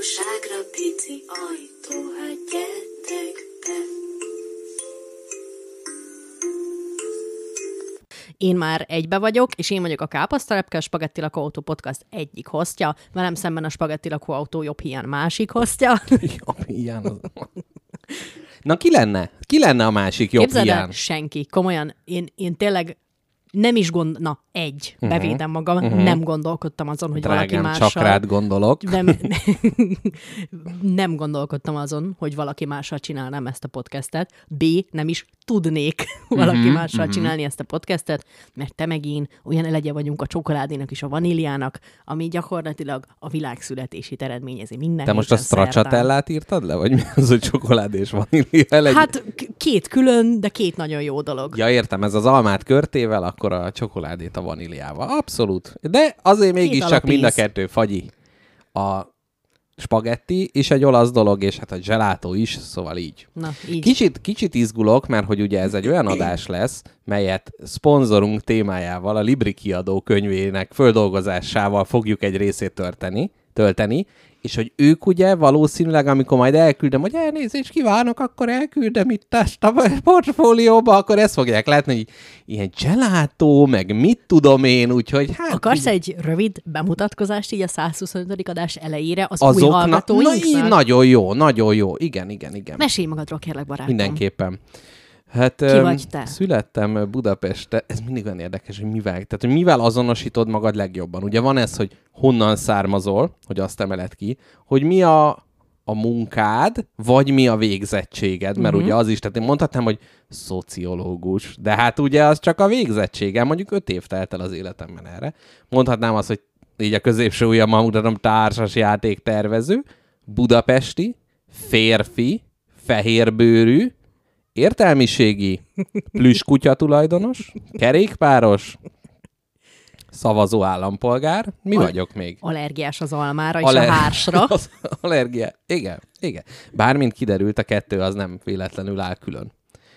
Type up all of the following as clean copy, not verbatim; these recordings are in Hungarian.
valóságra pici ajtó, hát gyertek be. Én már egybe vagyok, és én vagyok a Káposztalepke, a Spagetti Lakóautó podcast egyik hostja, velem szemben a Spagetti Lakóautó jobb hiány másik hostja. Jobb hiány az... Na ki lenne? Ki lenne a másik jobb Képzeld el, hiány? senki. Komolyan, én tényleg nem is bevédem magam, nem gondolkodtam azon, hogy Drágám, valaki mással... csak rád gondolok. Nem gondolkodtam azon, hogy valaki mással csinálnám ezt a podcastet. B, nem is tudnék valaki mással csinálni ezt a podcastet, mert te meg én olyan elegye vagyunk a csokoládénak és a vaníliának, ami gyakorlatilag a világ születését eredményezi minden. Te most a stracciatellát írtad le? Vagy mi az, hogy csokoládé és vanília elegye? Hát két külön, de két nagyon jó dolog. Ja, értem, ez az almát körtével, akkor a csokoládét a vaníliával. Abszolút. De azért mégiscsak mind a kettő fagyi. A spagetti és egy olasz dolog, és hát a gelato is, szóval így. Na, így. Kicsit izgulok, mert hogy ugye ez egy olyan adás lesz, melyet szponzorunk témájával, a Libri kiadó könyvének földolgozásával fogjuk egy részét tölteni, és hogy ők ugye valószínűleg, amikor majd elküldöm, hogy elnézést kívánok, akkor elküldöm itt ezt a portfólióba, akkor ezt fogják látni, hogy ilyen gelato, meg mit tudom én, úgyhogy hát... Akarsz egy rövid bemutatkozást így a 125. adás elejére az új hallgatóinknak? Nagyon jó. Igen. Mesélj magadról, kérlek, barátom. Mindenképpen. Hát ki vagy te? Születtem Budapesten, ez mindig olyan érdekes, hogy mivel azonosítod magad legjobban. Ugye van ez, hogy honnan származol, hogy azt emeled ki, hogy mi a munkád, vagy mi a végzettséged, mert ugye az is, tehát én mondhatnám, hogy szociológus, de hát ugye az csak a végzettségem, mondjuk 5 év telt el az életemben erre. Mondhatnám azt, hogy így a középső ujjammal mutatom, társas játéktervező, budapesti, férfi, fehérbőrű, értelmiségi, plüskutya tulajdonos, kerékpáros, szavazó állampolgár. Mi vagyok még? Allergiás az almára és a hársra. Allergia. Igen. Bármint kiderült, a kettő az nem véletlenül áll külön.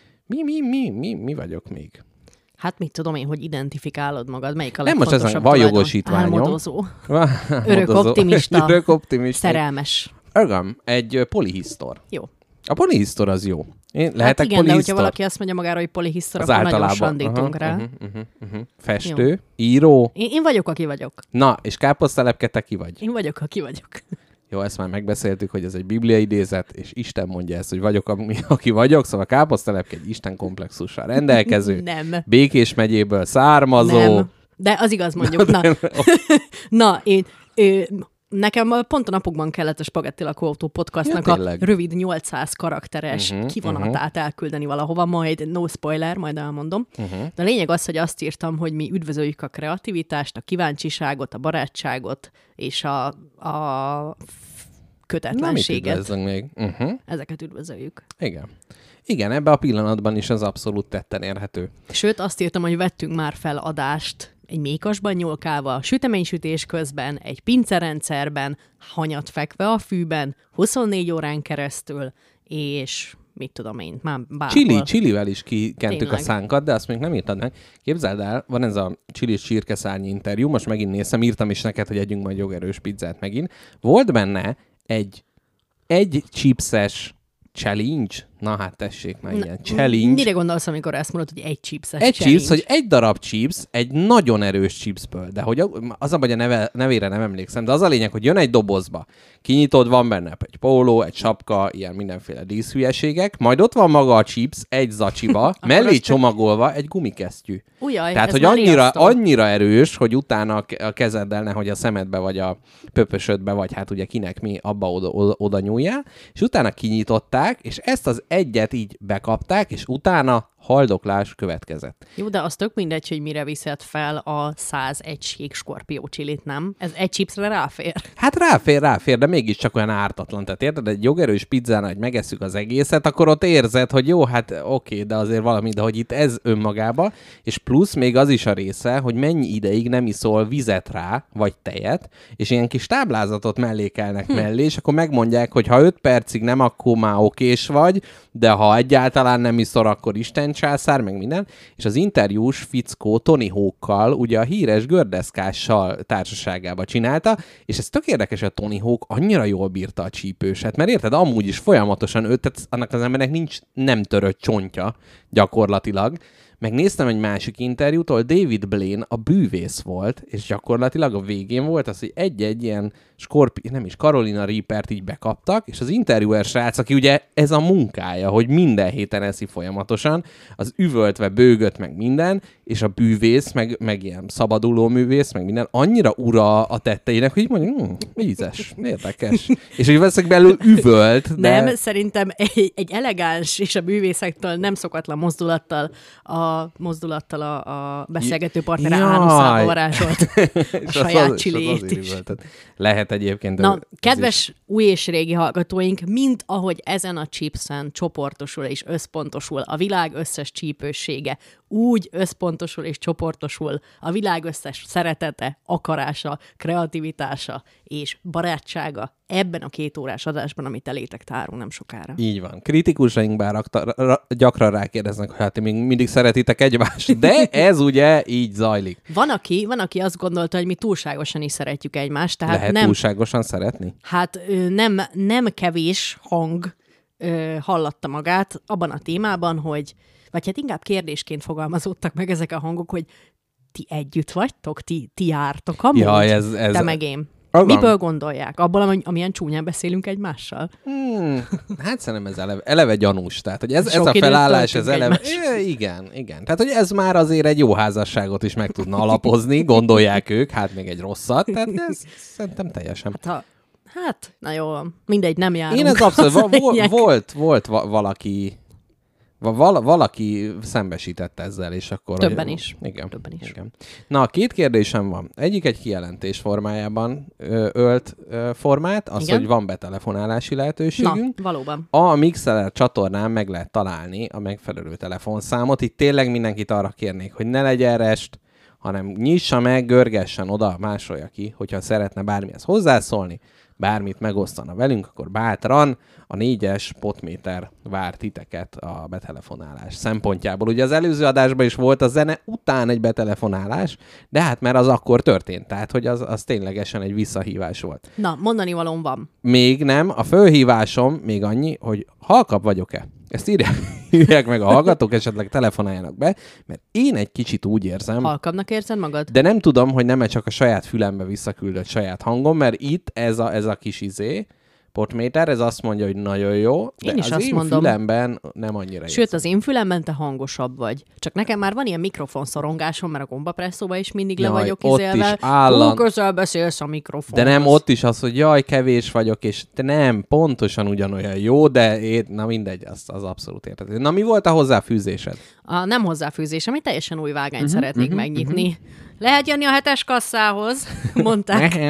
Mi vagyok még? Hát mit tudom én, hogy identifikálod magad, melyik a nem most legfontosabb van jogosítványom. Álmodozó. Örök optimista. Szerelmes. Egy polihisztor. Jó. A polihisztor az jó. Lehetek hát igen, polihisztor? de hogyha valaki azt mondja magára, hogy polihisztor, akkor nagyon sandítunk rá. Festő, jó. író. Én vagyok, aki vagyok. Na, és Káposztalepke, te ki vagy? Én vagyok, aki vagyok. Jó, ezt már megbeszéltük, hogy ez egy bibliai idézet, és Isten mondja ezt, hogy vagyok, aki vagyok, szóval Káposztalepke egy Isten komplexussal rendelkező. Nem. Békés megyéből származó. Nem. De az igaz mondjuk. Na, nekem pont a napokban kellett a Spagetti Lakóautó podcastnak a rövid 800 karakteres kivonatát elküldeni valahova, majd no spoiler, majd elmondom. De a lényeg az, hogy azt írtam, hogy mi üdvözöljük a kreativitást, a kíváncsiságot, a barátságot és a kötetlenséget. Na, mit még? Ezeket üdvözöljük. Igen, ebben a pillanatban is az abszolút tetten érhető. Sőt, azt írtam, hogy vettünk már fel adást egy mékasban nyolkálva, süteménysütés közben, egy pincerendszerben, hanyat fekve a fűben, 24 órán keresztül, és mit tudom én, már bárhol. Csilivel is kikentük a szánkat, de azt még nem írtad meg. Képzeld el, van ez a csilis csirkeszárnyi interjú, most megint nézem, írtam is neked, hogy együnk majd jogerős pizzát megint. Volt benne egy chipses challenge? Na hát tessék már ilyen challenge. Mire gondolsz, amikor ezt mondod, hogy egy chipses egy challenge? Chips, hogy egy darab chips, egy nagyon erős chipsből, de hogy az a baj, a nevére nem emlékszem, de az a lényeg, hogy jön egy dobozba, kinyitod, van benne egy póló, egy sapka, ilyen mindenféle díszhülyeségek, majd ott van maga a chips egy zacsiba, mellé csomagolva egy gumikesztyű. Ujjaj, tehát, hogy annyira erős, hogy utána a kezeddel nehogy a szemedbe, vagy a pöpösödbe, vagy hát ugye kinek mi abba oda nyúljál, és utána kinyitották, és ezt az egyet így bekapták, és utána haldoklás következett. Jó, de az tök mindegy, hogy mire viszed fel a 100 egység skorpió csilit, nem? Ez egy chipsre ráfér. Hát ráfér, de mégiscsak olyan ártatlan. Tehát érted, egy jogerős pizzán, hogy megesszük az egészet, akkor ott érzed, hogy jó, hát oké, de azért valami, de hogy itt ez önmagába, és plusz még az is a része, hogy mennyi ideig nem iszol vizet rá, vagy tejet, és ilyen kis táblázatot mellékelnek mellé, és akkor megmondják, hogy ha 5 percig nem, akkor már okés vagy, de ha egyáltalán nem iszol, akkor Isten császár, meg minden. És az interjús fickó Tony Hawkkal, ugye a híres gördeszkással társaságába csinálta, és ez tök érdekes, hogy a Tony Hawk annyira jól bírta a csípőset, mert érted, amúgy is folyamatosan tehát annak az embernek nincs nem törött csontja gyakorlatilag. Megnéztem egy másik interjút, ahol David Blaine a bűvész volt, és gyakorlatilag a végén volt az, hogy egy-egy ilyen Carolina Reapert így bekaptak, és az interjúer srác, aki ugye ez a munkája, hogy minden héten eszi folyamatosan, az üvöltve bőgött meg minden, és a bűvész, meg ilyen szabaduló művész, meg minden, annyira ura a tetteinek, hogy így mondja, ízes, érdekes. És hogy valószínűleg belül üvölt, de... Nem, szerintem egy elegáns és a bűvészektől nem szokatlan mozdulattal a beszélgető partnere ánuszába varázsolt a saját csiléjét. Lehet egyébként. Na, kedves új és régi hallgatóink, mint ahogy ezen a chipsen csoportosul és összpontosul a világ összes csípőssége, úgy összpontosul és csoportosul a világ összes szeretete, akarása, kreativitása és barátsága ebben a 2 órás adásban, amit elétek tárunk nem sokára. Így van. Kritikusaink bár gyakran rákérdeznek, hogy hát még mindig szeretitek egymást, de ez ugye így zajlik. Van, aki azt gondolta, hogy mi túlságosan is szeretjük egymást. Tehát lehet túlságosan szeretni? Hát nem kevés hang hallatta magát abban a témában, hogy vagy hát inkább kérdésként fogalmazódtak meg ezek a hangok, hogy ti együtt vagytok? Ti jártok amúgy? Ja, ez... Te meg én. Miből gondolják? Abból, amilyen csúnyán beszélünk egymással? Hát szerintem ez eleve gyanús. Tehát, hogy ez a felállás, ez eleve... Igen. Tehát, hogy ez már azért egy jó házasságot is meg tudna alapozni, gondolják ők, hát még egy rosszat. Tehát ez szerintem teljesen... Hát, na jó, mindegy, nem járunk. Én ez abszolút... Volt valaki szembesített ezzel, és akkor... Többen is. Igen. Na, 2 kérdésem van. Egyik egy kijelentés formájában ölt formát, az, hogy van betelefonálási lehetőségünk. Na, valóban. A Mixer csatornán meg lehet találni a megfelelő telefonszámot. Itt tényleg mindenkit arra kérnék, hogy ne legyen rest, hanem nyissa meg, görgessen oda, másolja ki, hogyha szeretne bármihez hozzászólni, bármit megosztana velünk, akkor bátran a 4-es potméter vár titeket a betelefonálás szempontjából. Ugye az előző adásban is volt a zene után egy betelefonálás, de hát mert az akkor történt, tehát hogy az ténylegesen egy visszahívás volt. Na, mondani valóm van. Még nem, a fölhívásom még annyi, hogy halkabb vagyok-e? Ezt írják meg a hallgatók, esetleg telefonáljanak be, mert én egy kicsit úgy érzem... Halkabbnak érzed magad? De nem tudom, hogy nem csak a saját fülembe visszaküldött saját hangom, mert itt ez a kis potméter, ez azt mondja, hogy nagyon jó, de az én fülemben nem annyira érzem. Sőt, az én fülemben te hangosabb vagy. Csak nekem már van ilyen mikrofonszorongásom, mert a gombapresszóban is mindig le vagyok izélve. Túl közel beszélsz a mikrofonhoz. De nem ott is az, hogy jaj, kevés vagyok, és te nem, pontosan ugyanolyan jó, de na mindegy, az abszolút értető. Na, mi volt a hozzáfűzésed? Nem hozzáfűzésem, egy teljesen új vágányt szeretnék megnyitni. Lehet jönni a 7-es kasszához, mondták.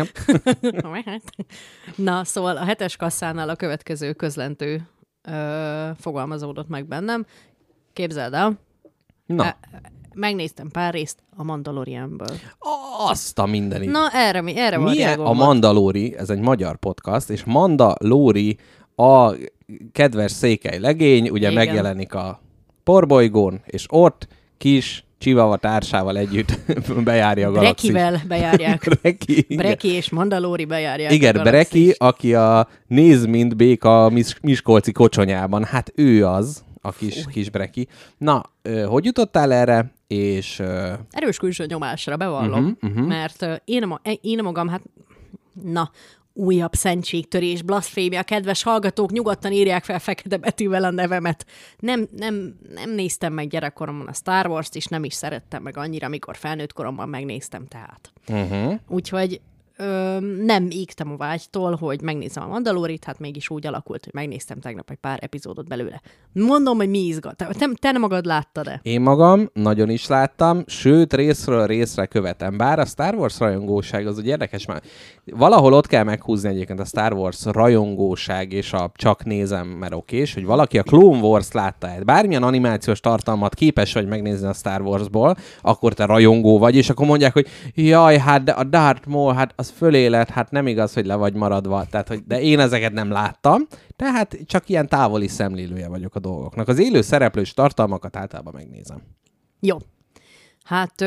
Na, szóval a 7-es kasszánál a következő közlentő fogalmazódott meg bennem. Képzeld el. Na. Megnéztem pár részt a Mandalorianből. Azt a mindenit. Na, erre van milyen a Mandalori, ez egy magyar podcast, és Mandalori a kedves székely legény, ugye igen. Megjelenik a porbolygón, és ott kis Csivava társával együtt bejárja a galaxist. Brekivel bejárják. Breki és Mandalori bejárják igen, a galaxist. Breki, aki néz, mint béka miskolci kocsonyában. Hát ő az, a kis Breki. Na, hogy jutottál erre? És... Erős külső nyomásra, bevallom. Mert én magam, hát... Na... Újabb szentségtörés, blaszfémia, kedves hallgatók, nyugodtan írják fel fekete betűvel a nevemet. Nem néztem meg gyerekkoromban a Star Wars-t, és nem is szerettem meg annyira, amikor felnőtt koromban megnéztem tehát. Úgyhogy nem égtem a vágytól, hogy megnézem a Mandalorit, hát mégis úgy alakult, hogy megnéztem tegnap egy pár epizódot belőle. Mondom, hogy mi izgat. Te magad láttad-e? Én magam nagyon is láttam, sőt, részről részre követem. Bár a Star Wars rajongóság az ugye érdekes, már valahol ott kell meghúzni egyébként a Star Wars rajongóság és a csak nézem, mert okés, hogy valaki a Clone Wars látta-e. Bármilyen animációs tartalmat képes vagy megnézni a Star Warsból, akkor te rajongó vagy, és akkor mondják, hogy jaj, hát de a Darth Maul, hát az az fölélet, hát nem igaz, hogy le vagy maradva, tehát, de én ezeket nem láttam, tehát csak ilyen távoli szemlélője vagyok a dolgoknak. Az élő szereplős tartalmakat általában megnézem. Jó. Hát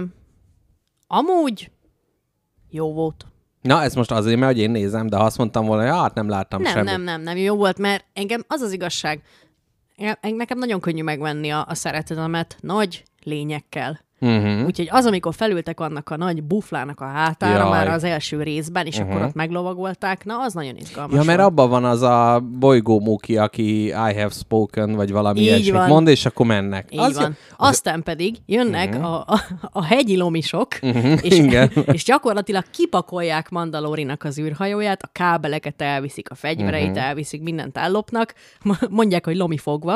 amúgy jó volt. Na, ez most azért, mert hogy én nézem, de ha azt mondtam volna, hogy hát nem láttam semmit. Nem, jó volt, mert engem az az igazság, nekem nagyon könnyű megvenni a szeretetemet nagy lényekkel. Úgyhogy az, amikor felültek annak a nagy buflának a hátára már az első részben, és akkor ott meglovagolták, na, az nagyon izgalmas. Ja, mert abban van az a bolygómuki, aki I have spoken, vagy valami ilyesmit mond, és akkor mennek. Így van. Aztán pedig jönnek a hegyi lomisok, és gyakorlatilag kipakolják Mandalorinak az űrhajóját, a kábeleket elviszik, a fegyvereit elviszik, mindent ellopnak, mondják, hogy lomi fogva.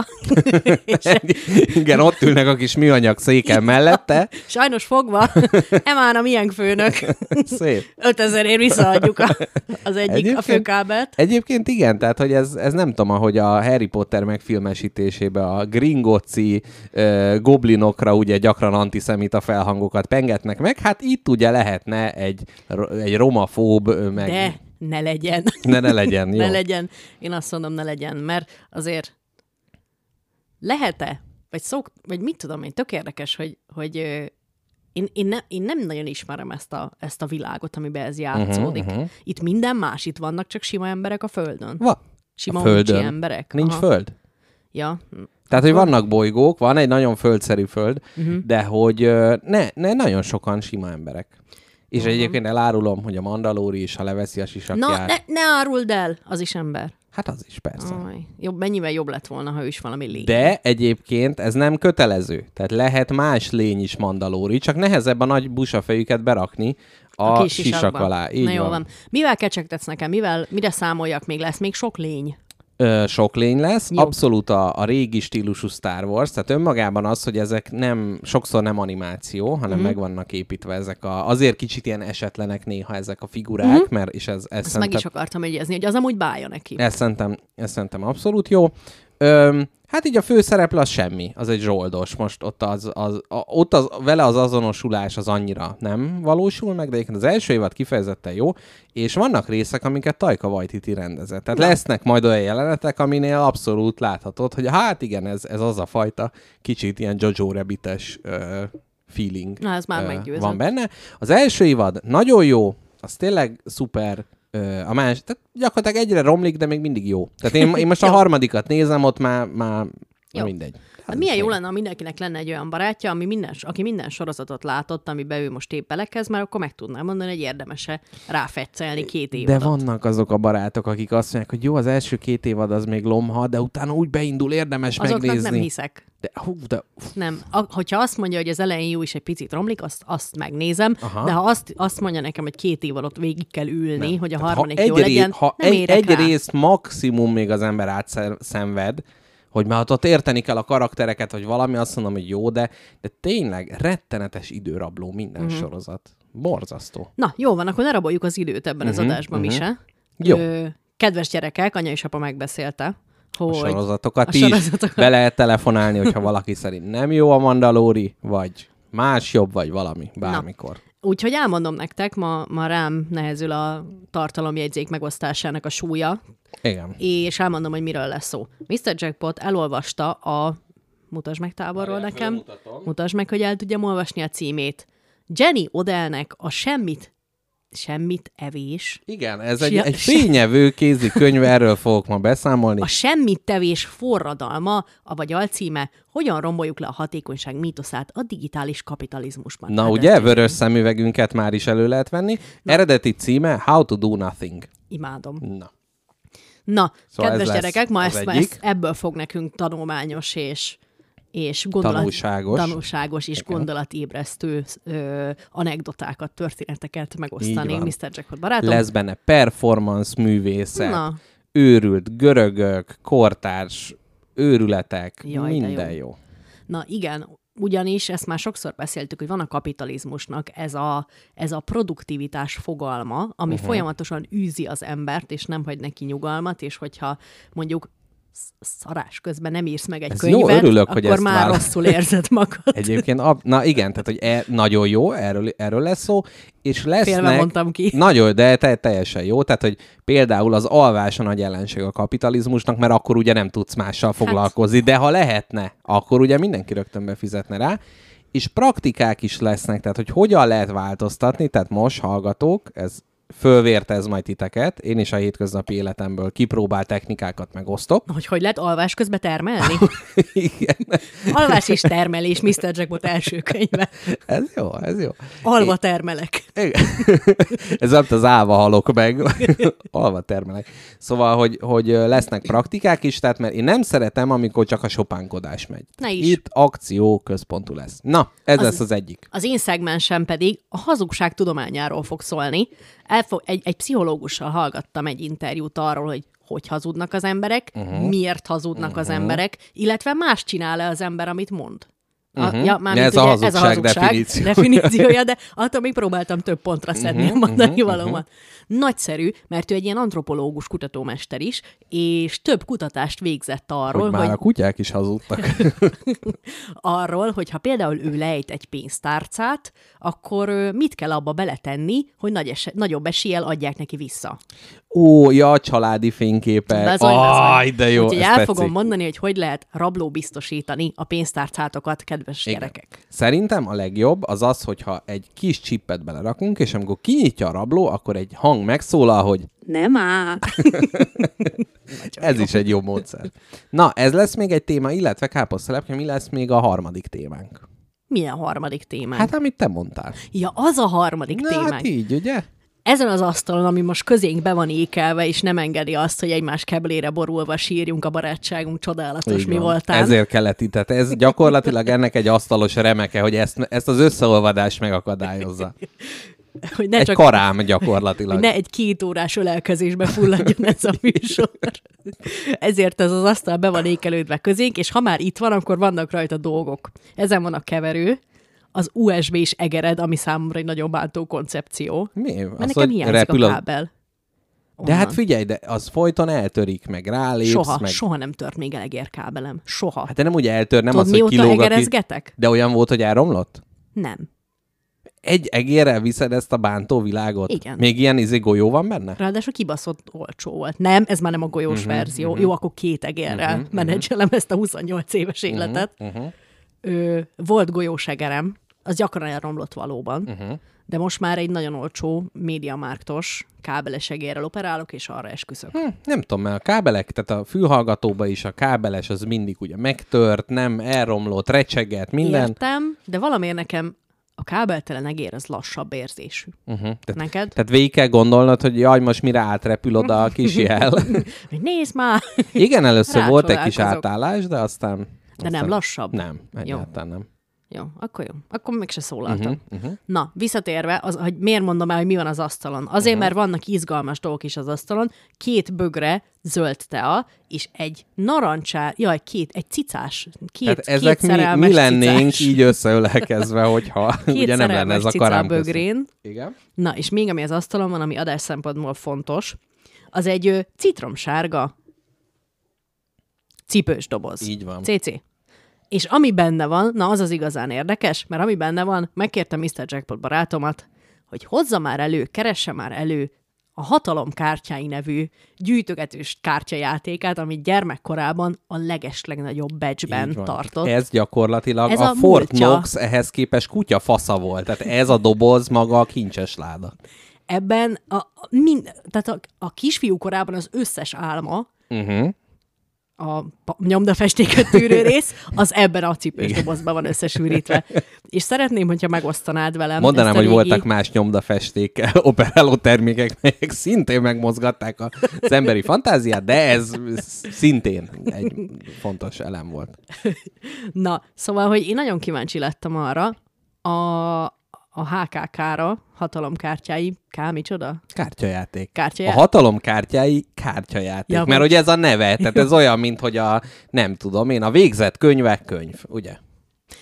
Igen, ott ülnek a kis műanyag széken mellette. Sajnos fogva, Emána milyen főnök. Szép. 5000-ért visszaadjuk a főkábelt. Egyébként igen, tehát hogy ez nem tudom, ahogy a Harry Potter megfilmesítésébe a Gringotzi goblinokra ugye gyakran antiszemita felhangokat pengetnek meg, hát itt ugye lehetne egy romafób meg... De ne legyen. Ne legyen, jó. Ne legyen. Én azt mondom, ne legyen, mert azért lehet-e? Vagy mit tudom én, tök érdekes, hogy én nem nagyon ismerem ezt a világot, amiben ez játszódik. Itt minden más, itt vannak csak sima emberek a Földön. Sima uncsi emberek. Nincs föld? Ja. Tehát, hogy vannak bolygók, van egy nagyon földszerű föld, de hogy ne nagyon sokan sima emberek. És egyébként elárulom, hogy a Mandalóri is, ha leveszi a sisakját... Na, ne áruld el, az is ember. Hát az is, persze. Mennyivel jobb lett volna, ha ő is valami lény. De egyébként ez nem kötelező. Tehát lehet más lény is Mandalóri, csak nehezebb a nagy busafejüket berakni a sisak alá. Így na jó van. Mivel kecsegtetsz nekem? Mire számoljak még? Lesz még sok lény? Sok lény lesz. Jó. Abszolút a régi stílusú Star Wars, tehát önmagában az, hogy ezek sokszor nem animáció, hanem meg vannak építve ezek azért kicsit ilyen esetlenek néha ezek a figurák, mert és ez ezt meg is akartam jegyezni, hogy az amúgy bája neki. Ezt szerintem abszolút jó. Hát így a főszereplő az semmi, az egy zsoldos. Most ott vele az azonosulás az annyira nem valósul meg, de egyébként az első évad kifejezetten jó, és vannak részek, amiket Taika Waititi rendezett. Tehát lesznek majd olyan jelenetek, aminél abszolút láthatod, hogy hát igen, ez az a fajta kicsit ilyen Jojo Rabbit-es feeling van benne. Az első évad nagyon jó, az tényleg szuper. Tehát gyakorlatilag egyre romlik, de még mindig jó. Tehát én most a harmadikat nézem, ott már mindegy. Hát milyen jó lenne, ha mindenkinek lenne egy olyan barátja, aki minden sorozatot látott, amiben ő most épp belekezd, mert akkor meg tudná mondani, hogy érdemes-e ráfetszelni 2 évadot. De vannak azok a barátok, akik azt mondják, hogy jó, az első 2 évad az még lomha, de utána úgy beindul, érdemes azoknak megnézni. Azoknak nem hiszek. Nem. Hogyha azt mondja, hogy az elején jó és egy picit romlik, azt megnézem, de ha azt mondja nekem, hogy 2 év alatt végig kell ülni, nem. Hogy a harmadik jó legyen, nem érek rá. Egy részt maximum még az ember átszenved, hogy már ott érteni kell a karaktereket, vagy valami, azt mondom, hogy jó, de tényleg rettenetes időrabló minden sorozat. Borzasztó. Na, jó van, akkor ne raboljuk az időt ebben az adásban, Mise. Jó. Kedves gyerekek, anya és apa megbeszélte, hogy... A sorozatokat is be lehet telefonálni, hogyha valaki szerint nem jó a Mandalóri, vagy más jobb, vagy valami, bármikor. Na. Úgyhogy elmondom nektek, ma rám nehezül a tartalomjegyzék megosztásának a súlya. Igen. És elmondom, hogy miről lesz szó. Mr. Jackpot elolvasta mutasd meg távolról nekem. Mutasd meg, hogy el tudjam olvasni a címét. Jenny Odellnek a Semmit evés. Igen, ez egy fényevő kézikönyv, erről fogok ma beszámolni. A Semmit tevés forradalma, vagy alcíme, hogyan romboljuk le a hatékonyság mítoszát a digitális kapitalizmusban. Na ugye, vörös szemüvegünket már is elő lehet venni. Eredeti címe How to do nothing. Imádom. Na, szóval kedves gyerekek, ma ezt ebből fog nekünk tanulmányos és tanulságos és gondolatébresztő anekdotákat, történeteket megosztani Mr. Jackpot barátom. Lesz benne performance művészet, őrült görögök, kortárs őrületek, minden jó. Na igen, ugyanis ezt már sokszor beszéltük, hogy van a kapitalizmusnak ez a produktivitás fogalma, ami folyamatosan űzi az embert, és nem hagy neki nyugalmat, és hogyha mondjuk szarás közben nem írsz meg egy ez könyvet, jó, örülök, akkor hogy ezt már rosszul érzed magad. Egyébként, na igen, tehát hogy nagyon jó, erről lesz szó, és lesznek... Félve mondtam ki. Nagyon, de teljesen jó, tehát hogy például az alvás a nagy ellenség a kapitalizmusnak, mert akkor ugye nem tudsz mással foglalkozni, de ha lehetne, akkor ugye mindenki rögtön befizetne rá, és praktikák is lesznek, tehát hogy hogyan lehet változtatni, tehát most hallgatók, ez fölvérte ez majd titeket, én is a hétköznapi életemből kipróbált technikákat megosztok. Hogy lehet alvás közben termelni? Igen. Alvás és termelés, Mr. Jackpot első könyve. Ez jó. Alva termelek. Igen. Ez nem az állva halok meg. Alva termelek. Szóval, hogy lesznek praktikák is, tehát mert én nem szeretem, amikor csak a sopánkodás megy. Itt akció központú lesz. Na, ez lesz az egyik. Az én szegmensem pedig a hazugság tudományáról fog szólni. Egy pszichológussal hallgattam egy interjút arról, hogy hazudnak az emberek, miért hazudnak az emberek, illetve más csinál-e az ember, amit mond. Ez a hazugság definíciója, de attól még próbáltam több pontra szedni a mondani valómat. Nagyszerű, mert ő egy ilyen antropológus kutatómester is, és több kutatást végzett arról, hogy a kutyák is hazudtak. arról, hogy ha például ő lejt egy pénztárcát, akkor mit kell abba beletenni, hogy nagyobb eséllyel adják neki vissza. Ó, ja, családi fényképek. De jó. Úgyhogy el fogom mondani, hogy lehet rablóbiztosítani a pénztárcátokat, kedves gyerekek. Szerintem a legjobb az, hogyha egy kis csippet belerakunk, és amikor kinyitja a rabló, akkor egy hang megszólal, hogy nem áll. Ez is egy jó módszer. Na, ez lesz még egy téma, illetve káposztelepke, mi lesz még a harmadik témánk? Milyen harmadik témánk? Hát, amit te mondtál. Ja, az a harmadik témánk. Hát így, ugye? Ezen az asztalon, ami most közénk be van ékelve, és nem engedi azt, hogy egymás keblére borulva sírjunk a barátságunk csodálatos mi voltán. Ezért kellett itt. Tehát ez gyakorlatilag ennek egy asztalos remeke, hogy ezt az összeolvadást megakadályozza. Hogy ne egy csak, karám gyakorlatilag. Hogy ne egy 2 órás ölelkezésbe fulladjon ez a műsor. Ezért ez az asztal be van ékelődve közénk, és ha már itt van, akkor vannak rajta dolgok. Ezen van a keverő, az USB-s egered, ami számomra egy nagyon bántó koncepció. Mi? Mert nekem hiányzik a kábel. De hát figyelj, de az folyton eltörik, meg rálépsz. Soha nem tört még el egérkábelem. Soha. Hát de nem úgy eltör, nem tudod, az, hogy kilóg. Egerezgetek? De olyan volt, hogy elromlott? Nem. Egy egérrel viszed ezt a bántó világot? Igen. Még ilyen golyó van benne? Ráadásul kibaszott olcsó volt. Nem, ez már nem a golyós verzió. Jó, akkor 2 egérrel menedzselem ezt a 28 éves életet. Volt golyós egerem, az gyakran elromlott valóban, de most már egy nagyon olcsó MediaMarktos kábeles egérrel operálok, és arra esküszök. Nem tudom, mert a kábelek, tehát a fülhallgatóba is a kábeles az mindig ugye megtört, nem elromlott, recseget, minden. Értem, de valamiért nekem a kábeltelen egér az lassabb érzésű. Neked? Tehát végig kell gondolnod, hogy jaj, most mire átrepül oda a kis jel. Nézd már! Igen, először volt egy kis átállás, de aztán... De nem lassabb? Nem, egyáltalán nem. Jó. Akkor mégse szólaltam. Na, visszatérve, hogy miért mondom el, hogy mi van az asztalon. Azért, mert vannak izgalmas dolgok is az asztalon. 2 bögre zöld tea, és egy egy cicás, két ezek mi lennénk cicás. Így összeölelkezve, hogyha ugye nem lenne ez a karám bögrén. Igen. Na, és még ami az asztalon van, ami adás szempontból fontos, az egy citromsárga cipős doboz. Így van. CC. És ami benne van, na az igazán érdekes, mert ami benne van, megkértem Mr. Jackpot barátomat, hogy hozza már elő, keresse már elő a Hatalom kártyái nevű gyűjtögetős kártyajátékát, amit gyermekkorában a legeslegnagyobb badge-ben tartott. Ez gyakorlatilag ez a Fort Knox ehhez képest kutyafasza volt. Tehát ez a doboz maga a kincses láda. Ebben tehát a kisfiú korában az összes álma, a nyomdafestéket tűrő rész, az ebben a cipős dobozban van összesűrítve. És szeretném, hogyha megosztanád velem. Mondanám, hogy voltak más nyomdafestékkel operáló termékek, melyek szintén megmozgatták az emberi fantáziát, de ez szintén egy fontos elem volt. Na, szóval, hogy én nagyon kíváncsi lettem arra, a HKK-ra, hatalomkártyái, micsoda? Kártyajáték. A hatalomkártyái kártyajáték. Ja, mert ugye ez a neve, tehát ez olyan, mint hogy nem tudom én, a végzett könyvek könyv, ugye?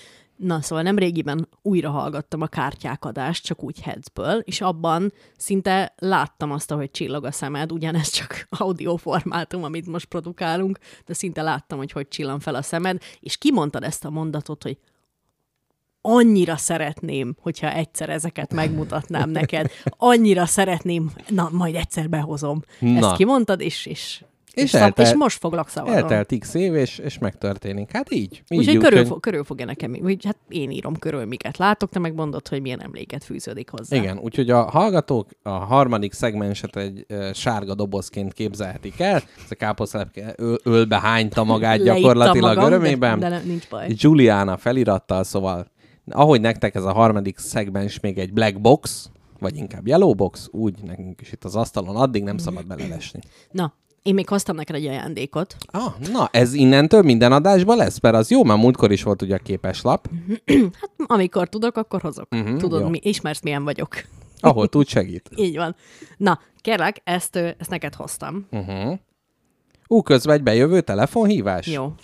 Na, szóval nemrégiben újra hallgattam a Kártyákadást, csak úgy headsből, és abban szinte láttam azt, ahogy csillog a szemed, ugyanez csak audio formátum, amit most produkálunk, de szinte láttam, hogy csillan fel a szemed, és kimondtad ezt a mondatot, hogy annyira szeretném, hogyha egyszer ezeket megmutatnám neked, annyira szeretném, na, majd egyszer behozom. Ezt kimondtad, és most foglak szabadon. Eltelt x év, és megtörténik. Hát így. Úgyhogy körül fogja nekem, hogy hát én írom körül, miket látok, te meg mondod, hogy milyen emléket fűződik hozzá. Igen, úgyhogy a hallgatók a harmadik szegmenset egy sárga dobozként képzelhetik el. Ez a káposztelepke ölbe hányta magát gyakorlatilag örömében. De nincs baj. Juliana felirattal, szóval ahogy nektek ez a harmadik szegmens még egy black box, vagy inkább yellow box, úgy nekünk is itt az asztalon, addig nem szabad belelesni. Na, én még hoztam neked egy ajándékot. Na, ez innentől minden adásban lesz, mert az jó, mert múltkor is volt ugye a képeslap. Hát amikor tudok, akkor hozok. Tudod, ismersz, milyen vagyok. Ahol tud, segít. Így van. Na, kérlek, ezt neked hoztam. Közben egy bejövő telefonhívás? Jó.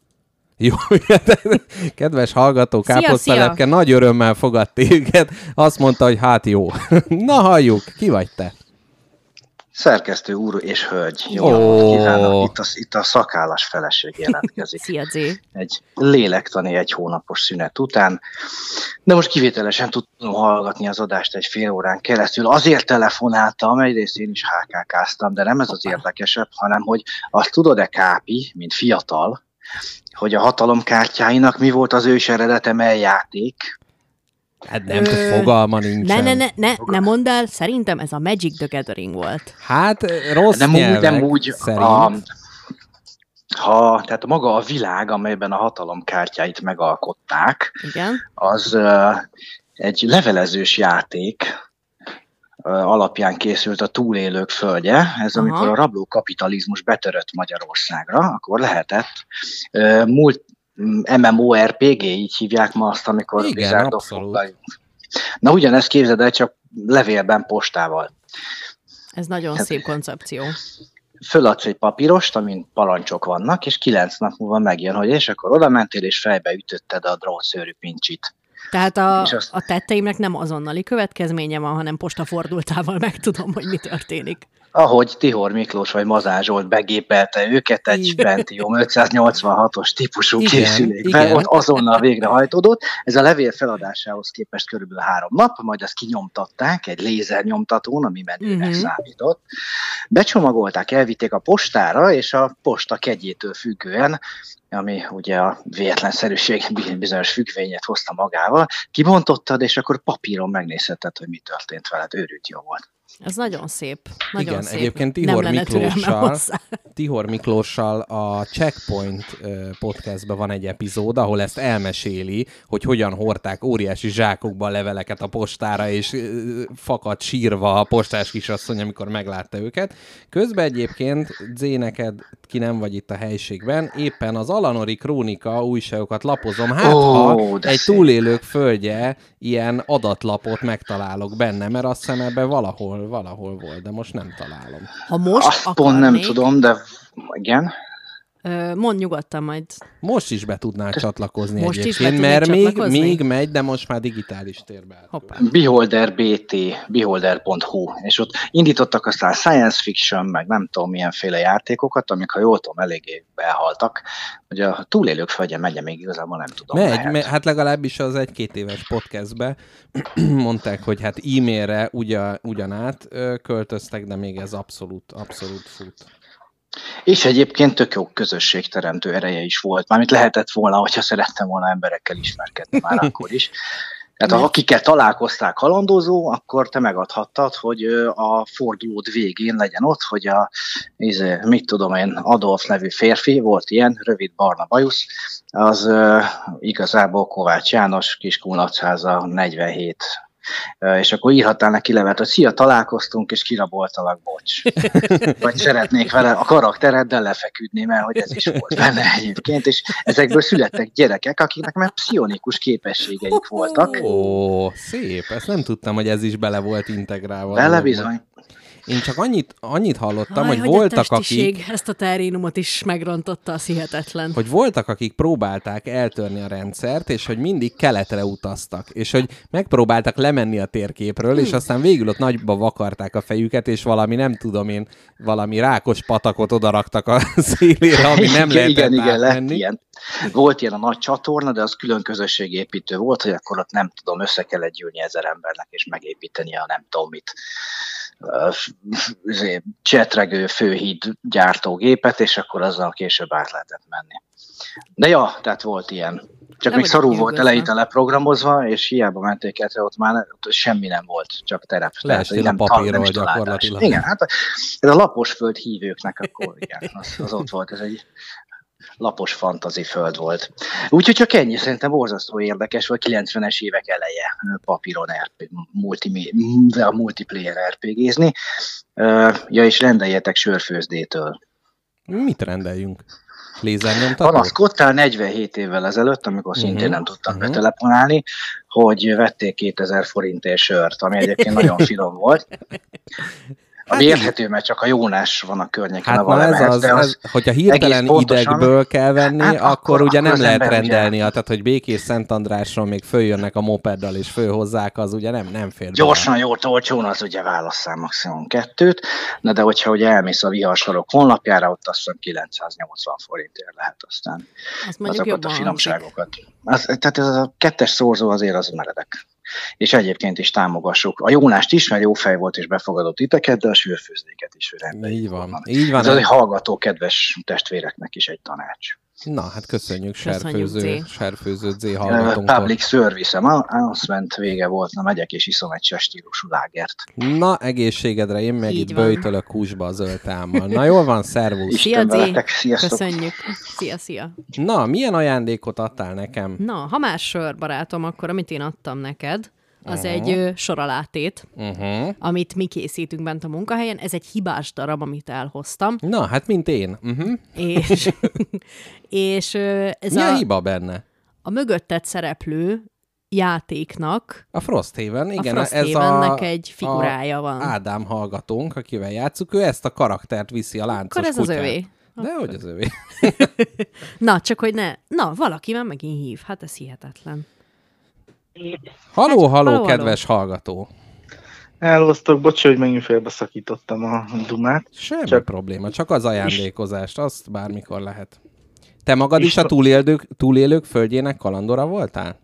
Kedves hallgató, káposztelepke nagy örömmel fogadt téged. Azt mondta, hogy hát jó. Na halljuk, ki vagy te? Szerkesztő úr és hölgy, jó napot kívánok. Itt a szakállas feleség jelentkezik. Szia, Zé. Egy lélektani 1 hónapos szünet után, de most kivételesen tudtam hallgatni az adást egy fél órán keresztül. Azért telefonáltam, egyrészt én is HKK-ztam, de nem ez az érdekesebb, hanem hogy azt tudod-e, Kápi, mint fiatal, hogy a hatalomkártyáinak mi volt az ős eredete, mely játék? Hát nem fogalma nincsen. Ne mondd el, szerintem ez a Magic the Gathering volt. Hát rossz nem úgy tehát maga a világ, amelyben a hatalomkártyáit megalkották, igen, az egy levelezős játék alapján készült a Túlélők földje. Ez amikor a rabló kapitalizmus betörött Magyarországra, akkor lehetett MMORPG, így hívják ma azt, amikor Wizard of Foglaljuk. Na ugyanezt képzeld el, csak levélben, postával. Ez nagyon szép koncepció. Föladsz egy papírost, amin parancsok vannak, és 9 nap múlva megjön, hogy és akkor oda mentél, és fejbe ütötted a drótszőrű pincsit. Tehát a tetteimnek nem azonnali következménye van, hanem postafordultával megtudom, hogy mi történik. Ahogy Tihor Miklós vagy Mazán Zsolt begépelte őket egy Pentium 586-os típusú készülékbe, ott azonnal végrehajtódott. Ez a levél feladásához képest körülbelül 3 nap, majd azt kinyomtatták egy lézernyomtatón, ami menőnek számított. Becsomagolták, elvitték a postára, és a posta kegyétől függően, ami ugye a véletlenszerűség bizonyos függvényét hozta magával, kibontottad, és akkor papíron megnézheted, hogy mi történt veled. Őrült jó volt. Ez nagyon szép. Nagyon igen, szép. Egyébként Tihor Miklóssal a Checkpoint podcastban van egy epizód, ahol ezt elmeséli, hogy hogyan hordták óriási zsákokban leveleket a postára, és fakadt sírva a postás kisasszony, amikor meglátta őket. Közben egyébként, Zé, neked, ki nem vagy itt a helységben, éppen az Alanori Krónika újságokat lapozom, ha egy Túlélők földje ilyen adatlapot megtalálok benne, mert azt hiszem ebben valahol volt, de most nem találom. Ha most azt pont nem tudom, de igen. Mondd nyugodtan majd. Most is be tudnál csatlakozni most egyébként, mert még megy, de most már digitális térben. Beholder BT, beholder.hu, és ott indítottak aztán science fiction, meg nem tudom milyenféle játékokat, amik, ha jól tudom, eléggé behaltak, hogy a Túlélők földje megye még igazából nem tudom. Hát legalábbis az 1-2 éves podcastben mondták, hogy hát e-mailre ugyanát költöztek, de még ez abszolút fut. És egyébként tök jó közösségteremtő ereje is volt. Mármint lehetett volna, hogyha szerettem volna emberekkel ismerkedni már akkor is. Tehát akikkel találkozták halandózó, akkor te megadhattad, hogy a fordulód végén legyen ott, hogy mit tudom én, Adolf nevű férfi, volt ilyen, rövid barna bajusz, az igazából Kovács János, Kiskunlachháza 47. És akkor írhattál neki levelet, hogy szia, találkoztunk, és kiraboltalak, bocs. Vagy szeretnék vele a karaktereddel lefeküdni, mert hogy ez is volt benne egyébként, és ezekből születtek gyerekek, akiknek már pszionikus képességeik voltak. Szép, ezt nem tudtam, hogy ez is bele volt integrálva. Bele bizony. Én csak annyit hallottam, hogy voltak, akik... Ezt a terénumot is megrontotta, az hihetetlen. Hogy voltak, akik próbálták eltörni a rendszert, és hogy mindig keletre utaztak, és hogy megpróbáltak lemenni a térképről, és aztán végül ott nagyba vakarták a fejüket, és valami rákos patakot odaraktak a szélére, ami nem lehetett átmenni. Igen. Volt ilyen a nagy csatorna, de az külön közösségépítő volt, hogy akkor ott nem tudom, össze kellett gyűlni 1000 embernek, és megépíteni a nem tudom mit csetregő főhíd gyártógépet, és akkor azzal később át lehetett menni. De ja, tehát volt ilyen. Csak nem még szarul volt eleinte leprogramozva, és hiába menték el, ott már semmi nem volt, csak terep. Leestél a papírról gyakorlatilag. Igen, hát ez a lapos föld hívőknek akkor igen, az ott volt, ez egy lapos fantazi föld volt. Úgyhogy csak ennyi, szerintem borzasztó érdekes volt, 90-es évek eleje papíron multiplayer RPG-zni. Ja, és rendeljetek sörfőzdétől. Mit rendeljünk? Lézernyomtató? Panaszkodtál 47 évvel ezelőtt, amikor szintén nem tudtam betelefonálni, hogy vették 2000 forintért sört, ami egyébként nagyon finom volt. Ami érthető, mert csak a Jónás van a környéken. Hát ez, hogyha hirtelen idegből kell venni, akkor ugye nem lehet rendelni. Tehát, hogy Békés Szentandrásról még följönnek a mopeddal és fölhozzák, az ugye nem fér. Gyorsan, jó, olcsón, az ugye válasszál maximum 2, de hogyha ugye elmész a Viharsarok honlapjára, ott azt hiszem 980 forintért lehet aztán azokat a finomságokat. Tehát ez a 2-es szorzó azért az meredek. És egyébként is támogassuk. A Jónást is, mert jó fej volt és befogadott titeket, de a sörfőzdéket is rendeljük. Így van. Így van. Ez egy hallgató kedves testvéreknek is egy tanács. Na, hát köszönjük serfőző Z hallgatónktól. Public service, announcement vége volt, na megyek és iszom egy cseh stílusú lágert. Na, egészségedre, én meg itt böjtölök húsba a zöld támmal. Na jól van, szervusz. Szia, köszönjük. Szia. Na, milyen ajándékot adtál nekem? Na, ha más sör, barátom, akkor amit én adtam neked, az egy soralátét, amit mi készítünk bent a munkahelyen. Ez egy hibás darab, amit elhoztam. Na, hát mint én. És ez mi a hiba benne? A mögötted szereplő játéknak. A Frosthaven, igen. A Frosthavennek egy figurája van. Ádám hallgatónk, akivel játszuk, ő ezt a karaktert viszi, a láncos kutyát. Akkor ez az övé. Dehogy az övé. Na, csak hogy ne. Na, valaki már megint hív. Hát ez hihetetlen. Halló, kedves hallgató! Elhoztok, bocs, hogy megint félbeszakítottam a dumát. Semmi probléma, csak az ajándékozást, azt bármikor lehet. Te magad is a túlélők földjének kalandora voltál?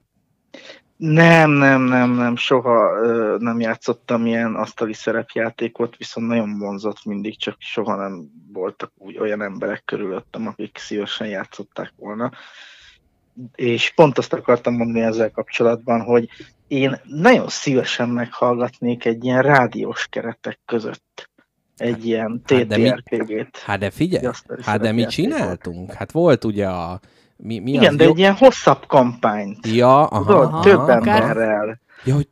Nem, soha nem játszottam ilyen asztali szerepjátékot, viszont nagyon vonzott mindig, csak soha nem voltak olyan emberek körülöttem, akik szívesen játszották volna. És pont azt akartam mondani ezzel kapcsolatban, hogy én nagyon szívesen meghallgatnék egy ilyen rádiós keretek között egy ilyen TTRPG-t. Hát de figyelj, de mi csináltunk? Hát volt ugye a... Igen, de egy ilyen hosszabb kampányt. Ja, aha. Több emberrel. Ja, hogy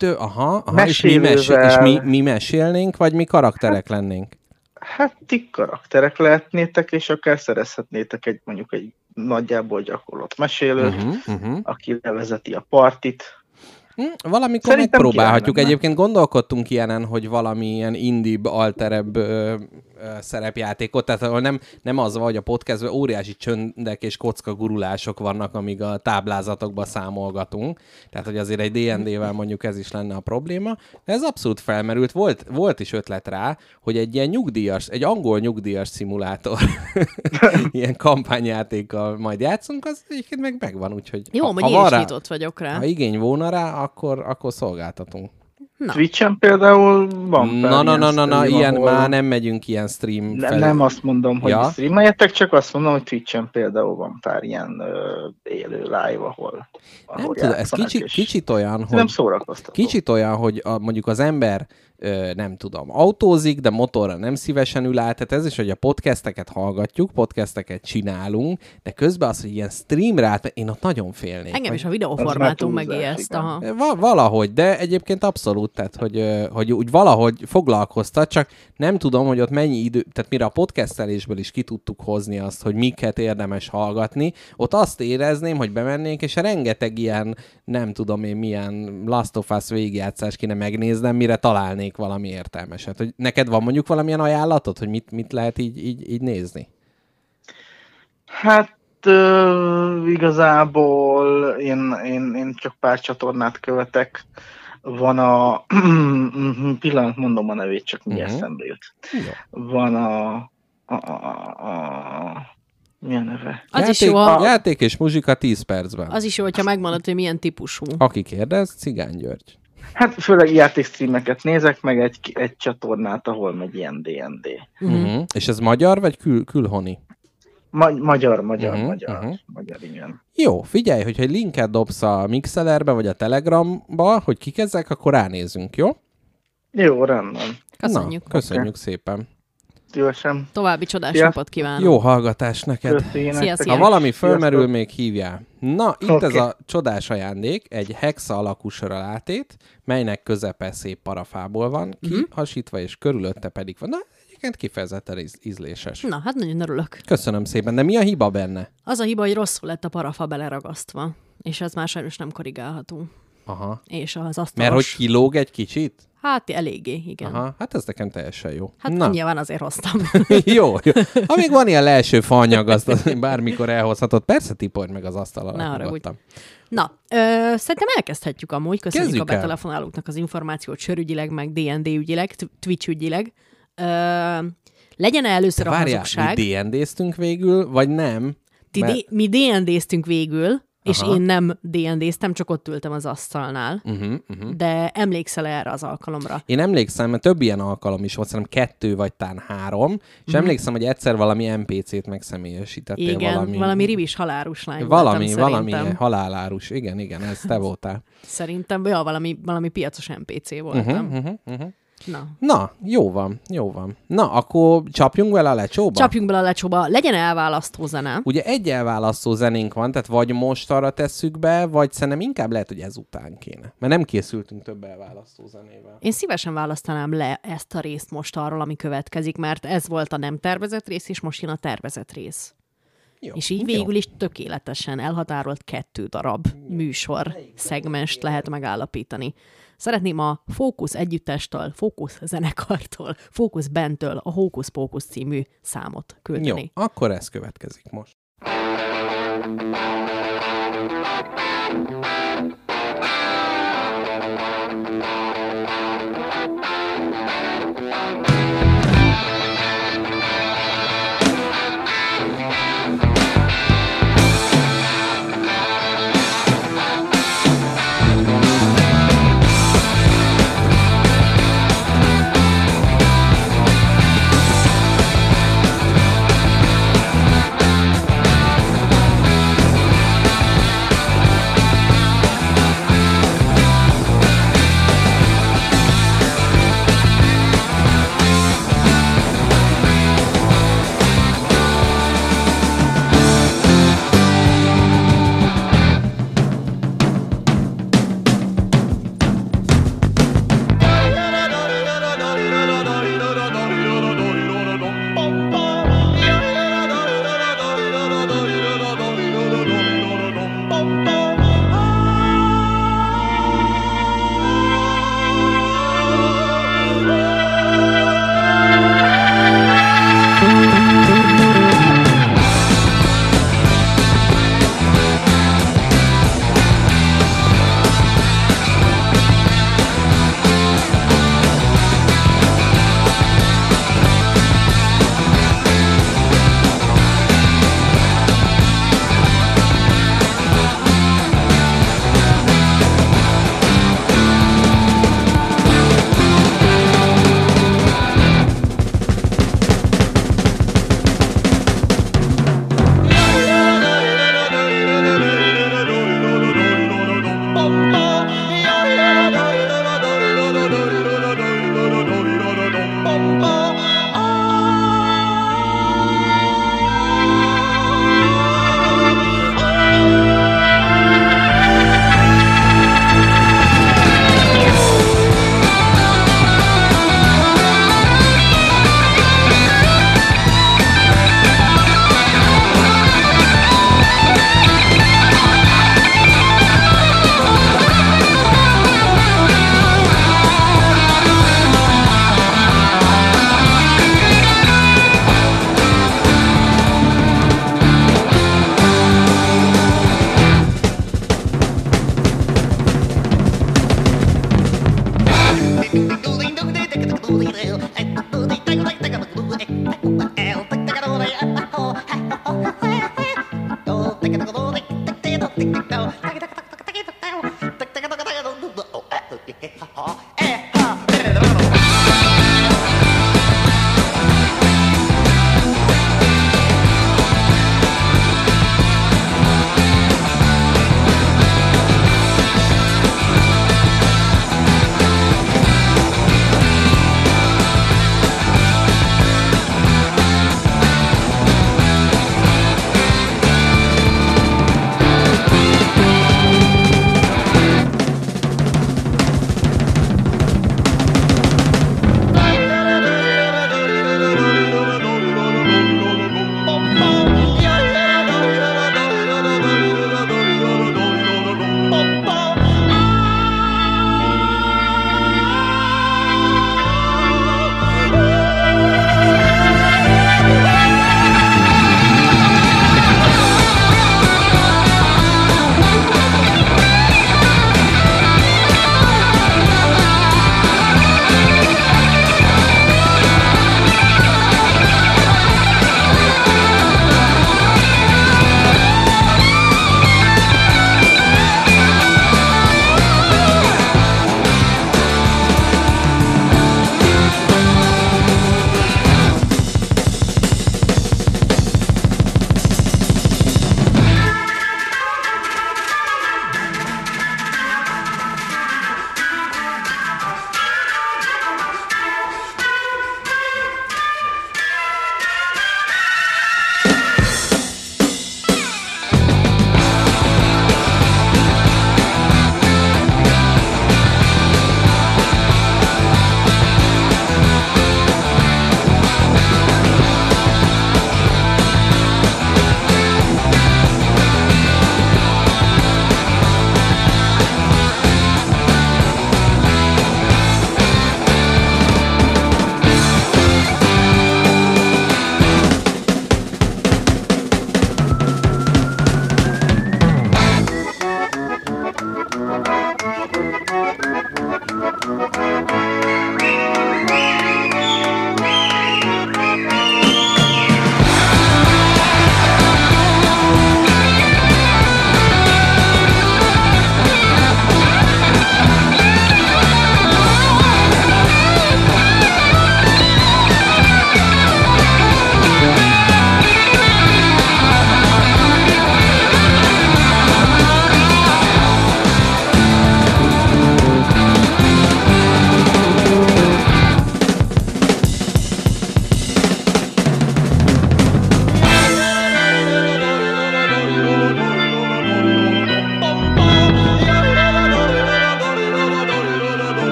és mi mesélnénk, vagy mi karakterek lennénk? Hát ti karakterek lehetnétek, és akár szerezhetnétek mondjuk egy nagyjából gyakorlott mesélőt, aki levezeti a partit. Valamikor szerintem megpróbálhatjuk. Egyébként gondolkodtunk ilyenen, hogy valami ilyen indibb, alterebb szerepjátékot, tehát ahol nem az van, hogy a podcastben óriási csöndek és kockagurulások vannak, amíg a táblázatokba számolgatunk. Tehát, hogy azért egy D&D-vel mondjuk ez is lenne a probléma. De ez abszolút felmerült. Volt is ötlet rá, hogy egy ilyen egy angol nyugdíjas szimulátor ilyen kampányjátékkal majd játszunk, az egyébként meg megvan, úgyhogy jó, hogy én is nyitott vagyok rá. Ha igény volna rá, akkor szolgáltatunk. Na. Twitch-en például van Na, ilyen ahol... már nem megyünk ilyen stream Nem azt mondom, hogy streameljetek, csak azt mondom, hogy Twitch-en például van pár ilyen élő live, ahol nem tudom, ez kicsit olyan, hogy... Nem szórakoztató. Kicsit olyan, hogy mondjuk az ember nem tudom, autózik, de motorra nem szívesen ül át, tehát ez is, hogy a podcasteket hallgatjuk, podcasteket csinálunk, de közben az, hogy ilyen streamre át, én ott nagyon félnék. Engem is a videóformátum megijeszt. Valahogy, de egyébként abszolút, tehát, hogy úgy valahogy foglalkoztat, csak nem tudom, hogy ott mennyi idő, tehát mire a podcastelésből is ki tudtuk hozni azt, hogy miket érdemes hallgatni, ott azt érezném, hogy bemennénk, és rengeteg ilyen, nem tudom én milyen Last of Us végigjátszást kéne megnéznem, mire találnék mondanék valami értelmeset. Hogy neked van mondjuk valamilyen ajánlatod, hogy mit lehet így nézni? Hát igazából én csak pár csatornát követek. Van a... pillanat, mondom a nevét, csak mi eszembe jut. Van mi a neve? Játék és muzsika 10 percben. Az is jó, hogyha megmondod, hogy milyen típusú. Aki kérdez, Cigány György. Hát főleg játékstreameket nézek, meg egy csatornát, ahol megy ilyen D&D. És ez magyar, vagy külhoni? Magyar, igen. Jó, figyelj, hogyha egy linket dobsz a Mixelerbe, vagy a Telegramba, hogy kik ezek, akkor ránézünk, jó? Jó, rendben. Köszönjük. Na, köszönjük szépen. Szívesen. További csodás napot kívánok. Jó hallgatás neked. Szia. Ha valami fölmerül, még hívjál. Na, itt ez a csodás ajándék, egy hexa alakú söralátét, melynek közepe szép parafából van, kihasítva, és körülötte pedig van. Na, egyébként kifejezetten ízléses. Na, hát nagyon örülök. Köszönöm szépen, de mi a hiba benne? Az a hiba, hogy rosszul lett a parafa beleragasztva, és ez már sajnos nem korrigálható. Aha. És az asztalos... Mert hogy kilóg egy kicsit? Hát eléggé, igen. Aha, hát ez nekem teljesen jó. Hát nyilván azért hoztam. jó. Ha még van ilyen leeső faanyag, azt bármikor elhozhatod. Persze tiporj meg az asztal alatt. Na, szerintem elkezdhetjük amúgy. Köszönjük a betelefonálóknak az információt sörügyileg, meg D&D ügyileg, Twitch ügyileg. Legyen először a hazugság. Mi D&D-ztünk végül, vagy nem? Mi D&D-ztünk végül, és én nem D&D-ztem, csak ott ültem az asztalnál. De emlékszel erre az alkalomra? Én emlékszem, mert több ilyen alkalom is volt, szerintem 2 vagy talán 3, és emlékszem, hogy egyszer valami NPC-t megszemélyesítettél. Igen, valami ribis halálus lány valami halálárus. Igen, ez te voltál. Szerintem, valami piacos NPC voltam. Na, jó van. Na, akkor csapjunk bele a lecsóba? Csapjunk bele a lecsóba. Legyen elválasztó zene. Ugye egy elválasztó zenénk van, tehát vagy most arra tesszük be, vagy szerintem inkább lehet, hogy ezután kéne. Mert nem készültünk több elválasztó zenével. Én szívesen választanám le ezt a részt most arról, ami következik, mert ez volt a nem tervezett rész, és most jön a tervezett rész. Jó, és így végül is tökéletesen elhatárolt 2 darab műsor szegmenst lehet megállapítani. Szeretném a Fókusz együttestől, Fókusz zenekartól, Fókusz bandtől a Hókusz Pókusz című számot küldeni. Jó, akkor ez következik most.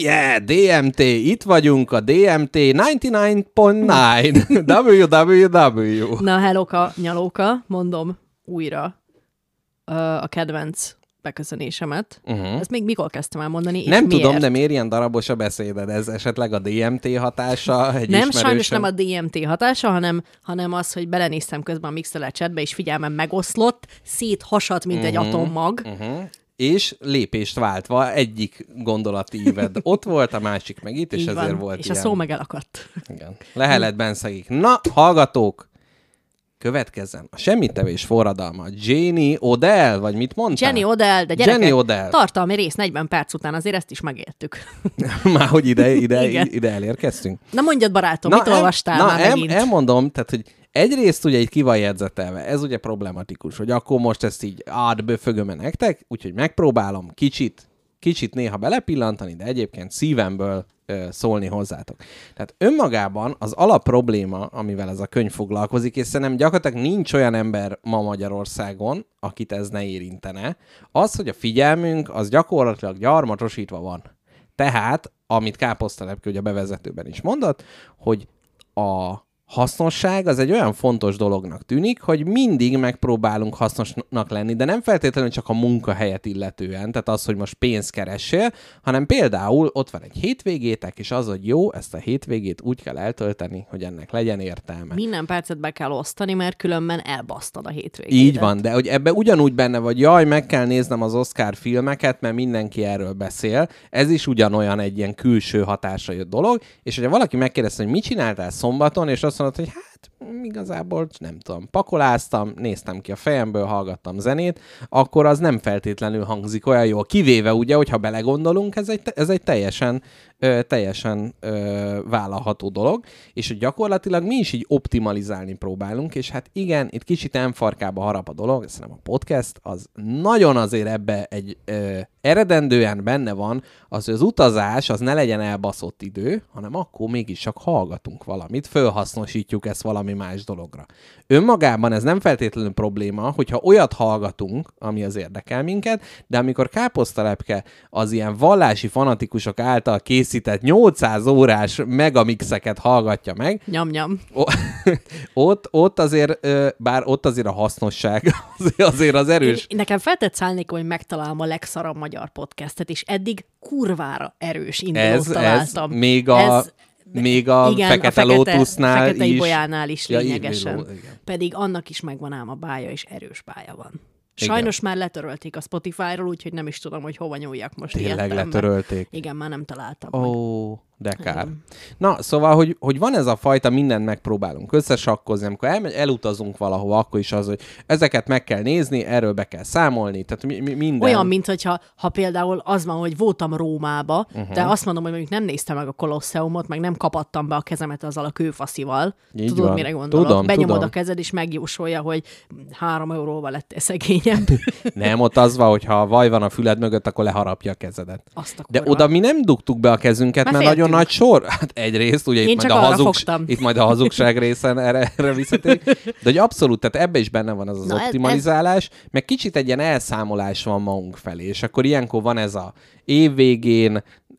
Yeah, DMT, itt vagyunk a DMT 99.9 www. Na, hellóka, nyalóka, mondom újra a kedvenc beköszönésemet. Ezt még mikor kezdtem el mondani, és Nem miért? tudom, de miért ilyen darabos a beszéded? Ez esetleg a DMT hatása? Nem, sajnos nem a DMT hatása, hanem az, hogy belenéztem közben a Mixler chatbe, és figyelmem megoszlott, széthasadt, mint egy atommag. És lépést váltva egyik gondolati íved ott volt, a másik meg itt, és Így ezért van. volt és ilyen. a szó meg elakadt. Igen. Leheletben szegik. Na, hallgatók! Következzen a semmittevés forradalma. Janie Odell, vagy mit mondtál? Jenny Odell, de gyerekek, Jenny Odell. tartalmi rész 40 perc után, azért ezt is megéltük. Már hogy Igen. ide elérkeztünk. Na mondjad, barátom, mit olvastál már megint? Elmondom, tehát, hogy egyrészt ugye itt ki van jegyzetelve, ez ugye problematikus, hogy akkor most ezt így átböfögöm nektek, úgyhogy megpróbálom kicsit néha belepillantani, de egyébként szívemből szólni hozzátok. Tehát önmagában az alapprobléma, amivel ez a könyv foglalkozik, és szerintem gyakorlatilag nincs olyan ember ma Magyarországon, akit ez ne érintene, az, hogy a figyelmünk az gyakorlatilag gyarmatosítva van. Tehát, amit Káposztalepke ugye a bevezetőben is mondott, hogy a hasznosság az egy olyan fontos dolognak tűnik, hogy mindig megpróbálunk hasznosnak lenni, de nem feltétlenül csak a munkahelyet illetően, tehát az, hogy most pénzt keressél, hanem például ott van egy hétvégétek, és az, hogy jó, ezt a hétvégét úgy kell eltölteni, hogy ennek legyen értelme. Minden percet be kell osztani, mert különben elbasztad a hétvégét. Így van, de hogy ebbe ugyanúgy benne vagy, jaj, meg kell néznem az Oscar filmeket, mert mindenki erről beszél. Ez is ugyanolyan egy ilyen külső hatásra jött dolog, és hogyha valaki megkérdezte, hogy mit csináltál szombaton, és azt mondod, hogy hát igazából nem tudom, pakoláztam, néztem ki a fejemből, hallgattam zenét, akkor az nem feltétlenül hangzik olyan jól. Kivéve ugye, hogyha belegondolunk, ez egy teljesen vállalható dolog, és gyakorlatilag mi is így optimalizálni próbálunk, és hát igen, itt kicsit enfarkába harap a dolog, szerintem a podcast az nagyon azért ebbe egy eredendően benne van, az, hogy az utazás az ne legyen elbaszott idő, hanem akkor mégis csak hallgatunk valamit, fölhasznosítjuk ezt valami más dologra. Önmagában ez nem feltétlenül probléma, hogyha olyat hallgatunk, ami az érdekel minket, de amikor Káposztalepke az ilyen vallási fanatikusok által készített 800 órás megamixeket hallgatja meg, Nyam-nyam. ott azért, bár ott azért a hasznosság azért az erős. Nekem feltett szállnékom, hogy megtalálom a legszarabb magyar podcastet, és eddig kurvára erős indulót találtam. Még a igen, Fekete Lótusznál Fekete is. Ibolyánál is Ja, lényegesen. igen. Pedig annak is megvan ám a bája, és erős bája van. Sajnos már letörölték a Spotify-ról, úgyhogy nem is tudom, hogy hova nyúljak most. Tényleg letörölték? Igen, már nem találtam. Ó, de kár. Na, szóval, hogy van ez a fajta, mindent megpróbálunk összesakkozni, amikor elutazunk valahova, akkor is az, hogy ezeket meg kell nézni, erről be kell számolni, tehát minden. Olyan, mint hogyha például az van, hogy voltam Rómába, de azt mondom, hogy mondjuk nem néztem meg a Kolosseumot, meg nem kapattam be a kezemet azzal a kőfaszival. Így Tudod, van. mire gondolok? Tudom. Benyomod a kezed, és megjósolja, hogy 3 euróval lettél szegényebb. Nem, ott az van, hogy ha a vaj van a füled mögött, akkor leharapja a kezedet. De kurva. oda mi nem dugtuk be a kezünket, mert nagyon nagy sor. Hát egyrészt, ugye itt majd a hazugság részen erre visszatér. De hogy abszolút, tehát ebbe is benne van az optimalizálás, meg kicsit egy ilyen elszámolás van magunk felé, és akkor ilyenkor van ez a évvégén,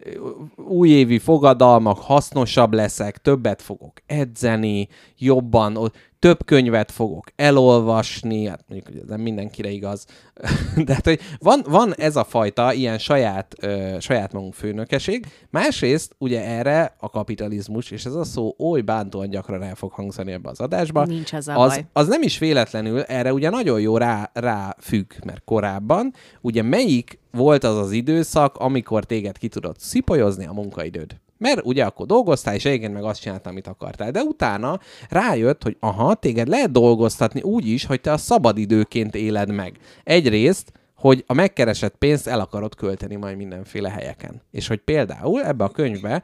újévi fogadalmak, hasznosabb leszek, többet fogok edzeni, jobban, több könyvet fogok elolvasni, hát mondjuk, hogy ez nem mindenkire igaz, de hát, hogy van ez a fajta ilyen saját magunk főnökeség. Másrészt ugye erre a kapitalizmus, és ez a szó oly bántóan gyakran el fog hangzani ebbe az adásba, nincs ez a baj. Az nem is véletlenül, erre ugye nagyon jó rá függ, mert korábban ugye melyik volt az az időszak, amikor téged ki tudod szipolyozni a munkaidőd. Mert ugye akkor dolgoztál, és egyébként meg azt csináltál, amit akartál. De utána rájött, hogy téged lehet dolgoztatni úgy is, hogy te a szabadidőként éled meg. Egyrészt, hogy a megkeresett pénzt el akarod költeni majd mindenféle helyeken. És hogy például ebbe a könyvbe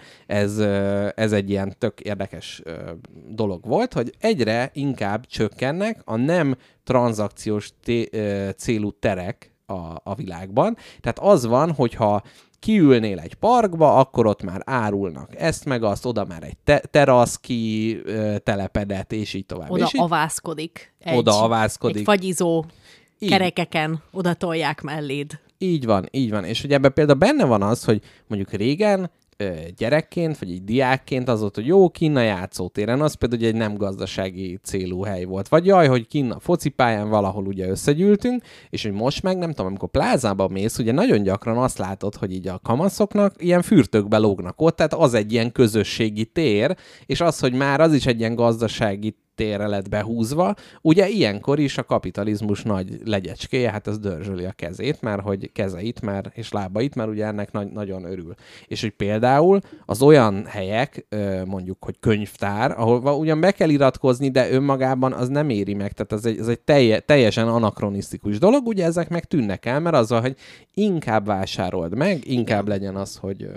ez egy ilyen tök érdekes dolog volt, hogy egyre inkább csökkennek a nem tranzakciós célú terek a világban. Tehát az van, hogyha kiülnél egy parkba, akkor ott már árulnak ezt meg azt, oda már egy terasz telepedett, és így tovább. Oda és avázkodik. Egy fagyizó kerekeken oda tolják melléd. Így van. És ugye ebben például benne van az, hogy mondjuk régen gyerekként, vagy egy diákként az volt, hogy jó, kinn a játszótéren, az például egy nem gazdasági célú hely volt. Vagy jaj, hogy kinn a focipályán valahol ugye összegyűltünk, és hogy most meg nem tudom, amikor plázába mész, ugye nagyon gyakran azt látod, hogy így a kamaszoknak ilyen fürtökbe lógnak ott, tehát az egy ilyen közösségi tér, és az, hogy már az is egy ilyen gazdasági térre lett behúzva. Ugye ilyenkor is a kapitalizmus nagy legyecskéje, hát az dörzsöli a kezét, mert hogy kezeit, és lábait, mert ugye ennek nagyon örül. És hogy például az olyan helyek, mondjuk, hogy könyvtár, ahol ugyan be kell iratkozni, de önmagában az nem éri meg, tehát ez egy teljesen anakronisztikus dolog, ugye ezek meg tűnnek el, mert azzal, hogy inkább vásárold meg, inkább legyen az,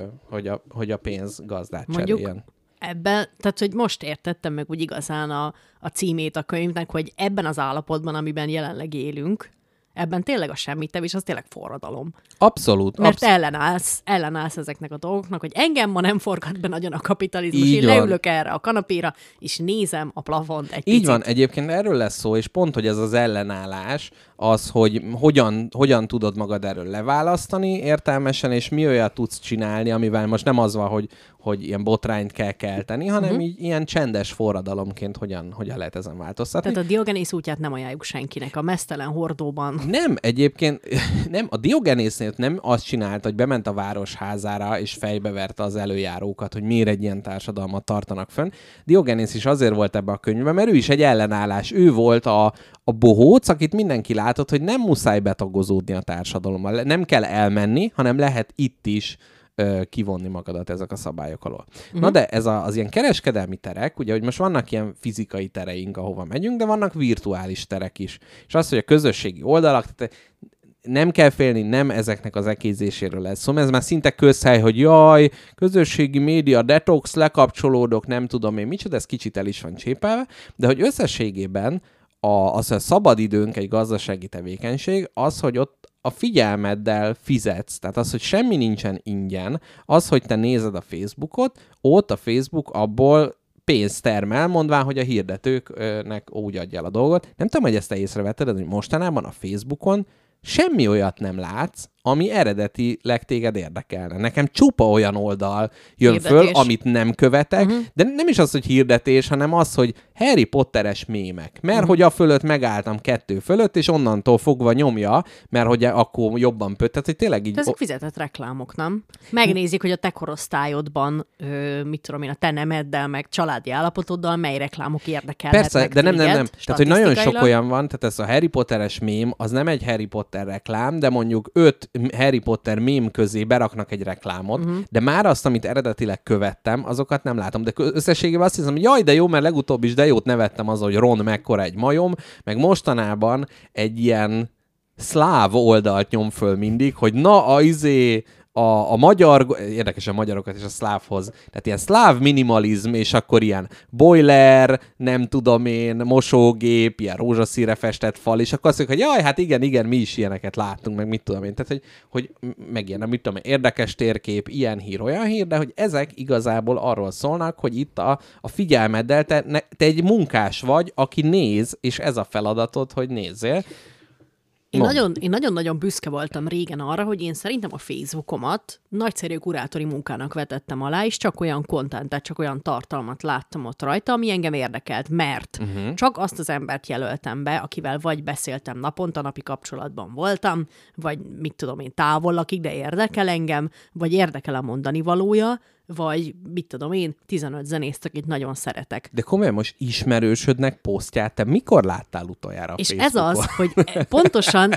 hogy a pénz gazdát cseréljen. Ebben, tehát, hogy most értettem meg úgy igazán a címét a könyvnek, hogy ebben az állapotban, amiben jelenleg élünk, ebben tényleg a semmittevés, az tényleg forradalom. Abszolút. Mert ellenállsz ezeknek a dolgoknak, hogy engem ma nem forgat be nagyon a kapitalizmus, így én van. leülök erre a kanapéra, és nézem a plafont egy Így picit. van, egyébként erről lesz szó, és pont, hogy ez az ellenállás, az, hogy hogyan tudod magad erről leválasztani értelmesen, és mi olyat tudsz csinálni, amivel most nem az van, hogy ilyen botrányt kell kelteni, hanem így ilyen csendes forradalomként hogyan lehet ezen változtatni. Tehát a Diogenész útját nem ajánljuk senkinek, a meztelen hordóban. Nem, egyébként nem, a Diogenésznél nem azt csinált, hogy bement a városházára, és fejbeverte az előjárókat, hogy miért egy ilyen társadalmat tartanak fönn. Diogenész is azért volt ebbe a könyvben, mert ő is egy ellenállás. Ő volt a bohóc, akit mindenki látott, hogy nem muszáj betagozódni a társadalommal. Nem kell elmenni, hanem lehet itt is kivonni magadat ezek a szabályok alól. Na de ez az ilyen kereskedelmi terek, ugye, hogy most vannak ilyen fizikai tereink, ahova megyünk, de vannak virtuális terek is. És az, hogy a közösségi oldalak, tehát nem kell félni, nem ezeknek az ekézéséről lesz. Szóval ez már szinte közhely, hogy jaj, közösségi média, detox, lekapcsolódok, nem tudom én micsoda, ez kicsit el is van csépelve, de hogy összességében a szabadidőnk egy gazdasági tevékenység, az, hogy ott a figyelmeddel fizetsz, tehát az, hogy semmi nincsen ingyen, az, hogy te nézed a Facebookot, ott a Facebook abból pénzt termel, mondván, hogy a hirdetőknek úgy adja el a dolgot. Nem tudom, hogy ezt te észrevetted, hogy mostanában a Facebookon semmi olyat nem látsz, ami eredetileg téged érdekelne. Nekem csupa olyan oldal jön hirdetés föl, amit nem követek, de nem is az, hogy hirdetés, hanem az, hogy Harry Potteres mémek. Mert hogy a fölött megálltam 2 fölött, és onnantól fogva nyomja, mert hogy akkor jobban tehát hogy tényleg így... De ezek fizetett reklámok, nem? Megnézik, hogy a te korosztályodban, mit tudom én, a te nemeddel, meg családi állapotoddal mely reklámok érdekelhetnek. Persze, de nem. Tehát, hogy nagyon sok olyan van, tehát ez a Harry Potteres mém, az nem egy Harry Potter reklám, de mondjuk 5 Harry Potter mém közé beraknak egy reklámot, de már azt, amit eredetileg követtem, azokat nem látom. De összességében azt hiszem, hogy jaj, de jó, mert legutóbb is de jót nevettem az, hogy Ron mekkora egy majom, meg mostanában egy ilyen szláv oldalt nyom föl mindig, hogy na, a magyar, érdekes a magyarokat és a szlávhoz, tehát ilyen szláv minimalizm, és akkor ilyen boiler, nem tudom én, mosógép, ilyen rózsaszínre festett fal, és akkor azt mondjuk, hogy jaj, hát igen, mi is ilyeneket láttunk, meg mit tudom én, tehát hogy meg ilyen, mit tudom én, érdekes térkép, ilyen hír, olyan hír, de hogy ezek igazából arról szólnak, hogy itt a figyelmeddel te egy munkás vagy, aki néz, és ez a feladatod, hogy nézzél. Én nagyon-nagyon büszke voltam régen arra, hogy én szerintem a Facebookomat nagyszerű kurátori munkának vetettem alá, és csak olyan contentet, csak olyan tartalmat láttam ott rajta, ami engem érdekelt, mert csak azt az embert jelöltem be, akivel vagy beszéltem naponta, napi kapcsolatban voltam, vagy mit tudom én, távol lakik, de érdekel engem, vagy érdekel a mondani valója, vagy mit tudom én, 15 zenészt, akit nagyon szeretek. De komolyan most ismerősödnek posztját, te mikor láttál utoljára a és Facebookon? ez az, hogy pontosan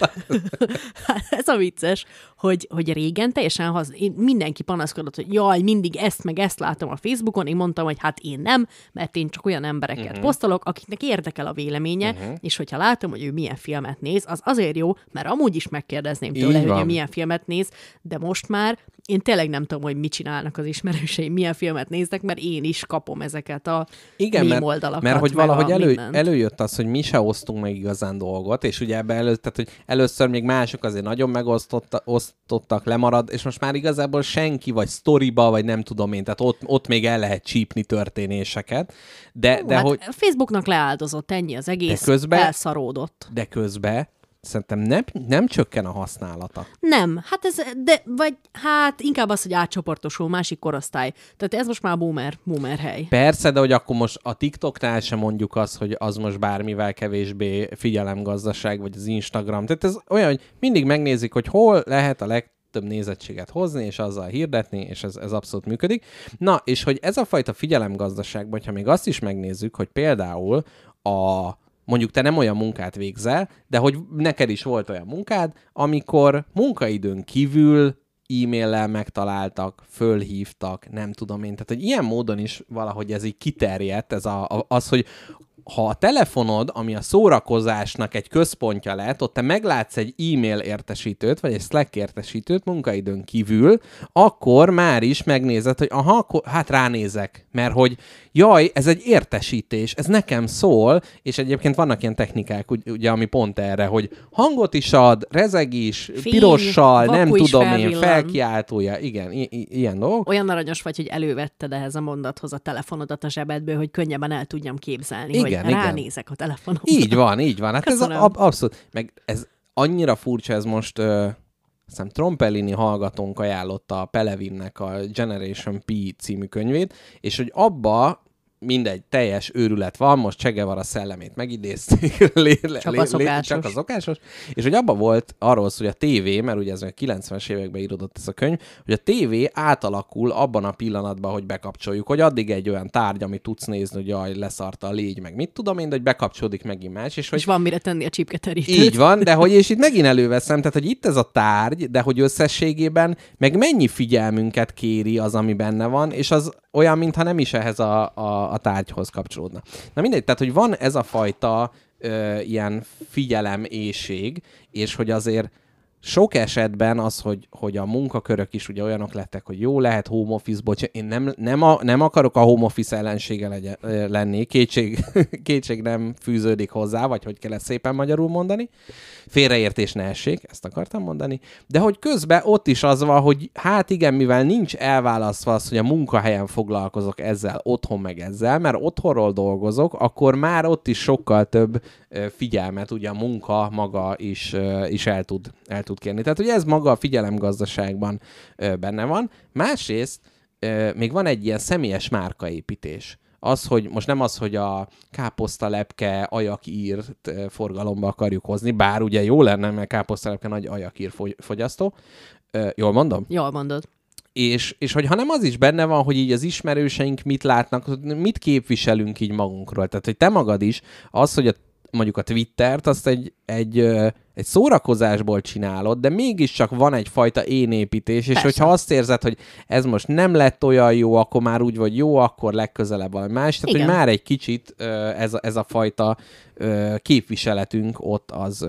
ez a vicces, hogy régen teljesen mindenki panaszkodott, hogy jaj, mindig ezt meg ezt látom a Facebookon, én mondtam, hogy hát én nem, mert én csak olyan embereket posztolok, akiknek érdekel a véleménye, és hogyha látom, hogy ő milyen filmet néz, az azért jó, mert amúgy is megkérdezném tőle, hogy ő milyen filmet néz, de most már én tényleg nem tudom, hogy mit csinálnak az ismerőseim, milyen filmet néznek, mert én is kapom ezeket a mém oldalakat. Mert hogy valahogy előjött az, hogy mi se osztunk meg igazán dolgot, és ugye tehát, hogy először még mások azért nagyon megosztottak, lemarad, és most már igazából senki, vagy sztoriba, vagy nem tudom én, tehát ott még el lehet csípni történéseket. De hát hogy... Facebooknak leáldozott, ennyi az egész, elszaródott. De közben szerintem nem csökken a használata. Nem, hát inkább az, hogy átcsoportosul, másik korosztály. Tehát ez most már boomer hely. Persze, de hogy akkor most a TikToknál sem mondjuk azt, hogy az most bármivel kevésbé figyelemgazdaság, vagy az Instagram. Tehát ez olyan, hogy mindig megnézik, hogy hol lehet a legtöbb nézettséget hozni, és azzal hirdetni, és ez abszolút működik. Na, és hogy ez a fajta figyelemgazdaságban, hogyha még azt is megnézzük, hogy például mondjuk te nem olyan munkát végzel, de hogy neked is volt olyan munkád, amikor munkaidőn kívül e-maillel megtaláltak, fölhívtak, nem tudom én. Tehát, hogy ilyen módon is valahogy ez így kiterjedt, az, hogy ha a telefonod, ami a szórakozásnak egy központja lett, ott te meglátsz egy e-mail értesítőt, vagy egy Slack értesítőt munkaidőn kívül, akkor már is megnézed, hogy akkor, hát ránézek, mert hogy jaj, ez egy értesítés, ez nekem szól, és egyébként vannak ilyen technikák, ugye, ami pont erre, hogy hangot is ad, rezeg is, pirossal, nem tudom én, felkiáltója, igen, ilyen dolgok. Olyan aranyos vagy, hogy elővetted ehhez a mondathoz a telefonodat a zsebedből, hogy könnyebben el tudjam képzelni, igen, hogy ránézek a telefonomra. Így van. Hát köszönöm. Ez abszolút, meg ez annyira furcsa, ez most hiszem Trompellini hallgatónk ajánlotta a Pelevinnek a Generation P című könyvét, és hogy abba mindegy, teljes őrület van, most Che Guevara szellemét megidézték. Csak a szokásos. És hogy abban volt arról szól, hogy a tévé, mert ugye ez a 90-es években íródott ez a könyv, hogy a tévé átalakul abban a pillanatban, hogy bekapcsoljuk, hogy addig egy olyan tárgy, amit tudsz nézni, hogy jaj, leszarta a légy, meg mit tudom én, de hogy bekapcsolódik megint más. És van mire tenni a csipketerítőt. Így van, de hogy és itt megint előveszem, tehát hogy itt ez a tárgy, de hogy összességében meg mennyi figyelmünket kéri az, ami benne van, és az olyan, mintha nem is ehhez a tárgyhoz kapcsolódna. Na mindegy, tehát, hogy van ez a fajta ilyen figyeleméhség, és hogy azért sok esetben az, hogy a munkakörök is ugye olyanok lettek, hogy jó lehet home office-ból, én nem akarok a home office ellensége lenni, kétség nem fűződik hozzá, vagy hogy kell ezt szépen magyarul mondani. Félreértés ne essék, ezt akartam mondani. De hogy közben ott is az van, hogy hát igen, mivel nincs elválasztva az, hogy a munkahelyen foglalkozok ezzel, otthon meg ezzel, mert otthonról dolgozok, akkor már ott is sokkal több figyelmet ugye a munka maga is el tud kérni. Tehát ugye ez maga a figyelemgazdaságban benne van. Másrészt még van egy ilyen személyes márkaépítés. Az, hogy most nem az, hogy a káposztalepke ajakírt forgalomba akarjuk hozni, bár ugye jó lenne, mert káposztalepke nagy ajakír fogyasztó. Jól mondom? Jól mondod. És hogy hanem az is benne van, hogy így az ismerőseink mit látnak, mit képviselünk így magunkról. Tehát, hogy te magad is, az, hogy mondjuk a Twittert, azt egy szórakozásból csinálod, de mégiscsak van egyfajta énépítés, és persze. Hogyha azt érzed, hogy ez most nem lett olyan jó, akkor már úgy vagy jó, akkor legközelebb valami más. Tehát, igen. Hogy már egy kicsit ez a fajta képviseletünk ott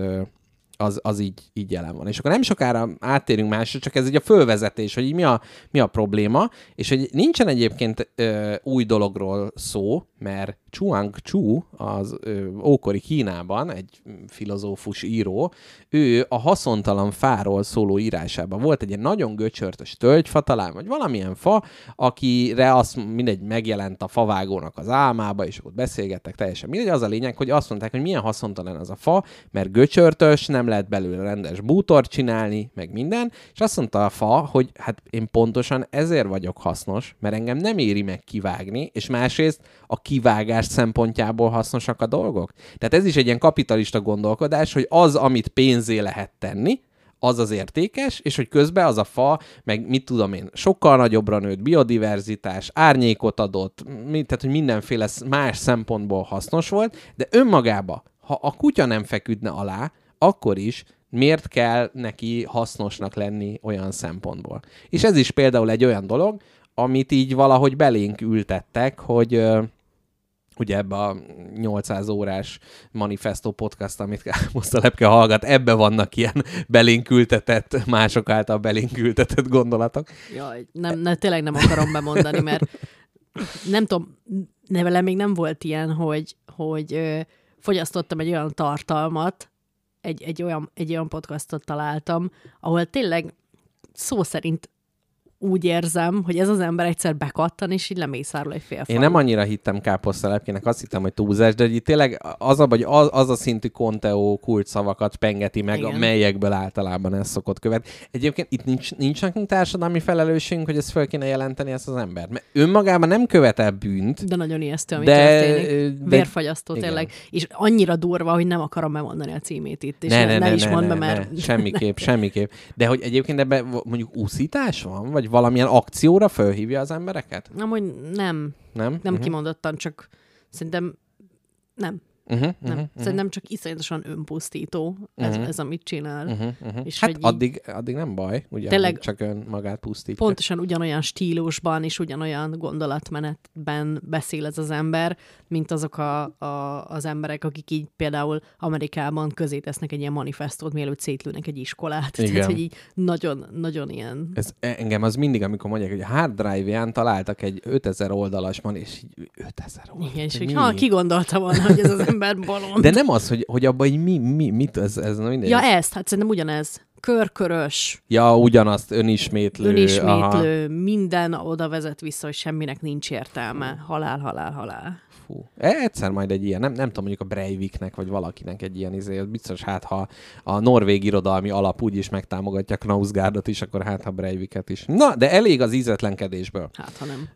az így jelen van. És akkor nem sokára áttérünk másra, csak ez így a fölvezetés, hogy így mi a probléma, és hogy nincsen egyébként új dologról szó, mert Chuang Tzu, az ókori Kínában, egy filozófus író, ő a haszontalan fáról szóló írásában volt egy nagyon göcsörtös tölgyfa talán, vagy valamilyen fa, akire azt mindegy megjelent a favágónak az álmába, és ott beszélgettek teljesen. Mindegy, az a lényeg, hogy azt mondták, hogy milyen haszontalan az a fa, mert göcsörtös, nem lehet belőle rendes bútort csinálni, meg minden, és azt mondta a fa, hogy hát én pontosan ezért vagyok hasznos, mert engem nem éri meg kivágni, és másrészt a kivágás szempontjából hasznosak a dolgok. Tehát ez is egy ilyen kapitalista gondolkodás, hogy az, amit pénzé lehet tenni, az értékes, és hogy közben az a fa, meg mit tudom én, sokkal nagyobbra nőtt, biodiverzitás, árnyékot adott, tehát hogy mindenféle más szempontból hasznos volt, de önmagában, ha a kutya nem feküdne alá, akkor is miért kell neki hasznosnak lenni olyan szempontból. És ez is például egy olyan dolog, amit így valahogy belénk ültettek, hogy ugye ebbe a 800 órás manifesto podcast, amit Káposztalepke hallgat, ebbe vannak ilyen belénk ültetett, mások által belénk ültetett gondolatok. Jaj, tényleg nem akarom bemondani, mert nem tudom, velem még nem volt ilyen, hogy fogyasztottam egy olyan tartalmat, egy olyan podcastot találtam, ahol tényleg szó szerint úgy érzem, hogy ez az ember egyszer bekattan, és így lemészárol egy fél Én nem annyira hittem káposztalepkének, azt hittem, hogy túlzás, de hogy tényleg az a szintű Conteo kulcsszavakat pengeti meg, igen, melyekből általában ez szokott követni. Egyébként itt nincs nekünk társadalmi felelősségünk, hogy ezt fel kéne jelenteni ezt az embert. Mert önmagában nem követel bűnt. De nagyon ijesztő, ami történik. Vérfagyasztó tényleg. És annyira durva, hogy nem akarom bemondani a címét itt. És ne is mondd be, mert... Semmiképp. De hogy egyébként ebben mondjuk úszítás van? Vagy valamilyen akcióra fölhívja az embereket? Amúgy nem. Nem kimondottan, csak szerintem nem. Nem. Szerintem csak iszonyatosan önpusztító ez amit csinál. És hát addig nem baj, ugye, tényleg csak önmagát pusztítja. Pontosan ugyanolyan stílusban és ugyanolyan gondolatmenetben beszél ez az ember, mint azok az emberek, akik így például Amerikában közé tesznek egy ilyen manifestót, mielőtt szétlőnek egy iskolát. Tehát, hogy így nagyon ilyen... Engem az mindig, amikor mondják, hogy a hard drive-ján találtak egy 5000 oldalas és így 5000 oldalas. Igen, és hogy ki gondolta volna, hogy ez az ember bolond. De nem az, hogy abban így mit ez mindegy. Ja, ezt, hát szerintem ugyanez. Körkörös. Ja, ugyanazt, önismétlő, minden oda vezet vissza, hogy semminek nincs értelme. Halál. Fú. Egyszer majd egy ilyen, nem tudom, mondjuk a Breiviknek, vagy valakinek egy ilyen biztos, hát ha a norvég irodalmi alap úgyis megtámogatja Knausgaardot is, akkor hát ha Breiviket is. Na, de elég az ízetlenkedésből. Hát, ha nem.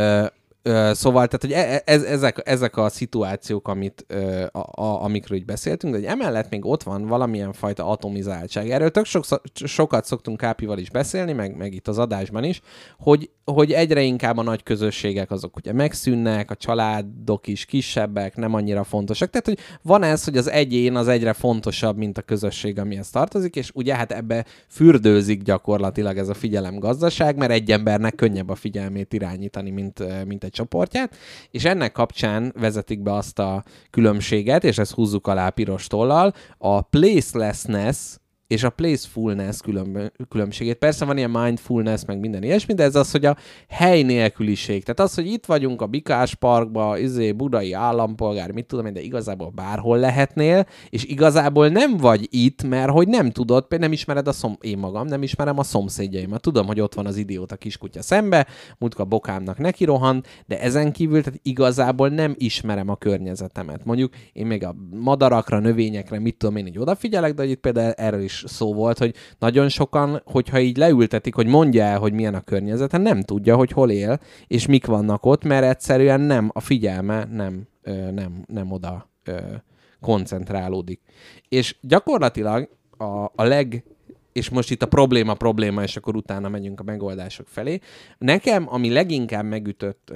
Szóval, tehát, hogy ezek a szituációk, amikről így beszéltünk, de hogy emellett még ott van valamilyen fajta atomizáltság. Erről tök sokat szoktunk Kápival is beszélni, meg itt az adásban is, hogy egyre inkább a nagy közösségek azok ugye megszűnnek, a családok is kisebbek, nem annyira fontosak. Tehát, hogy van ez, hogy az egyén az egyre fontosabb, mint a közösség, amihez tartozik, és ugye hát ebbe fürdőzik gyakorlatilag ez a figyelemgazdaság, mert egy embernek könnyebb a figyelmét irányítani, mint egy csoportját, és ennek kapcsán vezetik be azt a különbséget, és ezt húzzuk alá piros tollal, a placelessness és a placefulness különbségét. Persze van ilyen mindfulness, meg minden ilyesmi, de ez az, hogy a hely nélküliség. Tehát az, hogy itt vagyunk a Bikás Parkba, budai állampolgár, mit tudom én, de igazából bárhol lehetnél, és igazából nem vagy itt, mert hogy nem tudod, például nem ismered én magam, nem ismerem a szomszédjaimat. Tudom, hogy ott van az idióta kiskutya szembe, múltkor a bokámnak neki rohant, de ezen kívül tehát igazából nem ismerem a környezetemet. Mondjuk én még a madarakra, növényekre, mit tudom én, így odafigyelek, de hogy itt például erről is szó volt, hogy nagyon sokan, hogyha így leültetik, hogy mondja el, hogy milyen a környezete, nem tudja, hogy hol él, és mik vannak ott, mert egyszerűen nem, a figyelme nem oda koncentrálódik. És gyakorlatilag és most itt a probléma, és akkor utána megyünk a megoldások felé. Nekem, ami leginkább megütött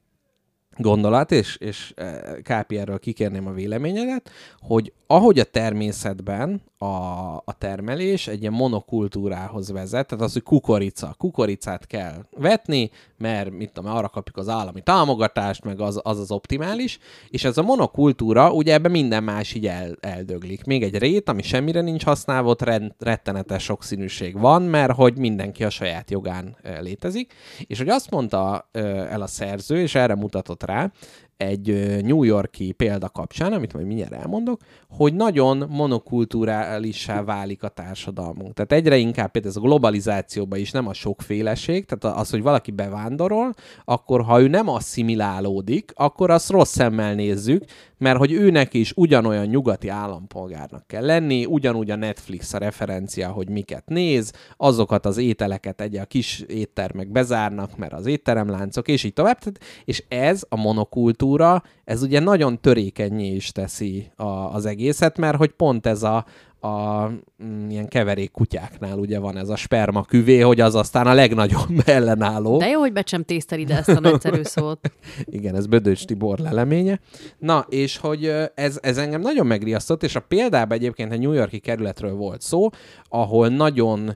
gondolat, és Kápi, erről kikérném a véleményedet, hogy ahogy a természetben a termelés egy ilyen monokultúrához vezet, tehát az, hogy kukoricát kell vetni, mert mit tudom, arra kapjuk az állami támogatást, meg az optimális, és ez a monokultúra, ugye ebben minden más így eldöglik. Még egy rét, ami semmire nincs használva, ott rettenetes sokszínűség van, mert hogy mindenki a saját jogán létezik, és hogy azt mondta el a szerző, és erre mutatott rá, egy New York-i példa kapcsán, amit majd mindjárt elmondok, hogy nagyon monokulturálissá válik a társadalmunk. Tehát egyre inkább például ez a globalizációban is nem a sokféleség, tehát az, hogy valaki bevándorol, akkor ha ő nem asszimilálódik, akkor azt rossz szemmel nézzük, mert hogy őnek is ugyanolyan nyugati állampolgárnak kell lenni, ugyanúgy a Netflix a referencia, hogy miket néz, azokat az ételeket a kis éttermek bezárnak, mert az étteremláncok, és így tovább. És ez a monokultúra, ez ugye nagyon törékenyé is teszi az egészet, mert hogy pont ez a ilyen keverék kutyáknál ugye van ez a sperma küvé, hogy az aztán a legnagyobb ellenálló. De jó, hogy becsemptészted ide ezt a nagyszerű szót. Igen, ez Bödöcs Tibor leleménye. Na, és hogy ez engem nagyon megriasztott, és a példában egyébként a New York-i kerületről volt szó, ahol nagyon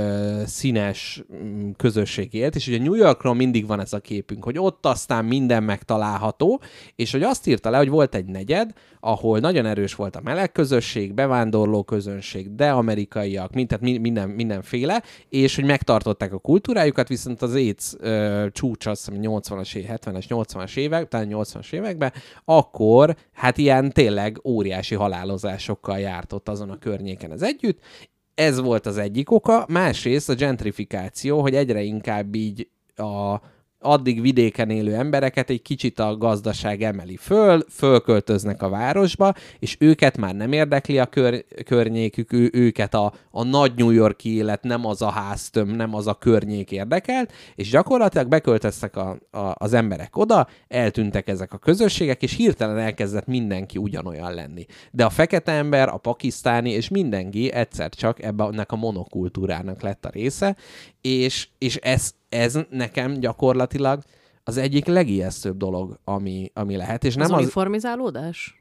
színes közösség élt, és ugye New Yorkról mindig van ez a képünk, hogy ott aztán minden megtalálható, és hogy azt írta le, hogy volt egy negyed, ahol nagyon erős volt a meleg közösség, bevándorló közönség, de amerikaiak, mindenféle, és hogy megtartották a kultúrájukat, viszont az AIDS csúcs, azt hiszem 70-es, 80-as évek, talán 80-as években, akkor hát ilyen tényleg óriási halálozásokkal járt ott azon a környéken ez együtt, ez volt az egyik oka, másrészt a gentrifikáció, hogy egyre inkább így addig vidéken élő embereket egy kicsit a gazdaság emeli fölköltöznek a városba, és őket már nem érdekli a környékük, őket a nagy New York-i élet, nem az a háztöm, nem az a környék érdekelt, és gyakorlatilag beköltöztek az emberek oda, eltűntek ezek a közösségek, és hirtelen elkezdett mindenki ugyanolyan lenni. De a fekete ember, a pakisztáni, és mindenki egyszer csak ennek a monokultúrának lett a része, és ez nekem gyakorlatilag az egyik legijesztőbb dolog, ami lehet. És nem az uniformizálódás?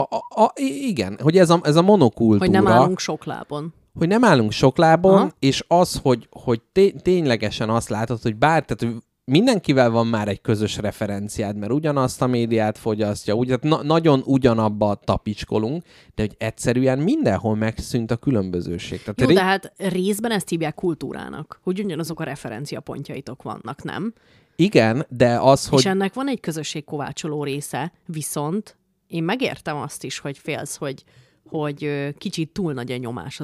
Igen, hogy ez a monokultúra. Hogy nem állunk sok lábon. Hogy nem állunk sok lábon, és az, hogy ténylegesen azt látod, hogy tehát mindenkivel van már egy közös referenciád, mert ugyanazt a médiát fogyasztja, nagyon ugyanabba tapicskolunk, de hogy egyszerűen mindenhol megszűnt a különbözőség. Tehát de hát részben ezt hívják kultúrának, hogy ugyanazok a referenciapontjaitok vannak, nem? Igen, de az, hogy... És ennek van egy közösségkovácsoló része, viszont én megértem azt is, hogy félsz, hogy kicsit túl nagy a nyomás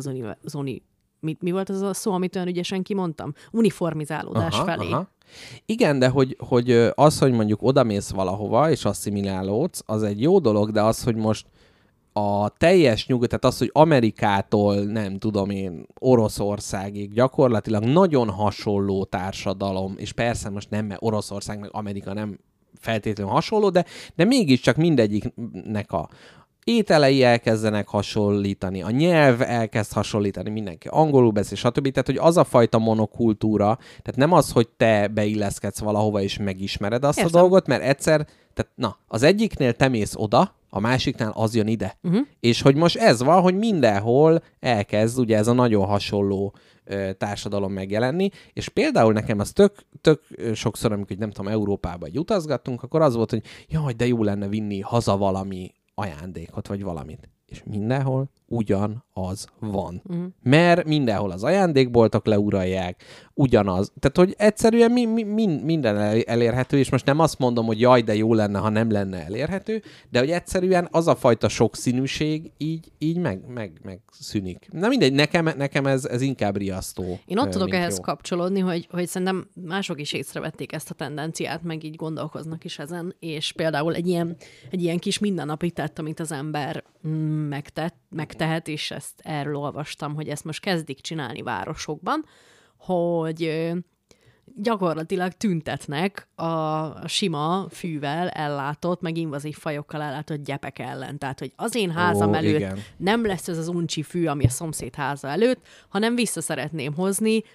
mi volt az a szó, amit olyan ügyesen kimondtam? Uniformizálódás felé. Aha. Igen, de hogy az, hogy mondjuk odamész valahova, és asszimilálódsz, az egy jó dolog, de az, hogy most a teljes nyugat, tehát az, hogy Amerikától, nem tudom én, Oroszországig gyakorlatilag nagyon hasonló társadalom, és persze most nem, mert Oroszország meg Amerika nem feltétlenül hasonló, de mégiscsak mindegyiknek a ételei elkezdenek hasonlítani, a nyelv elkezd hasonlítani, mindenki angolul beszél, stb. Tehát, hogy az a fajta monokultúra, tehát nem az, hogy te beilleszkedsz valahova és megismered azt a dolgot, mert egyszer, tehát az egyiknél te mész oda, a másiknál az jön ide. És hogy most ez van, hogy mindenhol elkezd ugye ez a nagyon hasonló társadalom megjelenni, és például nekem az tök sokszor, amikor nem tudom, Európába utazgattunk, akkor az volt, hogy jaj, de jó lenne vinni haza valami ajándékot, vagy valamit. És mindenhol ugyanaz van. Mert mindenhol az ajándékboltok leuralják, ugyanaz. Tehát, hogy egyszerűen minden elérhető, és most nem azt mondom, hogy jaj, de jó lenne, ha nem lenne elérhető, de hogy egyszerűen az a fajta sokszínűség így megszűnik. Na mindegy, nekem ez inkább riasztó. Én ott tudok ehhez kapcsolódni, hogy szerintem mások is észrevették ezt a tendenciát, meg így gondolkoznak is ezen, és például egy ilyen kis mindennapi tett, amit az ember megtehet, és ezt erről olvastam, hogy ezt most kezdik csinálni városokban, hogy gyakorlatilag tüntetnek a sima fűvel ellátott, meg invazív fajokkal ellátott gyepek ellen. Tehát, hogy az én házam előtt nem lesz ez az uncsi fű, ami a szomszéd háza előtt, hanem vissza szeretném hozni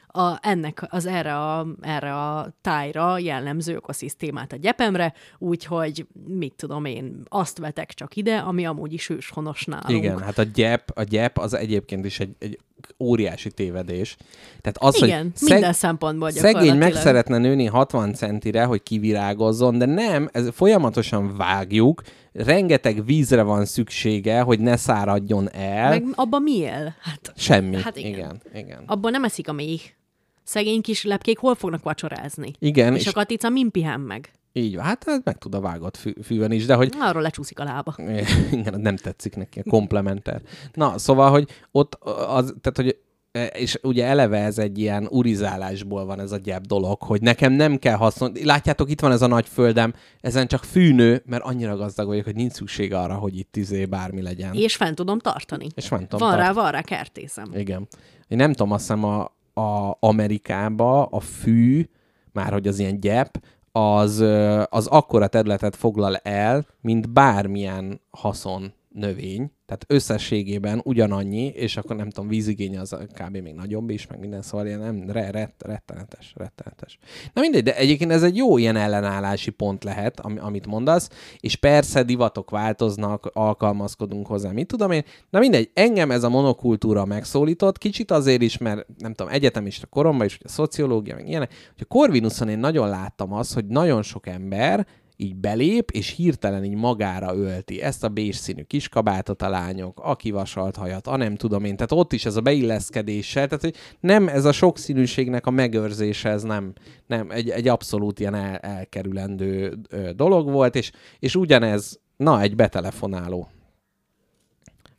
erre a tájra jellemző ökoszisztémát a gyepemre, úgyhogy mit tudom én, azt vetek csak ide, ami amúgy is őshonos nálunk. Igen, hát a gyep az egyébként is egy óriási tévedés. Tehát az, igen, hogy minden szempontból gyakorlatilag. Szegény meg szeretne nőni 60 centire, hogy kivirágozzon, de nem, ez folyamatosan vágjuk, rengeteg vízre van szüksége, hogy ne száradjon el. Meg abban mi él? Hát, semmi. Hát igen. Abban nem eszik a méh. Szegény kis lepkék hol fognak vacsorázni? Igen. És a katica min pihen meg? Így van, hát meg tud a vágott fűven is, de hogy... Arról lecsúszik a lába. Igen, nem tetszik neki a komplementer. Na, szóval, hogy ott az, tehát, hogy és ugye eleve ez egy ilyen urizálásból van ez a gyep dolog, hogy nekem nem kell használni. Látjátok, itt van ez a nagy földem, ezen csak fűnő, mert annyira gazdag vagyok, hogy nincs szükség arra, hogy itt bármi legyen. És fent tudom tartani. Van rá kertészem. Igen. Én nem tudom, azt hiszem a Amerikába a fű, már hogy az ilyen gyep, az akkora területet foglal el, mint bármilyen haszon növény, tehát összességében ugyanannyi, és akkor nem tudom, vízigénye az kb. Még nagyobb is, meg minden, szóval ilyen rettenetes. Na mindegy, de egyébként ez egy jó ilyen ellenállási pont lehet, amit mondasz, és persze divatok változnak, alkalmazkodunk hozzá, mit tudom én. Na mindegy, engem ez a monokultúra megszólított, kicsit azért is, mert nem tudom, egyetemista koromban is, hogy a szociológia, meg ilyenek, hogy a Corvinuson én nagyon láttam azt, hogy nagyon sok ember így belép, és hirtelen így magára ölti ezt a bézs színű kiskabátot a lányok, a kivasalt hajat, a nem tudom én. Tehát ott is ez a beilleszkedéssel, tehát hogy nem, ez a sokszínűségnek a megőrzése, ez nem egy abszolút ilyen elkerülendő dolog volt, és ugyanez, egy betelefonáló.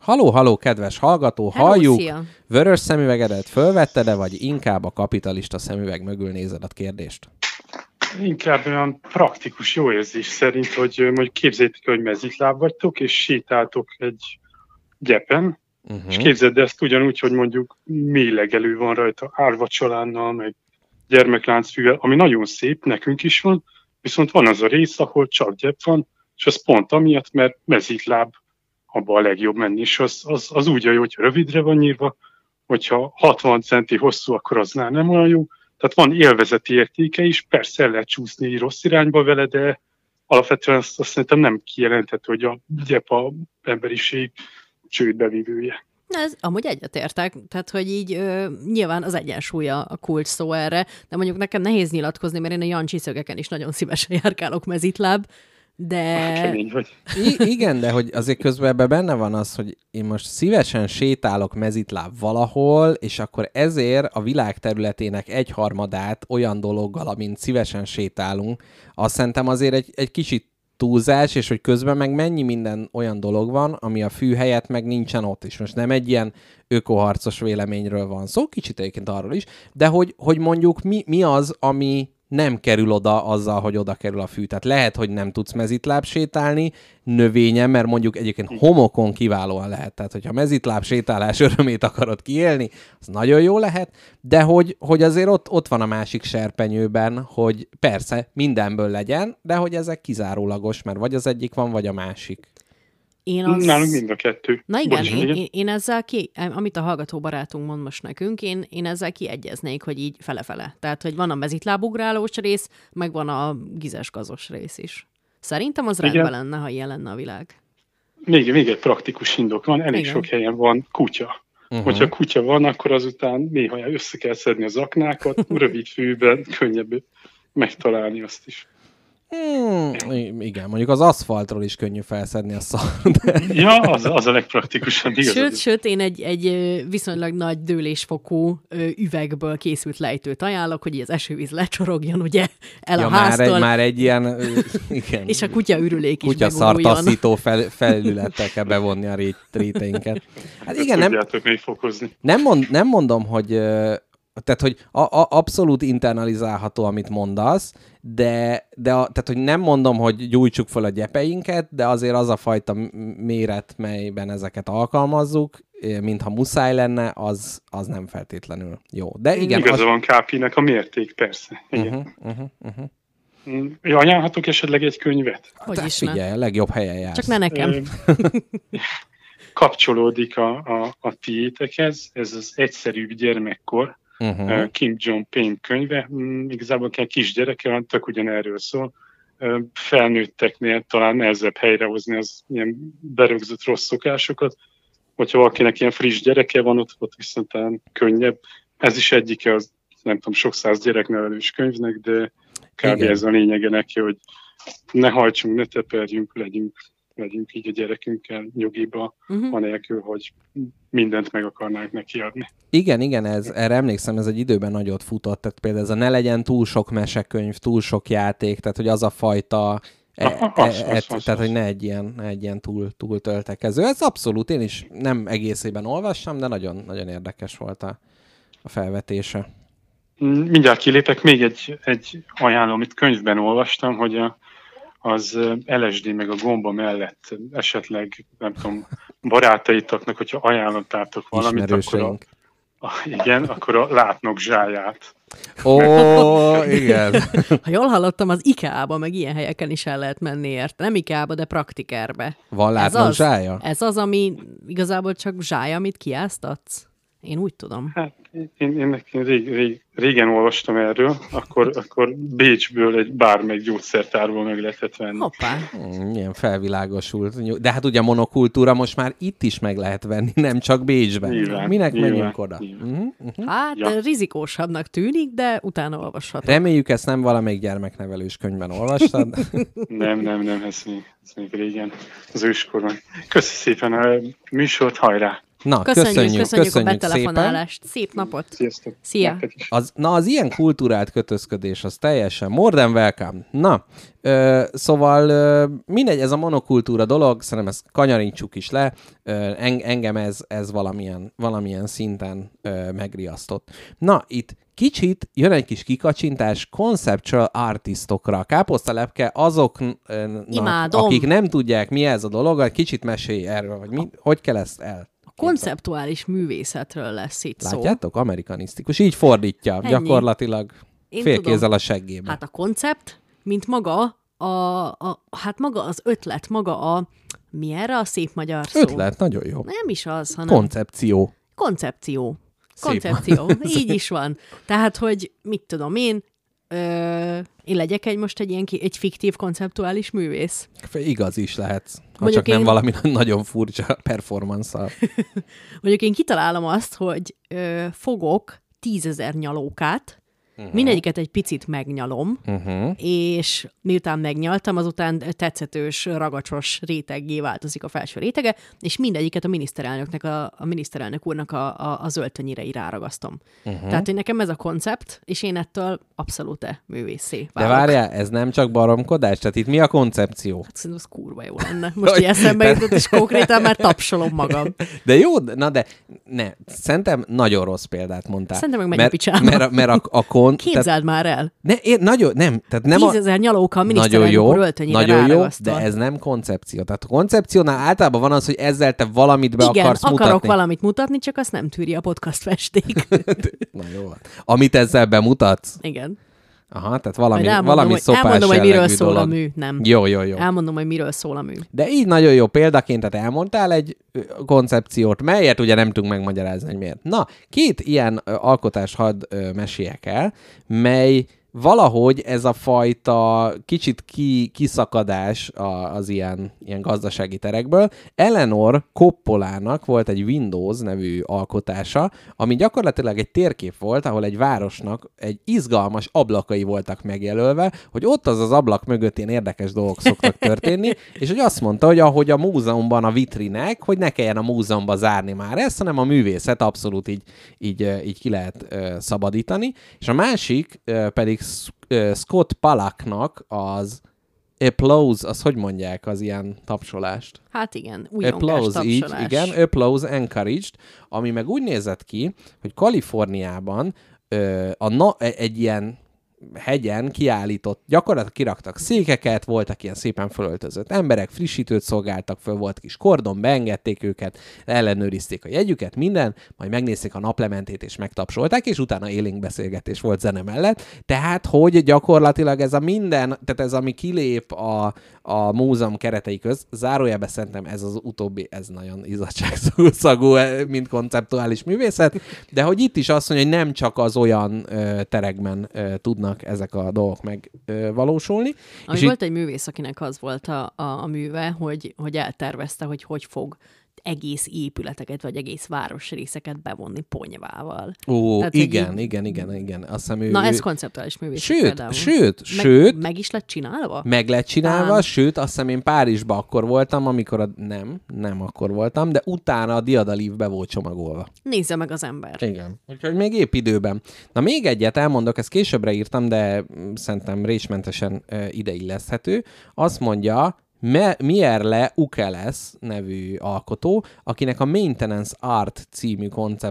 Halló, kedves hallgató, Hello, halljuk. Szia. Vörös szemüvegedet fölvetted-e, vagy inkább a kapitalista szemüveg mögül nézed a kérdést? Inkább olyan praktikus jó érzés szerint, hogy mondjuk képzeljétek, hogy mezitláb vagytok, és sétáltok egy gyepen, és képzeld ezt ugyanúgy, hogy mondjuk mély legelő van rajta, árvacsalánnal, meg gyermekláncfűvel, ami nagyon szép, nekünk is van, viszont van az a rész, ahol csak gyep van, és az pont amiatt, mert mezitláb abban a legjobb menni, és az úgy jó, hogyha rövidre van nyírva, hogyha 60 centi hosszú, akkor aznál nem olyan jó. Tehát van élvezeti értéke is, persze el lehet csúszni rossz irányba vele, de alapvetően azt szerintem nem kijelenthető, hogy a gyep a emberiség csődbevívője. Ez amúgy egyetértek, tehát hogy így nyilván az egyensúly a kulcs szó erre, de mondjuk nekem nehéz nyilatkozni, mert én a Jancsi szögeken is nagyon szívesen járkálok mezitláb, de... Kemény vagy. Igen, de hogy azért közben ebben benne van az, hogy én most szívesen sétálok mezitláb valahol, és akkor ezért a világ területének 1/3 olyan dologgal, amint szívesen sétálunk, azt szerintem azért egy kicsit túlzás, és hogy közben meg mennyi minden olyan dolog van, ami a fű helyett meg nincsen ott is. Most nem egy ilyen ökoharcos véleményről van szó, kicsit egyébként arról is, de hogy mondjuk mi az, ami nem kerül oda azzal, hogy oda kerül a fű. Tehát lehet, hogy nem tudsz mezitláb sétálni növényen, mert mondjuk egyébként homokon kiválóan lehet. Tehát, hogyha mezitláb sétálás örömét akarod kiélni, az nagyon jó lehet, de hogy azért ott van a másik serpenyőben, hogy persze mindenből legyen, de hogy ezek kizárólagos, mert vagy az egyik van, vagy a másik. Nálunk mind a kettő. Na igen, én ezzel amit a hallgató barátunk mond most nekünk, én ezzel kiegyeznék, hogy így fele-fele. Tehát, hogy van a mezitlábugrálós rész, meg van a gizes-gazos rész is. Szerintem az rendben lenne, ha ilyen lenne a világ. Még egy praktikus indok van, elég sok helyen van kutya. Hogyha kutya van, akkor azután néha össze kell szedni az aknákat, rövid fűben könnyebb megtalálni azt is. Igen, mondjuk az aszfaltról is könnyű felszedni a szar. Ja, az a legpraktikusabb. Sőt, én egy viszonylag nagy dőlésfokú üvegből készült lejtőt ajánlok, hogy az esővíz lecsorogjon ugye el a háztól. Már egy ilyen, igen. És a kutya ürülék is megújuljon. Kutyaszartaszító felülettel kell bevonni a réteinket. Hát igen, tudjátok még fokozni. Nem mondom, hogy... Tehát, hogy abszolút internalizálható, amit mondasz, tehát, hogy nem mondom, hogy gyújtsuk fel a gyepeinket, de azért az a fajta méret, melyben ezeket alkalmazzuk, mintha muszáj lenne, az nem feltétlenül jó. De igen. Igaza van Kápinek a mérték, persze. Igen. Ajánlhatok esetleg egy könyvet? Hogy is figyelj, a legjobb helyen jársz. Csak ne nekem. Kapcsolódik a tiétekhez, ez az Egyszerűbb gyermekkor, Kim Jong-Payne könyve, igazából egy kisgyereke van, tök ugyanerről szól. Felnőtteknél talán nehezebb helyrehozni az ilyen berögzött rossz szokásokat. Hogyha valakinek ilyen friss gyereke van, ott viszont talán könnyebb. Ez is egyike az, nem tudom, sok száz gyereknevelős könyvnek, de kb. Ez a lényege neki, hogy ne hajtsunk, ne teperjünk, legyünk így a gyerekünkkel nyugiba, anélkül, hogy mindent meg akarnánk neki adni. Igen, erre emlékszem, ez egy időben nagyot futott, tehát például ez a ne legyen túl sok mesekönyv, túl sok játék, tehát hogy az a fajta, tehát hogy ne egy ilyen túl töltekező. Ez abszolút, én is nem egészében olvassam, de nagyon, nagyon érdekes volt a felvetése. Mindjárt kilépek, még egy ajánló, amit könyvben olvastam, hogy az LSD meg a gomba mellett esetleg, nem tudom, barátaitoknak, hogyha ajánlottátok valamit, akkor a látnok zsáját. Igen. Ha jól hallottam, az IKEA-ba, meg ilyen helyeken is el lehet menni érte. Nem IKEA-ba, de praktikerbe. Van látnok zsája? Ez az, ami igazából csak zsája, amit kiáztatsz? Én úgy tudom. Hát, én régen olvastam erről, akkor Bécsből egy bármelyik gyógyszertárból meg lehetett venni. Hoppá. Ilyen felvilágosult. De hát ugye a monokultúra most már itt is meg lehet venni, nem csak Bécsben. Minek menjünk oda? Hát rizikósabbnak tűnik, de utána olvashatok. Reméljük, ezt nem valamelyik gyermeknevelős könyvben olvastad. Nem, ez még régen, az őskorban. Köszi szépen a műsort, hajrá! Na, köszönjük a szépen. betelefonálást. Szép napot. Sziasztok. Szia. Az ilyen kultúrált kötözködés, az teljesen more than welcome. Na, szóval mindegy, ez a monokultúra dolog, szerintem ezt kanyarintsuk is le, engem ez valamilyen szinten megriasztott. Na, itt kicsit jön egy kis kikacsintás conceptual artistokra. Káposztalepke azoknak, akik nem tudják, mi ez a dolog, kicsit mesélj erről, vagy hogy kell ezt el. Konceptuális művészetről lesz itt szó. Látjátok? Amerikanisztikus. Így fordítja. Ennyi. Gyakorlatilag félkézzel a seggébe. Hát a koncept, mint maga, hát maga az ötlet, maga mi erre a szép magyar szó? Ötlet, nagyon jó. Nem is az, hanem... Koncepció. Koncepció. Így is van. Tehát, hogy mit tudom én legyek egy fiktív konceptuális művész. Igaz is lehetsz. Ha Mondjuk csak nem valami nagyon furcsa performance-szal. Mondjuk én kitalálom azt, hogy fogok 10 000 nyalókát, mindegyiket egy picit megnyalom, és miután megnyaltam, azután tetszetős, ragacsos réteggé változik a felső rétege, és mindegyiket a miniszterelnöknek, a miniszterelnök úrnak az öltönyére ráragasztom. Tehát nekem ez a koncept, és én ettől abszolút művészé válok. De várjál, ez nem csak baromkodás? Tehát itt mi a koncepció? Hát szerintem az kurva jó lenne. Most így eszembe jutott, és konkrétan már tapsolom magam. De jó, szerintem nagyon rossz példát mondtál. Szerintem meg megy a picsába. Mert a Képzeld már el. Nem. Tehát nem 10 000 nyalóka a miniszterelnök úr öltönyére ráragasztva. De ez nem koncepció. Tehát a koncepciónál általában van az, hogy ezzel te valamit be akarsz mutatni. Igen, akarok valamit mutatni, csak azt nem tűri a podcast festék. Na jó. Amit ezzel bemutatsz? Igen. Aha, tehát valami szopás elmondom, hogy miről szól dolog. a mű. Nem. Jó. Elmondom, hogy miről szól a mű. De így nagyon jó példaként, tehát elmondtál egy koncepciót, melyet ugye nem tudunk megmagyarázni, hogy miért. Na, 2 ilyen alkotást hadd meséljek el, mely valahogy ez a fajta kicsit kiszakadás az ilyen gazdasági terekből. Eleanor Coppolának volt egy Windows nevű alkotása, ami gyakorlatilag egy térkép volt, ahol egy városnak egy izgalmas ablakai voltak megjelölve, hogy ott az ablak mögött ilyen érdekes dolgok szoktak történni, és hogy azt mondta, hogy ahogy a múzeumban a vitrinek, hogy ne kelljen a múzeumban zárni már ezt, hanem a művészet abszolút így ki lehet szabadítani. És a másik pedig Scott Palachnak az applause, az hogy mondják az ilyen tapsolást? Hát igen, újongás applause, tapsolás. Igen, applause encouraged, ami meg úgy nézett ki, hogy Kaliforniában egy ilyen hegyen kiállított, gyakorlatilag kiraktak székeket, voltak ilyen szépen fölöltözött emberek, frissítőt szolgáltak föl, volt kis kordon, beengedték őket, ellenőrizték a jegyüket, minden, majd megnézték a naplementét és megtapsolták, és utána élénk beszélgetés volt zene mellett. Tehát, hogy gyakorlatilag ez a minden, tehát ez ami kilép a múzeum keretei köz, zárójelbe szerintem ez az utóbbi, ez nagyon izzadságszagú, mint konceptuális művészet, de hogy itt is azt mondja, hogy nem csak az olyan terekben tudnak ezek a dolgok megvalósulni. És volt egy művész, akinek az volt a műve, hogy eltervezte, hogy fog egész épületeket, vagy egész városrészeket bevonni ponyvával. Ó, tehát, igen. Azt hiszem, ez konceptuális művész. Sőt. Meg is lett csinálva? Meg lett csinálva, sőt, azt hiszem én Párizsba akkor voltam, amikor nem akkor voltam, de utána a Diadalív be volt csomagolva. Nézze meg az ember. Igen. Úgyhogy még épp időben. Na még egyet elmondok, ezt későbbre írtam, de szerintem résmentesen ideilleszthető. Azt mondja, Mierle Ukeles nevű alkotó, akinek a Maintenance Art című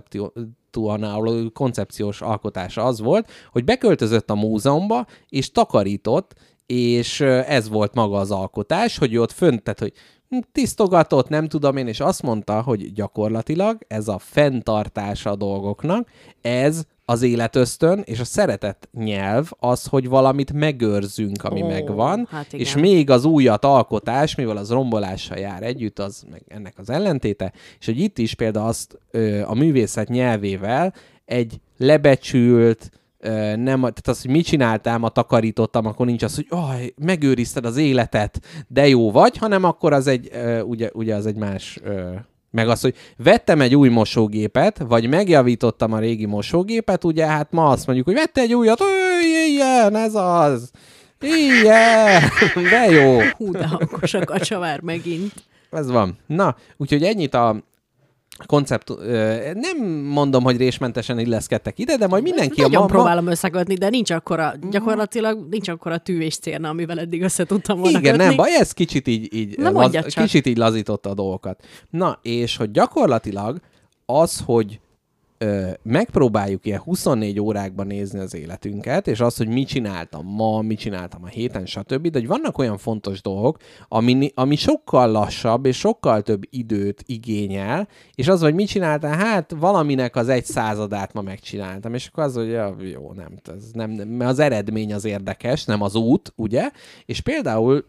koncepciós alkotása az volt, hogy beköltözött a múzeumba, és takarított, és ez volt maga az alkotás, hogy ott fönt, tehát, hogy tisztogatott, nem tudom én, és azt mondta, hogy gyakorlatilag ez a fenntartása a dolgoknak, ez az életösztön és a szeretett nyelv az, hogy valamit megőrzünk, ami megvan, hát és még az újat alkotás, mivel az rombolással jár együtt, az meg ennek az ellentéte, és hogy itt is például azt a művészet nyelvével egy lebecsült, tehát az, hogy mit csináltál, ma takarítottam, akkor nincs az, hogy megőrizted az életet, de jó vagy, hanem akkor az egy, ugye az egy más... Meg az, hogy vettem egy új mosógépet, vagy megjavítottam a régi mosógépet, ugye hát ma azt mondjuk, hogy vette egy újat, ilyen, ez az, ilyen, de jó. Hú, de hangos a kacsa már megint. Ez van. Na, úgyhogy ennyit nem mondom, hogy résmentesen illeszkedtek ide, de majd mindenki nagyon próbálom összekötni, de gyakorlatilag nincs akkora tű és cérna, amivel eddig össze tudtam volna Igen, kötni. nem baj, ez kicsit így lazította a dolgokat. Na, és hogy gyakorlatilag az, hogy megpróbáljuk ilyen 24 órákban nézni az életünket, és az, hogy mit csináltam ma, mit csináltam a héten, stb. De hogy vannak olyan fontos dolgok, ami sokkal lassabb, és sokkal több időt igényel, és az, hogy mit csináltál, hát valaminek az 1/100-át ma megcsináltam, és akkor az, hogy jó, nem, mert az eredmény az érdekes, nem az út, ugye? És például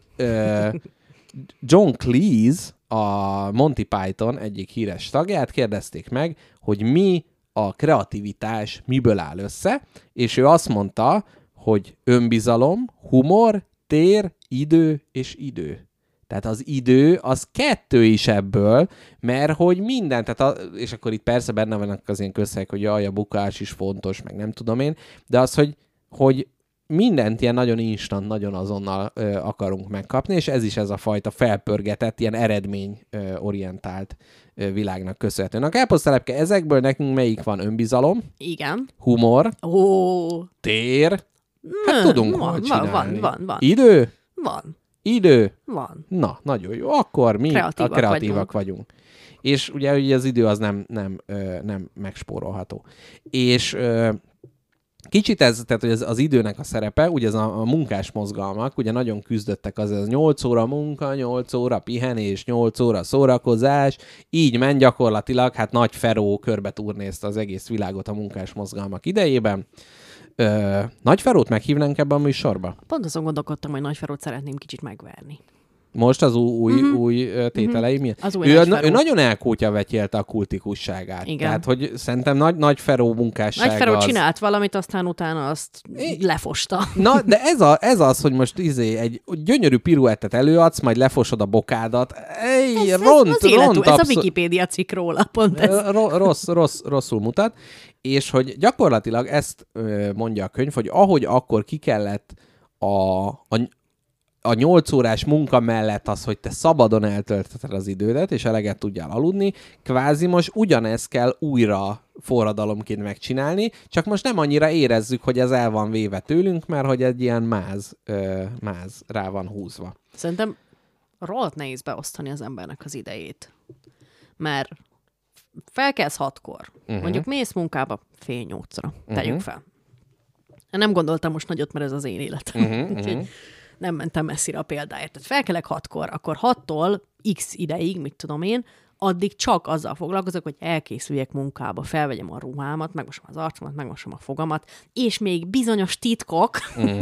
John Cleese, a Monty Python egyik híres tagját kérdezték meg, hogy mi a kreativitás miből áll össze, és ő azt mondta, hogy önbizalom, humor, tér, idő és idő. Tehát az idő, az 2 is ebből, mert hogy minden, és akkor itt persze benne vannak az ilyen közhelyek, hogy jaj, a bukás is fontos, meg nem tudom én, de az, hogy mindent ilyen nagyon instant, nagyon azonnal akarunk megkapni, és ez a fajta felpörgetett, ilyen eredményorientált világnak köszönhetően. A káposztelepke, ezekből nekünk melyik van? Önbizalom? Igen. Humor? Tér? Hát tudunk csinálni. Van. Idő? Van. Idő? Van. Na, nagyon jó. Akkor mi kreatívak vagyunk. És ugye az idő az nem megspórolható. És kicsit tehát hogy az időnek a szerepe, ugye ez a munkás mozgalmak, ugye nagyon küzdöttek az 8 óra munka, 8 óra pihenés, 8 óra szórakozás, így ment gyakorlatilag, hát Nagy Feró körbe turnézte az egész világot a munkás mozgalmak idejében. Nagy Ferót meghívnánk ebben a műsorba? Pont azon gondolkodtam, hogy Nagy Ferót szeretném kicsit megverni. Most az új tételei miért? Ő nagyon elkótyavetjelte a kultikusságát. Igen. Tehát, hogy szerintem Nagy Feró munkássága Nagy Feró csinált valamit, aztán utána azt lefosta. Na, de ez az, hogy most egy gyönyörű piruettet előadsz, majd lefosod a bokádat. Ez a Wikipédia cikk róla, pont ez. Rosszul mutat. És hogy gyakorlatilag ezt mondja a könyv, hogy ahogy akkor ki kellett a 8 órás munka mellett az, hogy te szabadon eltölteted az idődet, és eleget tudjál aludni, kvázi most ugyanezt kell újra forradalomként megcsinálni, csak most nem annyira érezzük, hogy ez el van véve tőlünk, mert hogy egy ilyen máz rá van húzva. Szerintem rohadt nehéz beosztani az embernek az idejét. Mert felkelsz 6-kor, mondjuk mész munkába 7:30-ra, tegyük fel. Nem gondoltam most nagyot, mert ez az én életem. Úgyhogy nem mentem messzire a példáért. Tehát felkelek 6-kor, akkor 6-tól x ideig, mit tudom én, addig csak azzal foglalkozok, hogy elkészüljek munkába, felvegyem a ruhámat, megmosom az arcomat, megmosom a fogamat, és még bizonyos titkok,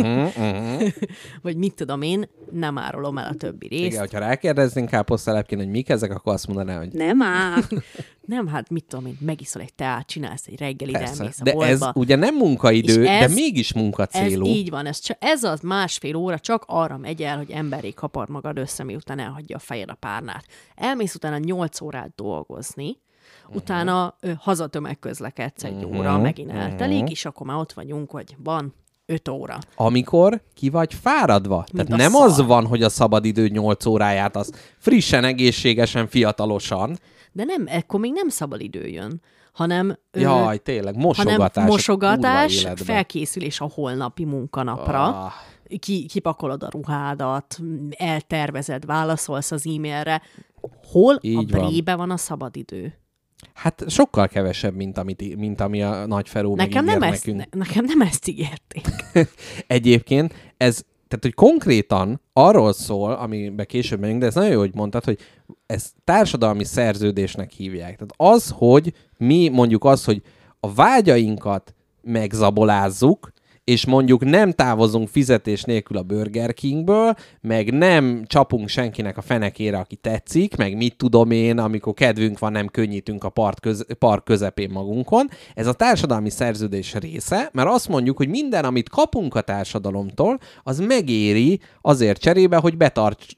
vagy mit tudom én, nem árulom el a többi részt. Igen, hogyha rákérdeznénk káposztelepként, hogy mik ezek, akkor azt mondaná, hogy nem áll. Nem, hát mit tudom én, megiszol egy teát, csinálsz egy reggelit, elmész a boltba. De ez ugye nem munkaidő, de mégis munkacélú. Ez így van, ez az 1,5 óra csak arra megy el, hogy emberré kapar magad össze, miután elhagyja a fejed a párnát. Elmész utána 8 órát dolgozni, utána hazatömegközlekedsz egy óra, megint eltelik, és akkor már ott vagyunk, hogy van 5 óra. Amikor ki vagy fáradva. Tehát nem az van, hogy a szabadidő 8 óráját az frissen, egészségesen, fiatalosan. De nem, ekkor még nem szabad idő jön, hanem... Jaj, tényleg, mosogatás, felkészülés a holnapi munkanapra, kipakolod a ruhádat, eltervezed, válaszolsz az e-mailre. Hol így a brébe van a szabadidő? Hát sokkal kevesebb, mint ami a Nagy Feró megígér nekünk. Nekem nem ezt ígérték. Egyébként ez, tehát hogy konkrétan arról szól, amiben később megyünk, de ez nagyon jó, hogy mondtad, hogy ezt társadalmi szerződésnek hívják. Tehát az, hogy mi mondjuk az, hogy a vágyainkat megzabolázzuk, és mondjuk nem távozunk fizetés nélkül a Burger Kingből, meg nem csapunk senkinek a fenekére, aki tetszik, meg mit tudom én, amikor kedvünk van, nem könnyítünk a park közepén magunkon. Ez a társadalmi szerződés része, mert azt mondjuk, hogy minden, amit kapunk a társadalomtól, az megéri azért cserébe, hogy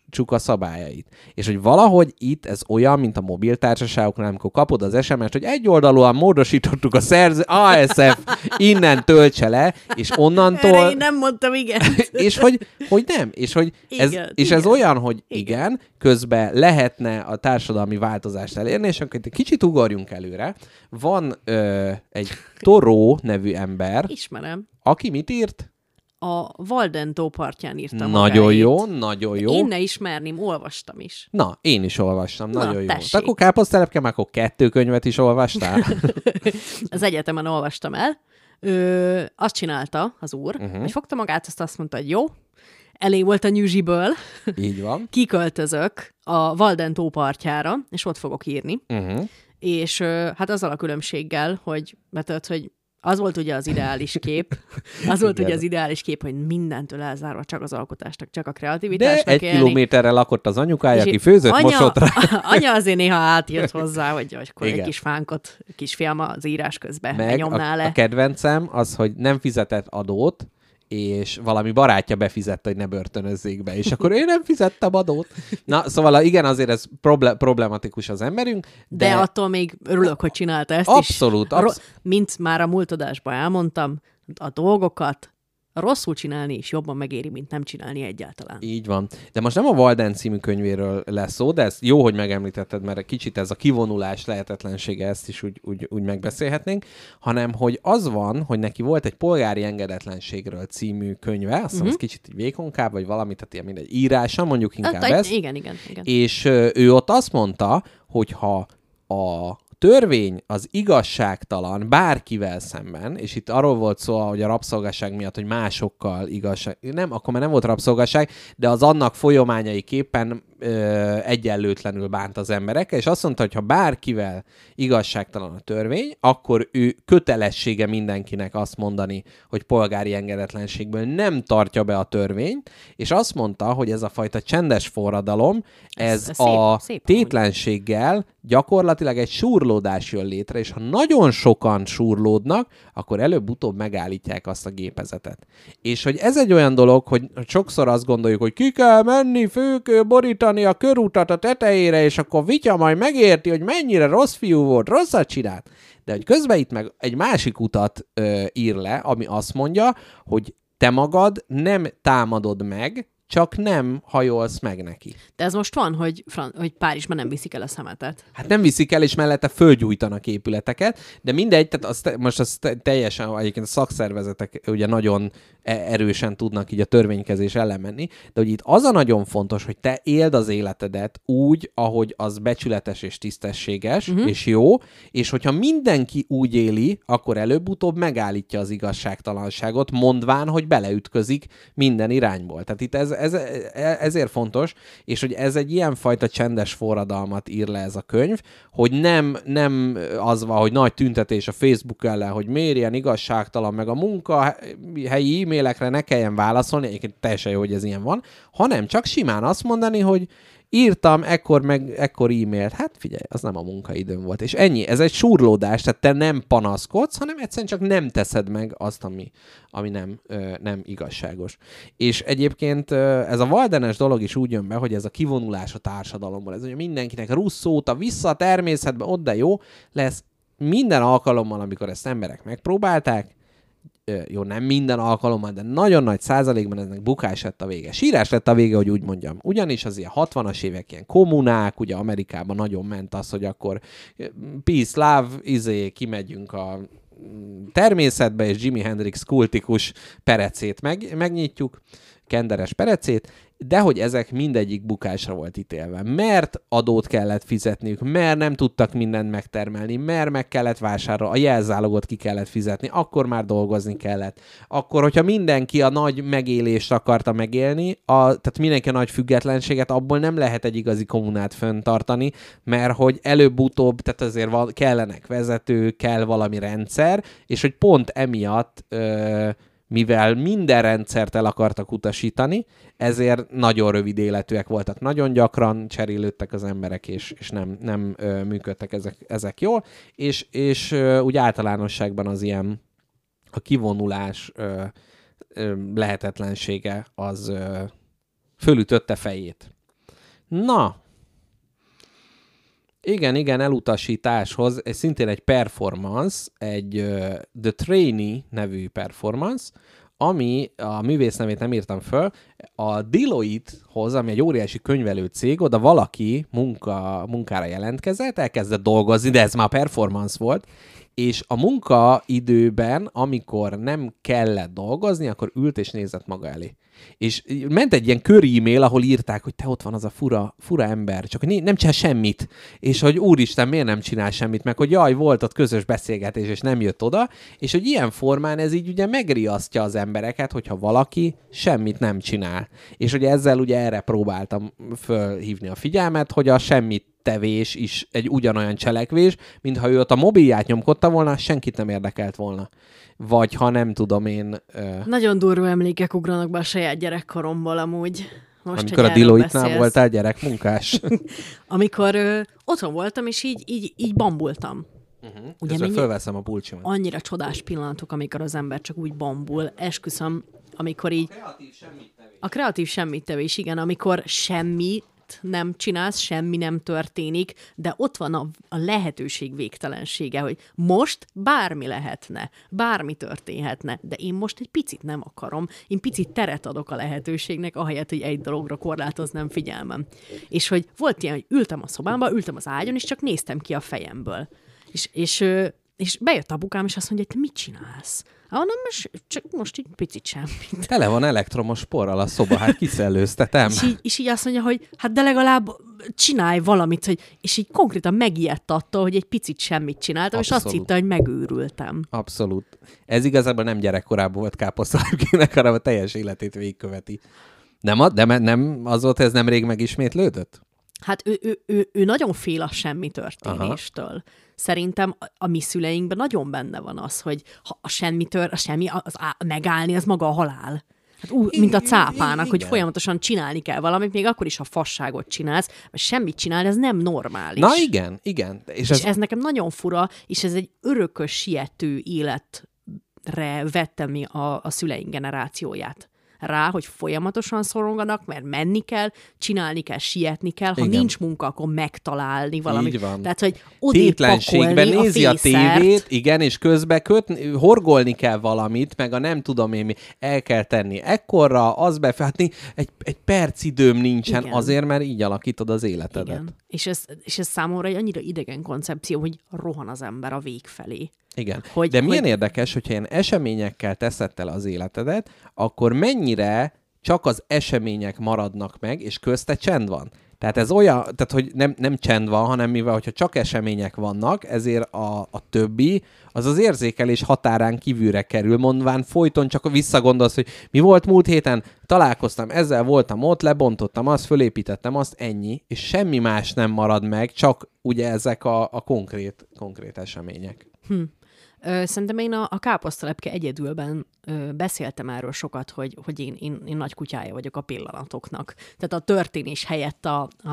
betartsuk a szabályait. És hogy valahogy itt ez olyan, mint a mobiltársaságoknál, amikor kapod az SMS-t, hogy egyoldalúan módosítottuk a ASF, innen töltse le, és onnantól... Erre én nem mondtam igen. És hogy nem, és hogy ez olyan, hogy igen, közben lehetne a társadalmi változást elérni, és akkor egy kicsit ugorjunk előre. Van egy Toró nevű ember. Ismerem. Aki mit írt? A Walden tó partján írtam. Nagyon jó, nagyon jó. Én ne ismerném, olvastam is. Na, én is olvastam, nagyon jó. Tessék. Akkor káposztelepke, már akkor 2 könyvet is olvastál? Az egyetemen olvastam el. Azt csinálta az úr, hogy fogta magát, azt mondta, hogy jó, elég volt a nyüzsiből. Így van. Kiköltözök a Walden tó partjára, és ott fogok írni. És hát azzal a különbséggel, hogy az volt ugye az ideális kép. Az volt ugye az ideális kép, hogy mindentől elzárva csak az alkotásnak, csak a kreativitásnak de 1 élni. kilométerre lakott az anyukája, aki főzött, mosott rá. Anya azért néha átjött hozzá, hogy akkor egy kis fánkot, kisfiam az írás közben nyomná le. A kedvencem az, hogy nem fizetett adót, és valami barátja befizette, hogy ne börtönözzék be, és akkor én nem fizettem adót. Na, szóval igen, azért ez problematikus az emberünk, de attól még örülök, hogy csinálta ezt abszolút, is. Mint már a múlt adásban elmondtam, a dolgokat rosszul csinálni is jobban megéri, mint nem csinálni egyáltalán. Így van. De most nem a Walden című könyvéről lesz szó, de ez jó, hogy megemlítetted, mert kicsit ez a kivonulás lehetetlensége, ezt is úgy megbeszélhetnénk, hanem hogy az van, hogy neki volt egy polgári engedetlenségről című könyve, azt hiszem ez kicsit vékonkább, vagy valami, tehát ilyen mindegy írása, mondjuk inkább ezt. Igen. És ő ott azt mondta, hogy ha a törvény az igazságtalan bárkivel szemben, és itt arról volt szó, hogy a rabszolgaság miatt, hogy másokkal nem, akkor már nem volt rabszolgaság, de az annak folyamányaiképpen egyenlőtlenül bánt az emberekkel, és azt mondta, hogy ha bárkivel igazságtalan a törvény, akkor ő kötelessége mindenkinek azt mondani, hogy polgári engedetlenségből nem tartja be a törvényt, és azt mondta, hogy ez a fajta csendes forradalom, ez szép tétlenséggel gyakorlatilag egy súrlódás jön létre, és ha nagyon sokan súrlódnak, akkor előbb-utóbb megállítják azt a gépezetet. És hogy ez egy olyan dolog, hogy sokszor azt gondoljuk, hogy ki kell menni, borítani a körutat a tetejére, és akkor Vitya majd megérti, hogy mennyire rossz fiú volt, rosszat csinált. De hogy közben itt meg egy másik utat ír le, ami azt mondja, hogy te magad nem támadod meg, csak nem hajolsz meg neki. De ez most van, hogy Párizsban nem viszik el a szemetet. Hát nem viszik el, és mellette fölgyújtanak épületeket, de mindegy, tehát most az teljesen, egyébként a szakszervezetek ugye nagyon erősen tudnak így a törvénykezés ellen menni, de hogy itt az a nagyon fontos, hogy te éld az életedet úgy, ahogy az becsületes és tisztességes, és jó, és hogyha mindenki úgy éli, akkor előbb-utóbb megállítja az igazságtalanságot, mondván, hogy beleütközik minden irányból. Tehát itt ezért fontos, és hogy ez egy ilyenfajta csendes forradalmat ír le ez a könyv, hogy nem az van, hogy nagy tüntetés a Facebook ellen, hogy miért ilyen igazságtalan, meg a munkahelyi e-mailekre ne kelljen válaszolni, egyébként teljesen jó, hogy ez ilyen van, hanem csak simán azt mondani, hogy írtam ekkor e-mailt, hát figyelj, az nem a munkaidőm volt. És ennyi, ez egy súrlódás, tehát te nem panaszkodsz, hanem egyszerűen csak nem teszed meg azt, ami nem igazságos. És egyébként ez a Waldenes dolog is úgy jön be, hogy ez a kivonulás a társadalomból, ez ugye mindenkinek Russzóta vissza a természetbe, ott de jó lesz minden alkalommal, amikor ezt emberek megpróbálták, jó, nem minden alkalommal, de nagyon nagy százalékban eznek bukás lett a vége. Sírás lett a vége, hogy úgy mondjam. Ugyanis az ilyen 60-as évek ilyen kommunák, ugye Amerikában nagyon ment az, hogy akkor peace, love, kimegyünk a természetbe, és Jimi Hendrix kultikus perecét megnyitjuk, kenderes perecét, de hogy ezek mindegyik bukásra volt ítélve. Mert adót kellett fizetniük, mert nem tudtak mindent megtermelni, mert meg kellett vásárolni, a jelzálogot ki kellett fizetni, akkor már dolgozni kellett. Akkor, hogyha mindenki a nagy megélést akarta megélni, tehát mindenki a nagy függetlenséget, abból nem lehet egy igazi kommunát fenntartani, mert hogy előbb-utóbb, tehát azért kellenek vezetők, kell valami rendszer, és hogy pont emiatt mivel minden rendszert el akartak utasítani, ezért nagyon rövid életűek voltak. Nagyon gyakran cserélődtek az emberek, és nem működtek ezek jól, és úgy általánosságban az ilyen a kivonulás lehetetlensége az fölütötte fejét. Na, igen, elutasításhoz, ez szintén egy performance, egy The Trainee nevű performance, ami, a művész nevét nem írtam föl, a Deloitte-hoz, ami egy óriási könyvelő cég, oda valaki munkára jelentkezett, elkezdett dolgozni, de ez már performance volt, és a munkaidőben, amikor nem kellett dolgozni, akkor ült és nézett maga elé. És ment egy ilyen köri-e-mail, ahol írták, hogy te ott van az a fura ember, csak hogy nem csinál semmit. És hogy úristen, miért nem csinál semmit, meg hogy jaj, volt ott közös beszélgetés, és nem jött oda. És hogy ilyen formán ez így ugye megriasztja az embereket, hogyha valaki semmit nem csinál. És hogy ezzel ugye erre próbáltam fölhívni a figyelmet, hogy a semmit tevés is egy ugyanolyan cselekvés, mintha ő ott a mobilját nyomkodta volna, senkit nem érdekelt volna. Vagy ha nem tudom én... Nagyon durva emlékek ugranak be a saját gyerekkoromból amúgy. Most, amikor a Deloitte-nál voltál gyerekmunkás? Amikor otthon voltam, és így bambultam. Ugye közben fölveszem a pulcsimat. Annyira csodás pillanatok, amikor az ember csak úgy bambul. Esküszöm, amikor így... A kreatív semmittevés, igen, amikor semmi nem csinálsz, semmi nem történik, de ott van a lehetőség végtelensége, hogy most bármi lehetne, bármi történhetne, de én most egy picit nem akarom, én picit teret adok a lehetőségnek, ahelyett, hogy egy dologra korlátoznám figyelmem. És hogy volt ilyen, hogy ültem a szobámba, ültem az ágyon, és csak néztem ki a fejemből. És bejött apukám, és azt mondja, hogy te mit csinálsz? Mondom, csak most így picit semmit. Tele van elektromos porral a szoba, hát kiszellőztetem. És így azt mondja, hogy hát de legalább csinálj valamit, és így konkrétan megijedt attól, hogy egy picit semmit csináltam, abszolút. És azt hitte, hogy megőrültem. Abszolút. Ez igazából nem gyerekkorában volt káposztalepkének, hanem a teljes életét végigköveti. Nem az volt, ez nemrég megismétlődött? Hát ő nagyon fél a semmi történéstől. Aha. Szerintem a mi szüleinkben nagyon benne van az, hogy ha a semmi megállni, az maga a halál. Hát mint a cápának, hogy folyamatosan csinálni kell valamit, még akkor is, ha fasságot csinálsz, mert semmit csinálni, ez nem normális. Na igen. És ez nekem nagyon fura, és ez egy örökös siető életre vettem mi a szüleink generációját rá, hogy folyamatosan szoronganak, mert menni kell, csinálni kell, sietni kell, ha nincs munka, akkor megtalálni valamit. Így van. Tehát, hogy odébb pakolni nézi a tévét, igen, és közben horgolni kell valamit, meg a nem tudom én mi, el kell tenni ekkorra, az befátni, egy perc időm nincsen, igen. Azért, mert így alakítod az életedet. Igen. És ez számomra egy annyira idegen koncepció, hogy rohan az ember a vég felé. Igen, de milyen érdekes, hogyha ilyen eseményekkel teszed el az életedet, akkor mennyire csak az események maradnak meg, és közte csend van. Tehát ez olyan, tehát hogy nem csend van, hanem mivel, hogyha csak események vannak, ezért a többi, az érzékelés határán kívülre kerül, mondván folyton csak visszagondolsz, hogy mi volt múlt héten, találkoztam ezzel, voltam ott, lebontottam azt, fölépítettem azt, ennyi, és semmi más nem marad meg, csak ugye ezek a konkrét események. Szerintem én a káposztalepke egyedülben beszéltem erről sokat, hogy én nagy kutyája vagyok a pillanatoknak. Tehát a történés helyett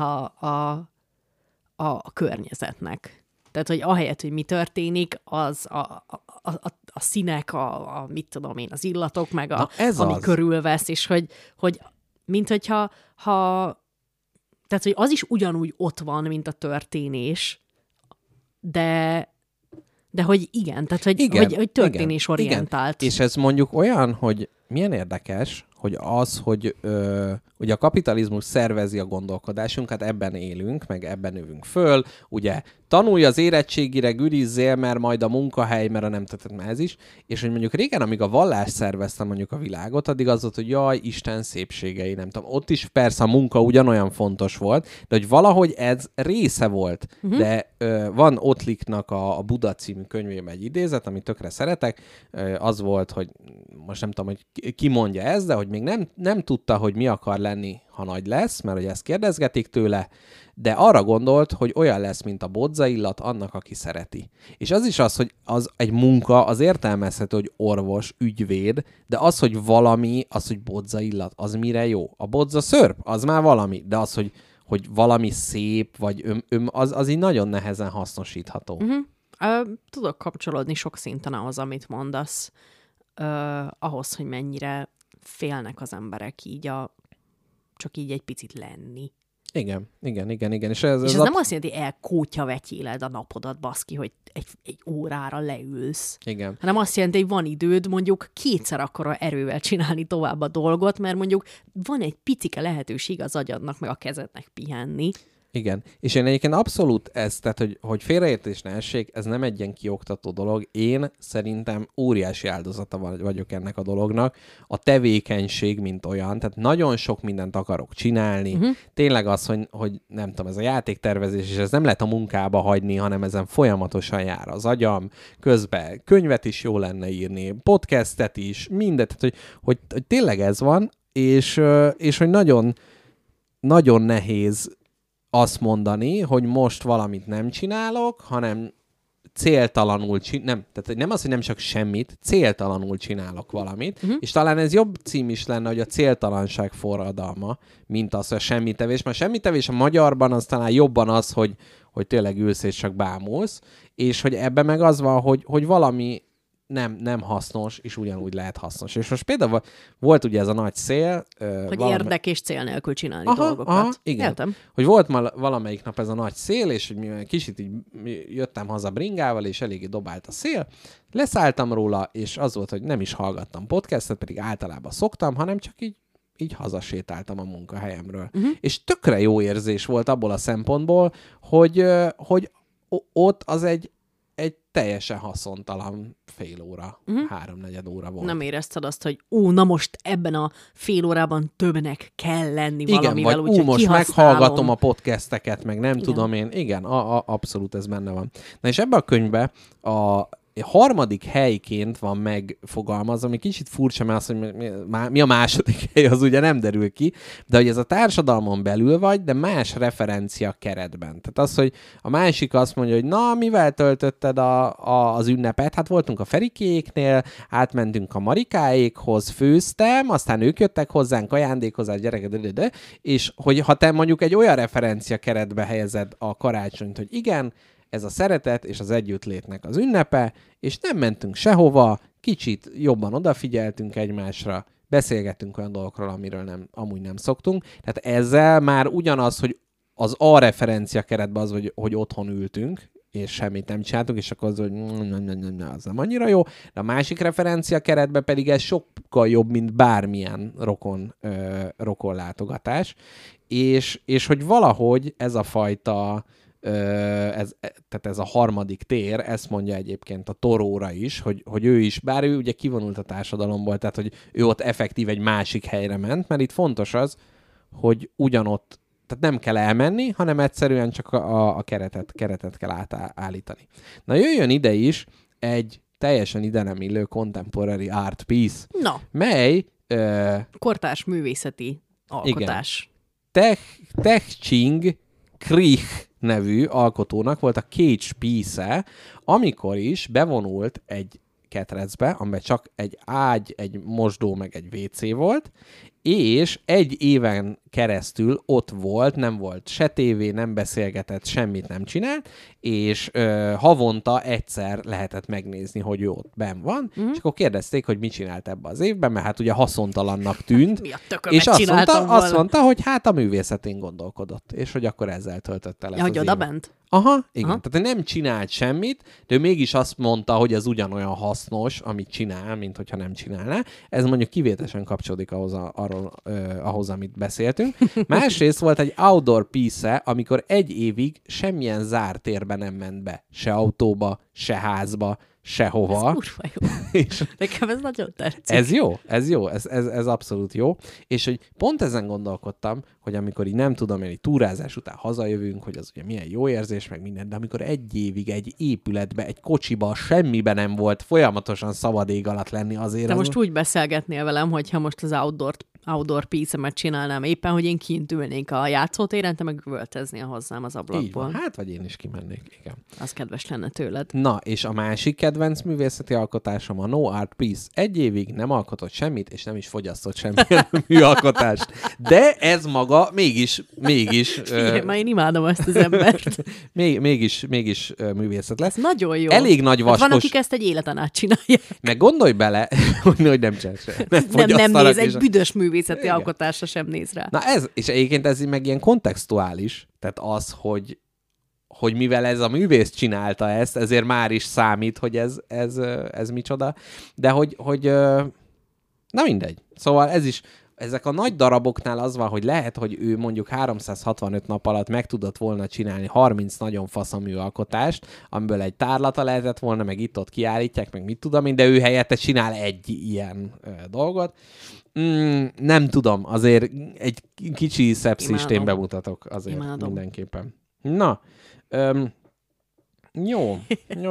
a környezetnek. Tehát, hogy ahelyett, hogy mi történik, az a színek, mit tudom én, az illatok, meg ami körülvesz, és hogy mint hogyha tehát, hogy az is ugyanúgy ott van, mint a történés, de hogy igen, tehát hogy történésorientált. Igen. És ez mondjuk olyan, hogy milyen érdekes, hogy az, hogy ugye a kapitalizmus szervezi a gondolkodásunkat, ebben élünk, meg ebben növünk föl, ugye tanulj az érettségire, gürizzél, mert majd a munkahely, mert a nem tettem ez is, és hogy mondjuk régen, amíg a vallás szervezte mondjuk a világot, addig az volt, hogy jaj, Isten szépségei, nem tudom, ott is persze a munka ugyanolyan fontos volt, de hogy valahogy ez része volt, de van Ottliknak a Buddha című könyvében egy idézet, amit tökre szeretek, az volt, hogy most nem tudom, hogy ki mondja ezt, de hogy még nem tudta, hogy mi akar lenni, ha nagy lesz, mert hogy ezt kérdezgetik tőle, de arra gondolt, hogy olyan lesz, mint a bodzaillat annak, aki szereti. És az is az, hogy az egy munka, az értelmezhető, hogy orvos, ügyvéd, de az, hogy valami, az, hogy bodzaillat, az mire jó? A bodza szörp, az már valami, de az, hogy valami szép, vagy az így nagyon nehezen hasznosítható. Tudok kapcsolódni sok szinten ahhoz, amit mondasz, ahhoz, hogy mennyire félnek az emberek így csak így egy picit lenni. Igen. És ez nem azt jelenti, hogy elkótyavegyéled a napodat, baszki, hogy egy órára leülsz. Igen. Hanem azt jelenti, hogy van időd mondjuk kétszer akkora erővel csinálni tovább a dolgot, mert mondjuk van egy picike lehetőség az agyadnak, meg a kezednek pihenni. Igen, és én egyébként abszolút tehát, hogy félreértés ne essék, ez nem egy ilyen kioktató dolog. Én szerintem óriási áldozata vagyok ennek a dolognak. A tevékenység, mint olyan, tehát nagyon sok mindent akarok csinálni. Tényleg az, hogy nem tudom, ez a játéktervezés, és ez nem lehet a munkába hagyni, hanem ezen folyamatosan jár az agyam. Közben könyvet is jó lenne írni, podcastet is, mindet, tehát, hogy tényleg ez van, és hogy nagyon, nagyon nehéz azt mondani, hogy most valamit nem csinálok, hanem céltalanul tehát nem az, hogy nem csak semmit, céltalanul csinálok valamit, és talán ez jobb cím is lenne, hogy a céltalanság forradalma, mint az, hogy a semmitevés, mert a semmitevés a magyarban az talán jobban az, hogy tényleg ülsz és csak bámulsz, és hogy ebben meg az van, hogy valami nem hasznos, és ugyanúgy lehet hasznos. És most például volt ugye ez a nagy szél. Hogy érdek és cél nélkül csinálni dolgokat. Aha, igen. Értem. Hogy volt valamelyik nap ez a nagy szél, és hogy kicsit így jöttem haza bringával, és eléggé dobált a szél. Leszálltam róla, és az volt, hogy nem is hallgattam podcastet, pedig általában szoktam, hanem csak így hazasétáltam a munkahelyemről. És tökre jó érzés volt abból a szempontból, hogy ott az egy teljesen haszontalan fél óra, 3-4 óra volt. Nem érezted azt, hogy na most ebben a fél órában többnek kell lenni valamivel, vagy úgyhogy most kihasználom. meghallgatom a podcasteket, meg nem tudom én. Igen, abszolút ez benne van. Na és ebben a könyvben a harmadik helyként van megfogalmazva, ami kicsit furcsa, mert az, hogy mi a második hely, az ugye nem derül ki, de hogy ez a társadalmon belül vagy, de más referencia keretben. Tehát az, hogy a másik azt mondja, hogy na, mivel töltötted az ünnepet? Hát voltunk a Ferikéknél, átmentünk a Marikáékhoz, főztem, aztán ők jöttek hozzánk, ajándékozás, gyereket, és hogy ha te mondjuk egy olyan referencia keretbe helyezed a karácsonyt, hogy igen, ez a szeretet és az együttlétnek az ünnepe, és nem mentünk sehova, kicsit jobban odafigyeltünk egymásra, beszélgettünk olyan dolgokról, amiről amúgy nem szoktunk. Tehát ezzel már ugyanaz, hogy az a referencia keretben az, hogy otthon ültünk, és semmit nem csináltunk, és akkor az, hogy az nem annyira jó. De a másik referencia keretben pedig ez sokkal jobb, mint bármilyen rokon látogatás. És hogy valahogy ez a fajta tehát ez a harmadik tér, ezt mondja egyébként a Toróra is, hogy ő is, bár ő ugye kivonult a társadalomból, tehát hogy ő ott effektív egy másik helyre ment, mert itt fontos az, hogy ugyanott, tehát nem kell elmenni, hanem egyszerűen csak a keretet kell átállítani. Na jöjjön ide is egy teljesen ide nem illő contemporary art piece, mely kortárs művészeti alkotás. Techching Krieg nevű alkotónak volt a Cage Piece-e, amikor is bevonult egy ketrecbe, amiben csak egy ágy, egy mosdó, meg egy WC volt, és 1 éven keresztül ott volt, nem volt se tévé, nem beszélgetett, semmit nem csinált, és havonta egyszer lehetett megnézni, hogy ő ott benn van, és akkor kérdezték, hogy mit csinált ebbe az évben, mert hát ugye haszontalannak tűnt, és azt mondta, hogy hát a művészetén gondolkodott, és hogy akkor ezzel töltötte le. Ja, hogy oda bent? Aha, igen. Aha. Tehát nem csinált semmit, de ő mégis azt mondta, hogy ez ugyanolyan hasznos, amit csinál, mint hogyha nem csinálná. Ez mondjuk kivételesen kapcsolódik ahhoz, amit beszéltünk. Másrészt volt egy outdoor piece, amikor 1 évig semmilyen zárt térbe nem ment be. Se autóba, se házba, sehova. Ez kurva jó. Nekem ez nagyon tetszik. Ez jó, ez abszolút jó. És hogy pont ezen gondolkodtam, hogy amikor így nem tudom én, egy túrázás után hazajövünk, hogy az ugye milyen jó érzés, meg minden, de amikor 1 évig egy épületbe, egy kocsiba, semmibe nem volt folyamatosan szabad ég alatt lenni azért. De most úgy beszélgetnél velem, hogyha most az outdoor piece-emet csinálnám éppen, hogy én kint ülnék a játszótéren, te meg üvölteznél hozzám az ablakból. Hát, vagy én is kimennék, igen. Az kedves lenne tőled. Na, és a másik kedvenc művészeti alkotásom a No Art Piece. 1 évig nem alkotott semmit, és nem is fogyasztott semmilyen műalkotást. De ez maga mégis már én imádom ezt az embert. mégis művészet lesz. Ez nagyon jó. Elég nagy vaskos. Hát van, akik ezt egy életen át csinálják. Meg gondolj bele, hogy nem csinál se. Nem néz, egy büdös művészet művészeti alkotásra sem néz rá. Na ez, és egyébként ez meg ilyen kontextuális, tehát az, hogy mivel ez a művész csinálta ezt, ezért már is számít, hogy ez micsoda, de hogy na mindegy. Szóval ez is, ezek a nagy daraboknál az van, hogy lehet, hogy ő mondjuk 365 nap alatt meg tudott volna csinálni 30 nagyon faszamű alkotást, amiből egy tárlata lehetett volna, meg itt-ott kiállítják, meg mit tudom én, de ő helyette csinál egy ilyen dolgot. Nem tudom, azért egy kicsi szepszist én bemutatok azért mindenképpen. Na, jó.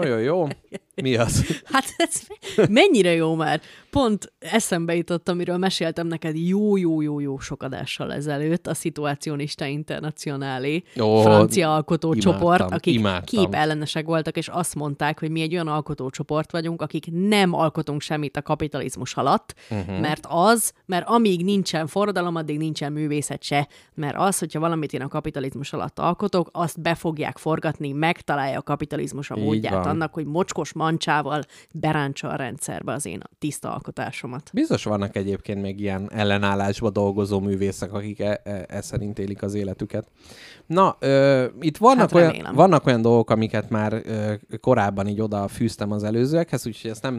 Mi az? Hát ez mennyire jó már. Pont eszembe jutott, amiről meséltem neked jó sok adással ezelőtt, a Situacionista Internacionálé francia alkotócsoport, akik képellenesek voltak, és azt mondták, hogy mi egy olyan alkotócsoport vagyunk, akik nem alkotunk semmit a kapitalizmus alatt, mert amíg nincsen forradalom, addig nincsen művészet se. Mert az, hogyha valamit én a kapitalizmus alatt alkotok, azt be fogják forgatni, megtalálja a kapitalizmus a módját annak, hogy mocskos mancsával berántsa a rendszerbe az én tiszta alkotásomat. Biztos vannak egyébként még ilyen ellenállásba dolgozó művészek, akik szerint élik az életüket. Na, itt vannak olyan dolgok, amiket már korábban így oda fűztem az előzőekhez, úgyhogy ezt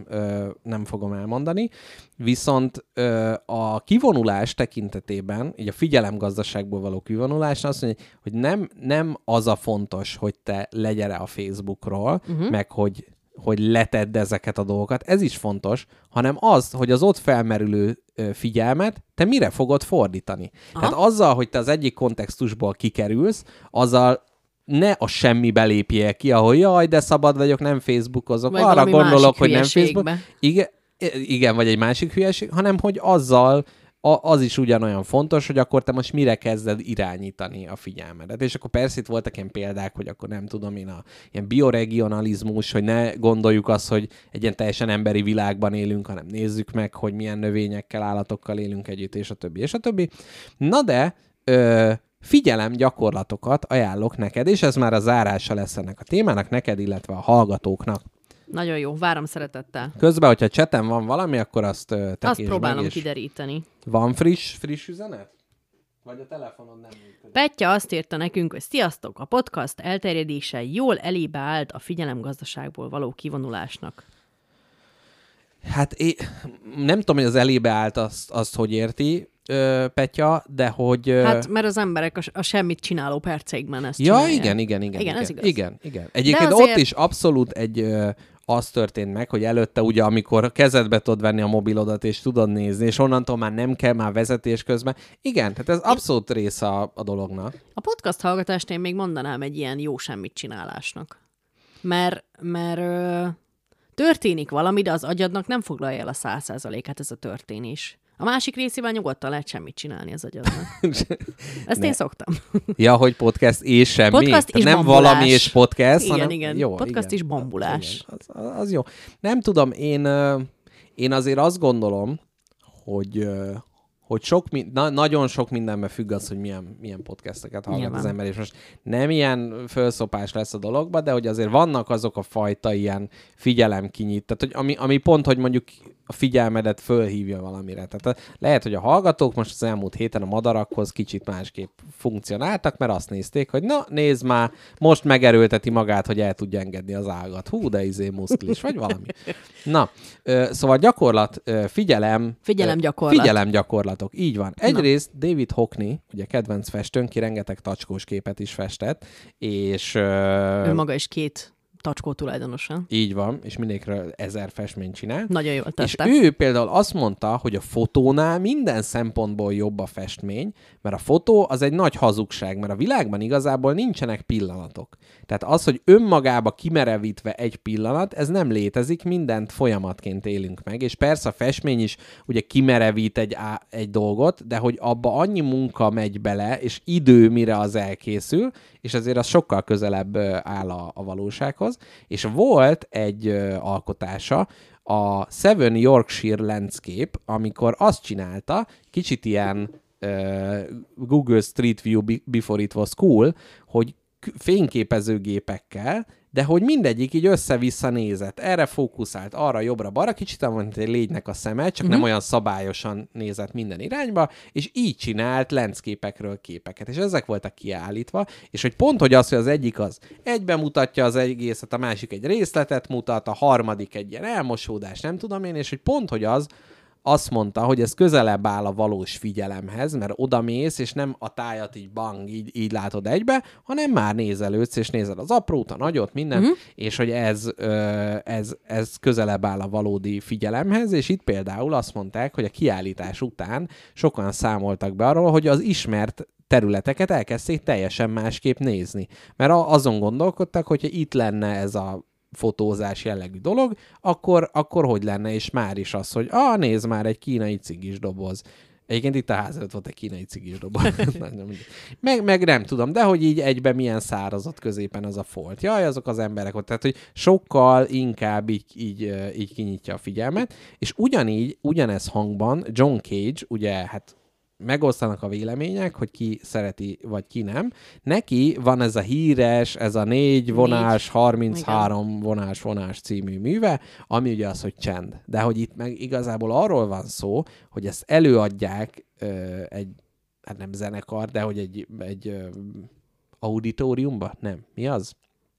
nem fogom elmondani. Viszont a kivonulás tekintetében, így a figyelemgazdaságból való kivonulás, azt mondja, hogy nem az a fontos, hogy te legyere a Facebookról, meg hogy letedd ezeket a dolgokat, ez is fontos, hanem az, hogy az ott felmerülő figyelmet te mire fogod fordítani. Aha. Tehát azzal, hogy te az egyik kontextusból kikerülsz, azzal ne a semmibe lépjél ki, ahol jaj, de szabad vagyok, nem Facebookozok, vagy arra gondolok, hogy nem Facebook. Igen, vagy egy másik hülyeség, hanem hogy azzal az is ugyanolyan fontos, hogy akkor te most mire kezded irányítani a figyelmedet. És akkor persze itt voltak ilyen példák, hogy akkor nem tudom én, ilyen bioregionalizmus, hogy ne gondoljuk azt, hogy egy ilyen teljesen emberi világban élünk, hanem nézzük meg, hogy milyen növényekkel, állatokkal élünk együtt, és a többi, és a többi. Na de figyelem gyakorlatokat ajánlok neked, és ez már a zárása lesz ennek a témának, neked, illetve a hallgatóknak. Nagyon jó, várom szeretettel. Közben, hogyha cseten van valami, akkor azt tekésd meg. Azt próbálom kideríteni. Van friss üzenet? Vagy a telefonon nem működik? Petya azt írta nekünk, hogy sziasztok, a podcast elterjedése jól elébe állt a figyelemgazdaságból való kivonulásnak. Hát nem tudom, hogy az elébe állt azt hogy érti, Petya, de hogy... Hát, mert az emberek a semmit csináló perceikben ezt csinálják. Igen, ez igaz. Igen. Egyébként azért... ott is abszolút az történt meg, hogy előtte ugye, amikor kezedbe tudod venni a mobilodat, és tudod nézni, és onnantól már nem kell már vezetés közben. Igen, tehát ez abszolút része a dolognak. A podcast hallgatást én még mondanám egy ilyen jó semmit csinálásnak. Mert történik valami, de az agyadnak nem foglalja el a 100%-át ez a történés. A másik részével nyugodtan lehet semmit csinálni az agyadnak. Ezt én szoktam. Ja, hogy podcast és semmi? Podcast és nem bambulás. Valami és podcast, igen, hanem... Igen, jó, podcast igen. és bambulás. Igen, az jó. Nem tudom, én azért azt gondolom, hogy nagyon sok mindenben függ az, hogy milyen podcasteket hallgat az ember, és most nem ilyen fölszopás lesz a dologba, de hogy azért vannak azok a fajta ilyen figyelemkinyit, tehát hogy ami pont, hogy mondjuk a figyelmedet fölhívja valamire. Tehát lehet, hogy a hallgatók most az elmúlt héten a madarakhoz kicsit másképp funkcionáltak, mert azt nézték, hogy na, nézd már, most megerőlteti magát, hogy el tudja engedni az ágat. Hú, de muszklis, vagy valami. Na, szóval gyakorlat, figyelemgyakorlatok. Így van. Egyrészt David Hockney, ugye kedvenc festőnk, ki rengeteg tacskós képet is festett, és... ő maga is 2 tacskó tulajdonosa. Így van, és mindegyikről 1000 festményt csinál. Nagyon jól tette. És ő például azt mondta, hogy a fotónál minden szempontból jobb a festmény, mert a fotó az egy nagy hazugság, mert a világban igazából nincsenek pillanatok. Tehát az, hogy önmagába kimerevítve egy pillanat, ez nem létezik, mindent folyamatként élünk meg, és persze a festmény is ugye kimerevít egy dolgot, de hogy abba annyi munka megy bele, és idő, mire az elkészül, és ezért az sokkal közelebb áll a valósághoz. És volt egy alkotása, a Seven Yorkshire Landscape, amikor azt csinálta, kicsit ilyen Google Street View before it was cool, hogy fényképezőgépekkel, de hogy mindegyik így össze-vissza nézett. Erre fókuszált, arra, jobbra-balra, kicsit van, mint egy légynek a szeme, csak nem olyan szabályosan nézett minden irányba, és így csinált lencképekről képeket. És ezek voltak kiállítva, és hogy pont, hogy az, hogy az egyik az egyben mutatja az egészet, a másik egy részletet mutat, a harmadik egy ilyen elmosódás, nem tudom én, és hogy pont, hogy azt mondta, hogy ez közelebb áll a valós figyelemhez, mert odamész, és nem a tájat így bang, így látod egybe, hanem már nézelődsz, és nézed az aprót, a nagyot, minden, és hogy ez közelebb áll a valódi figyelemhez, és itt például azt mondták, hogy a kiállítás után sokan számoltak be arról, hogy az ismert területeket elkezdték teljesen másképp nézni. Mert azon gondolkodtak, hogyha itt lenne ez a fotózás jellegű dolog, akkor hogy lenne, és már is az, hogy nézd már, egy kínai cigis doboz. Egyébként itt a ház előtt volt egy kínai cigis doboz. meg nem tudom, de hogy így egyben milyen szárazott középen az a folt. Jaj, azok az emberek ott. Tehát, hogy sokkal inkább így kinyitja a figyelmet, és ugyanez hangban John Cage, ugye, hát megosztanak a vélemények, hogy ki szereti, vagy ki nem. Neki van ez a híres, ez a 4 vonás, 33 vonás című műve, ami ugye az, hogy csend. De hogy itt meg igazából arról van szó, hogy ezt előadják egy, hát nem zenekar, de hogy egy auditoriumba? Nem. Mi az?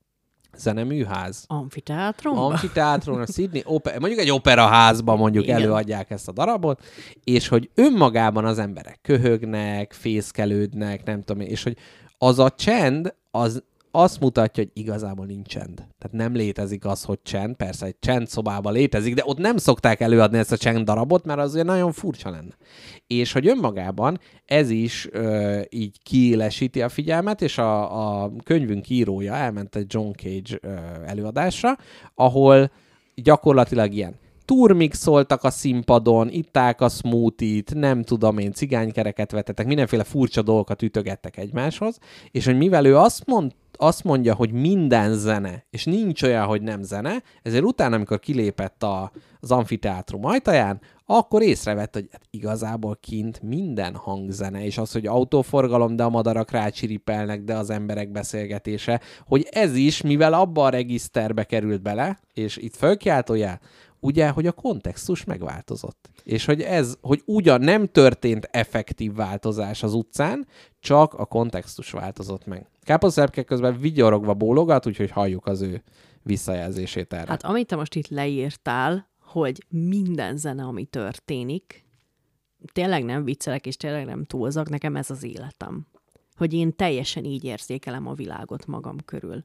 Zeneműház. Amfiteátron, a Sydney mondjuk egy operaházban mondjuk előadják ezt a darabot, és hogy önmagában az emberek köhögnek, fészkelődnek, nem tudom én, és hogy az a csend, az azt mutatja, hogy igazából nincs csend. Tehát nem létezik az, hogy csend. Persze egy csendszobában létezik, de ott nem szokták előadni ezt a csend darabot, mert az ugye nagyon furcsa lenne. És hogy önmagában ez is így kiélesíti a figyelmet, és a könyvünk írója elment egy John Cage előadásra, ahol gyakorlatilag ilyen turmixoltak a színpadon, itták a smoothie-t, nem tudom én, cigánykereket vetettek, mindenféle furcsa dolgokat ütögettek egymáshoz, és hogy mivel ő azt mondja, hogy minden zene, és nincs olyan, hogy nem zene, ezért utána, amikor kilépett az amfiteátrum ajtaján, akkor észrevett, hogy igazából kint minden hangzene, és az, hogy autóforgalom, de a madarak rácsiripelnek, de az emberek beszélgetése, hogy ez is, mivel abba a regiszterbe került bele, és itt fölkiáltójál, ugye, hogy a kontextus megváltozott. És hogy ugyan nem történt effektív változás az utcán, csak a kontextus változott meg. Káposztelepke közben vigyorogva bólogat, úgyhogy halljuk az ő visszajelzését erre. Hát amit te most itt leírtál, hogy minden zene, ami történik, tényleg nem viccelek, és tényleg nem túlzok, nekem ez az életem. Hogy én teljesen így érzékelem a világot magam körül.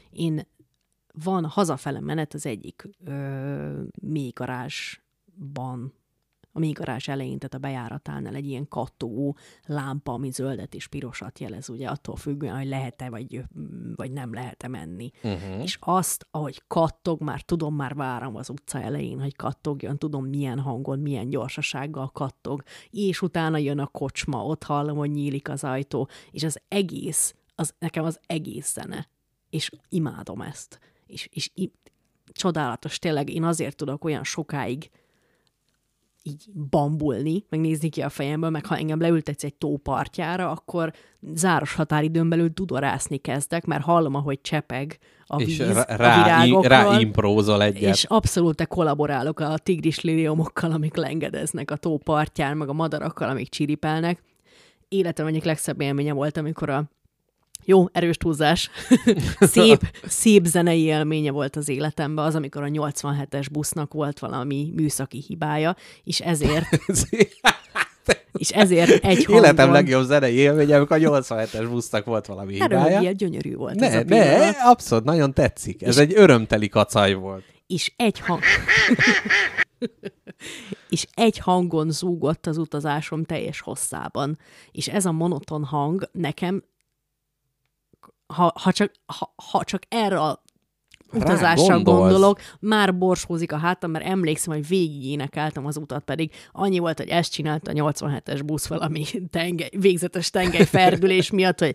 Van hazafele menet az egyik mélygarázsban, a mélygarázs elején, tehát a bejáratánál egy ilyen kattogó lámpa, ami zöldet és pirosat jelez, ugye attól függően, hogy lehet-e vagy nem lehet-e menni. És azt, ahogy kattog, már várom az utca elején, hogy kattogjon, tudom milyen hangon, milyen gyorsasággal kattog, és utána jön a kocsma, ott hallom, hogy nyílik az ajtó, és az egész, nekem az egész zene, és imádom ezt. És csodálatos, tényleg én azért tudok olyan sokáig így bambulni, meg nézni ki a fejemből, meg ha engem leültetsz egy tó partjára, akkor záros határidőn belül dudorászni kezdek, mert hallom, ahogy csepeg a víz és a virágokról. ráimprózol egyet. És abszolút kollaborálok a tigris liliumokkal, amik lengedeznek a tó partján, meg a madarakkal, amik csiripelnek. Életem egyik legszebb élménye volt, amikor jó, erős túlzás. szép zenei élménye volt az életemben az, amikor a 87-es busznak volt valami műszaki hibája, és ezért egy hangon... Életem legjobb zenei élménye, amikor a 87-es busznak volt valami hibája. Erről gyönyörű volt ez a pillanat. Ne, abszolút, nagyon tetszik. Ez egy örömteli kacaj volt. És egy hangon zúgott az utazásom teljes hosszában. És ez a monoton hang nekem ha csak erre a utazásra gondolok, már borsózik a hátam, mert emlékszem, hogy végig énekeltem az utat, pedig annyi volt, hogy ezt csinálta a 87-es busz valami végzetes tengelyferdülés miatt, hogy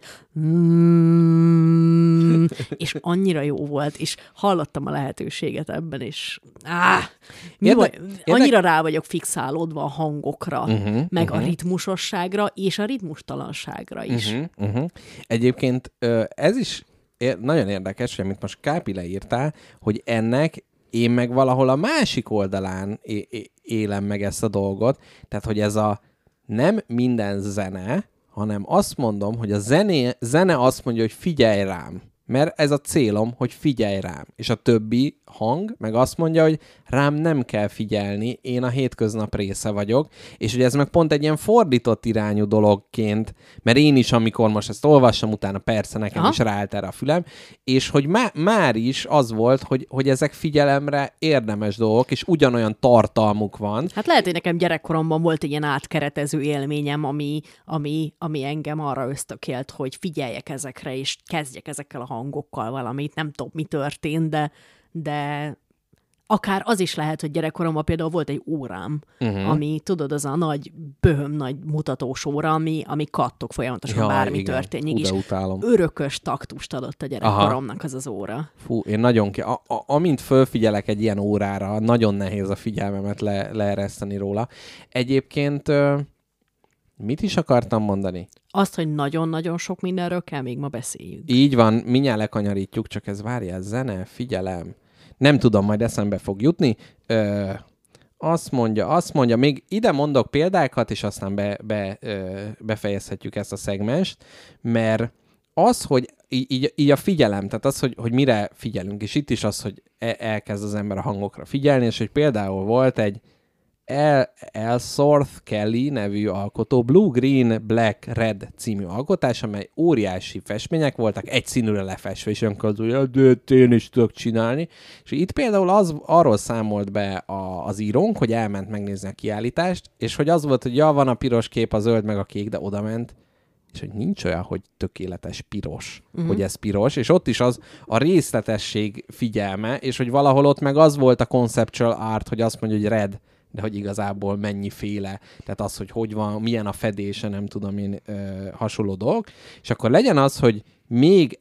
és annyira jó volt, és hallottam a lehetőséget ebben, és annyira rá vagyok fixálódva a hangokra, meg a ritmusosságra, és a ritmustalanságra is. Egyébként ez is nagyon érdekes, hogy amit most Kápi leírtál, hogy ennek én meg valahol a másik oldalán élem meg ezt a dolgot, tehát hogy ez a nem minden zene, hanem azt mondom, hogy a zene azt mondja, hogy figyelj rám. Mert ez a célom, hogy figyelj rám. És a többi hang meg azt mondja, hogy rám nem kell figyelni, én a hétköznap része vagyok, és ugye ez meg pont egy ilyen fordított irányú dologként, mert én is, amikor most ezt olvassam, utána persze nekem is ráállt erre a fülem, és hogy már is az volt, hogy ezek figyelemre érdemes dolgok, és ugyanolyan tartalmuk van. Hát lehet, hogy nekem gyerekkoromban volt egy ilyen átkeretező élményem, ami engem arra ösztökélt, hogy figyeljek ezekre, és kezdjek ezekkel a hangokkal valamit. Nem tudom, mi történt, de akár az is lehet, hogy gyerekkoromban például volt egy órám, ami, tudod, az a nagy, nagy mutatós óra, ami kattog folyamatosan, bármi történik, és örökös taktust adott a gyerekkoromnak az óra. Fú, én nagyon amint fölfigyelek egy ilyen órára, nagyon nehéz a figyelmemet leereszteni róla. Egyébként mit is akartam mondani? Azt, hogy nagyon-nagyon sok mindenről kell még ma beszéljünk. Így van, mindjárt lekanyarítjuk, csak ez várjál, zene, figyelem. Nem tudom, majd eszembe fog jutni. Azt mondja, még ide mondok példákat, és aztán befejezhetjük ezt a szegmest, mert az, hogy így a figyelem, tehát az, hogy mire figyelünk, és itt is az, hogy elkezd az ember a hangokra figyelni, és hogy például volt egy Ellsworth Kelly nevű alkotó, Blue, Green, Black, Red című alkotás, amely óriási festmények voltak, egy színűre lefestve, és önként, de én is tudok csinálni. És itt például arról számolt be az írónk, hogy elment megnézni a kiállítást, és hogy az volt, hogy van a piros kép, a zöld, meg a kék, de odament, és hogy nincs olyan, hogy tökéletes piros, hogy ez piros, és ott is az a részletesség figyelme, és hogy valahol ott meg az volt a conceptual art, hogy azt mondja, hogy red, de hogy igazából mennyiféle, tehát az, hogy van, milyen a fedése, nem tudom én, hasonló dolog. És akkor legyen az, hogy még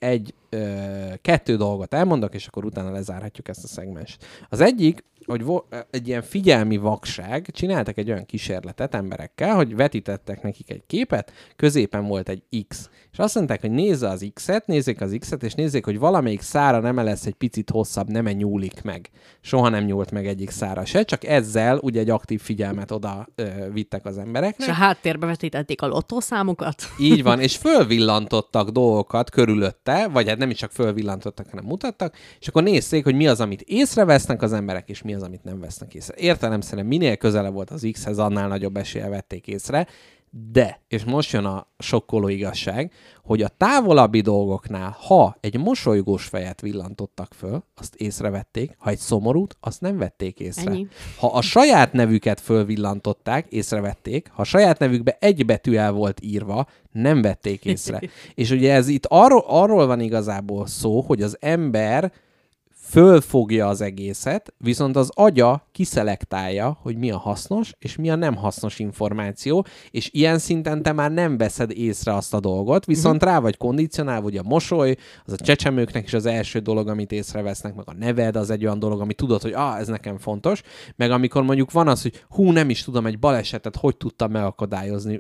kettő dolgot elmondok, és akkor utána lezárhatjuk ezt a szegmest. Az egyik, hogy egy ilyen figyelmi vakság, csináltak egy olyan kísérletet emberekkel, hogy vetítettek nekik egy képet, középen volt egy X. És azt mondták, hogy nézzék az X-et, és nézzék, hogy valamelyik szára nem lesz egy picit hosszabb, nem nyúlik meg. Soha nem nyúlt meg egyik szára se, csak ezzel ugye egy aktív figyelmet oda vittek az embereknek. És a háttérbe vetítették a lottószámokat. Így van, és fölvillantottak dolgokat körülötte, vagy hát nem is csak fölvillantottak, hanem mutattak, és akkor nézzék, hogy mi az, amit észrevesznek az emberek, és mi az, amit nem vesznek észre. Értelemszerűen minél közelebb volt az X-hez, annál nagyobb eséllyel vették észre, de, és most jön a sokkoló igazság, hogy a távolabbi dolgoknál, ha egy mosolygós fejet villantottak föl, azt észrevették, ha egy szomorút, azt nem vették észre. Ennyi. Ha a saját nevüket fölvillantották, észrevették, ha a saját nevükbe egy betű el volt írva, nem vették észre. És ugye ez itt arról van igazából szó, hogy az ember fölfogja az egészet, viszont az agya kiszelektálja, hogy mi a hasznos, és mi a nem hasznos információ, és ilyen szinten te már nem veszed észre azt a dolgot, viszont rá vagy kondicionálva, hogy a mosoly, az a csecsemőknek is az első dolog, amit észrevesznek, meg a neved, az egy olyan dolog, ami tudod, hogy ez nekem fontos, meg amikor mondjuk van az, hogy nem is tudom, egy balesetet hogy tudtam megakadályozni,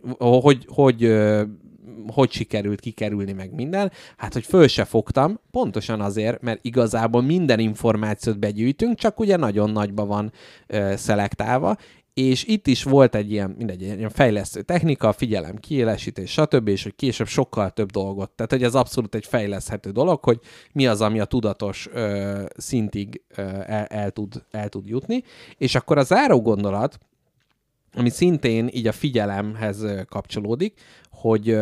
hogy sikerült kikerülni meg minden, hát hogy föl se fogtam, pontosan azért, mert igazából minden információt begyűjtünk, csak ugye nagyon nagyba van szelektálva, és itt is volt egy ilyen fejlesztő technika, figyelem, kiélesítés, stb., és hogy később sokkal több dolgot, tehát hogy ez abszolút egy fejleszthető dolog, hogy mi az, ami a tudatos szintig el tud jutni, és akkor a záró gondolat, ami szintén így a figyelemhez kapcsolódik, hogy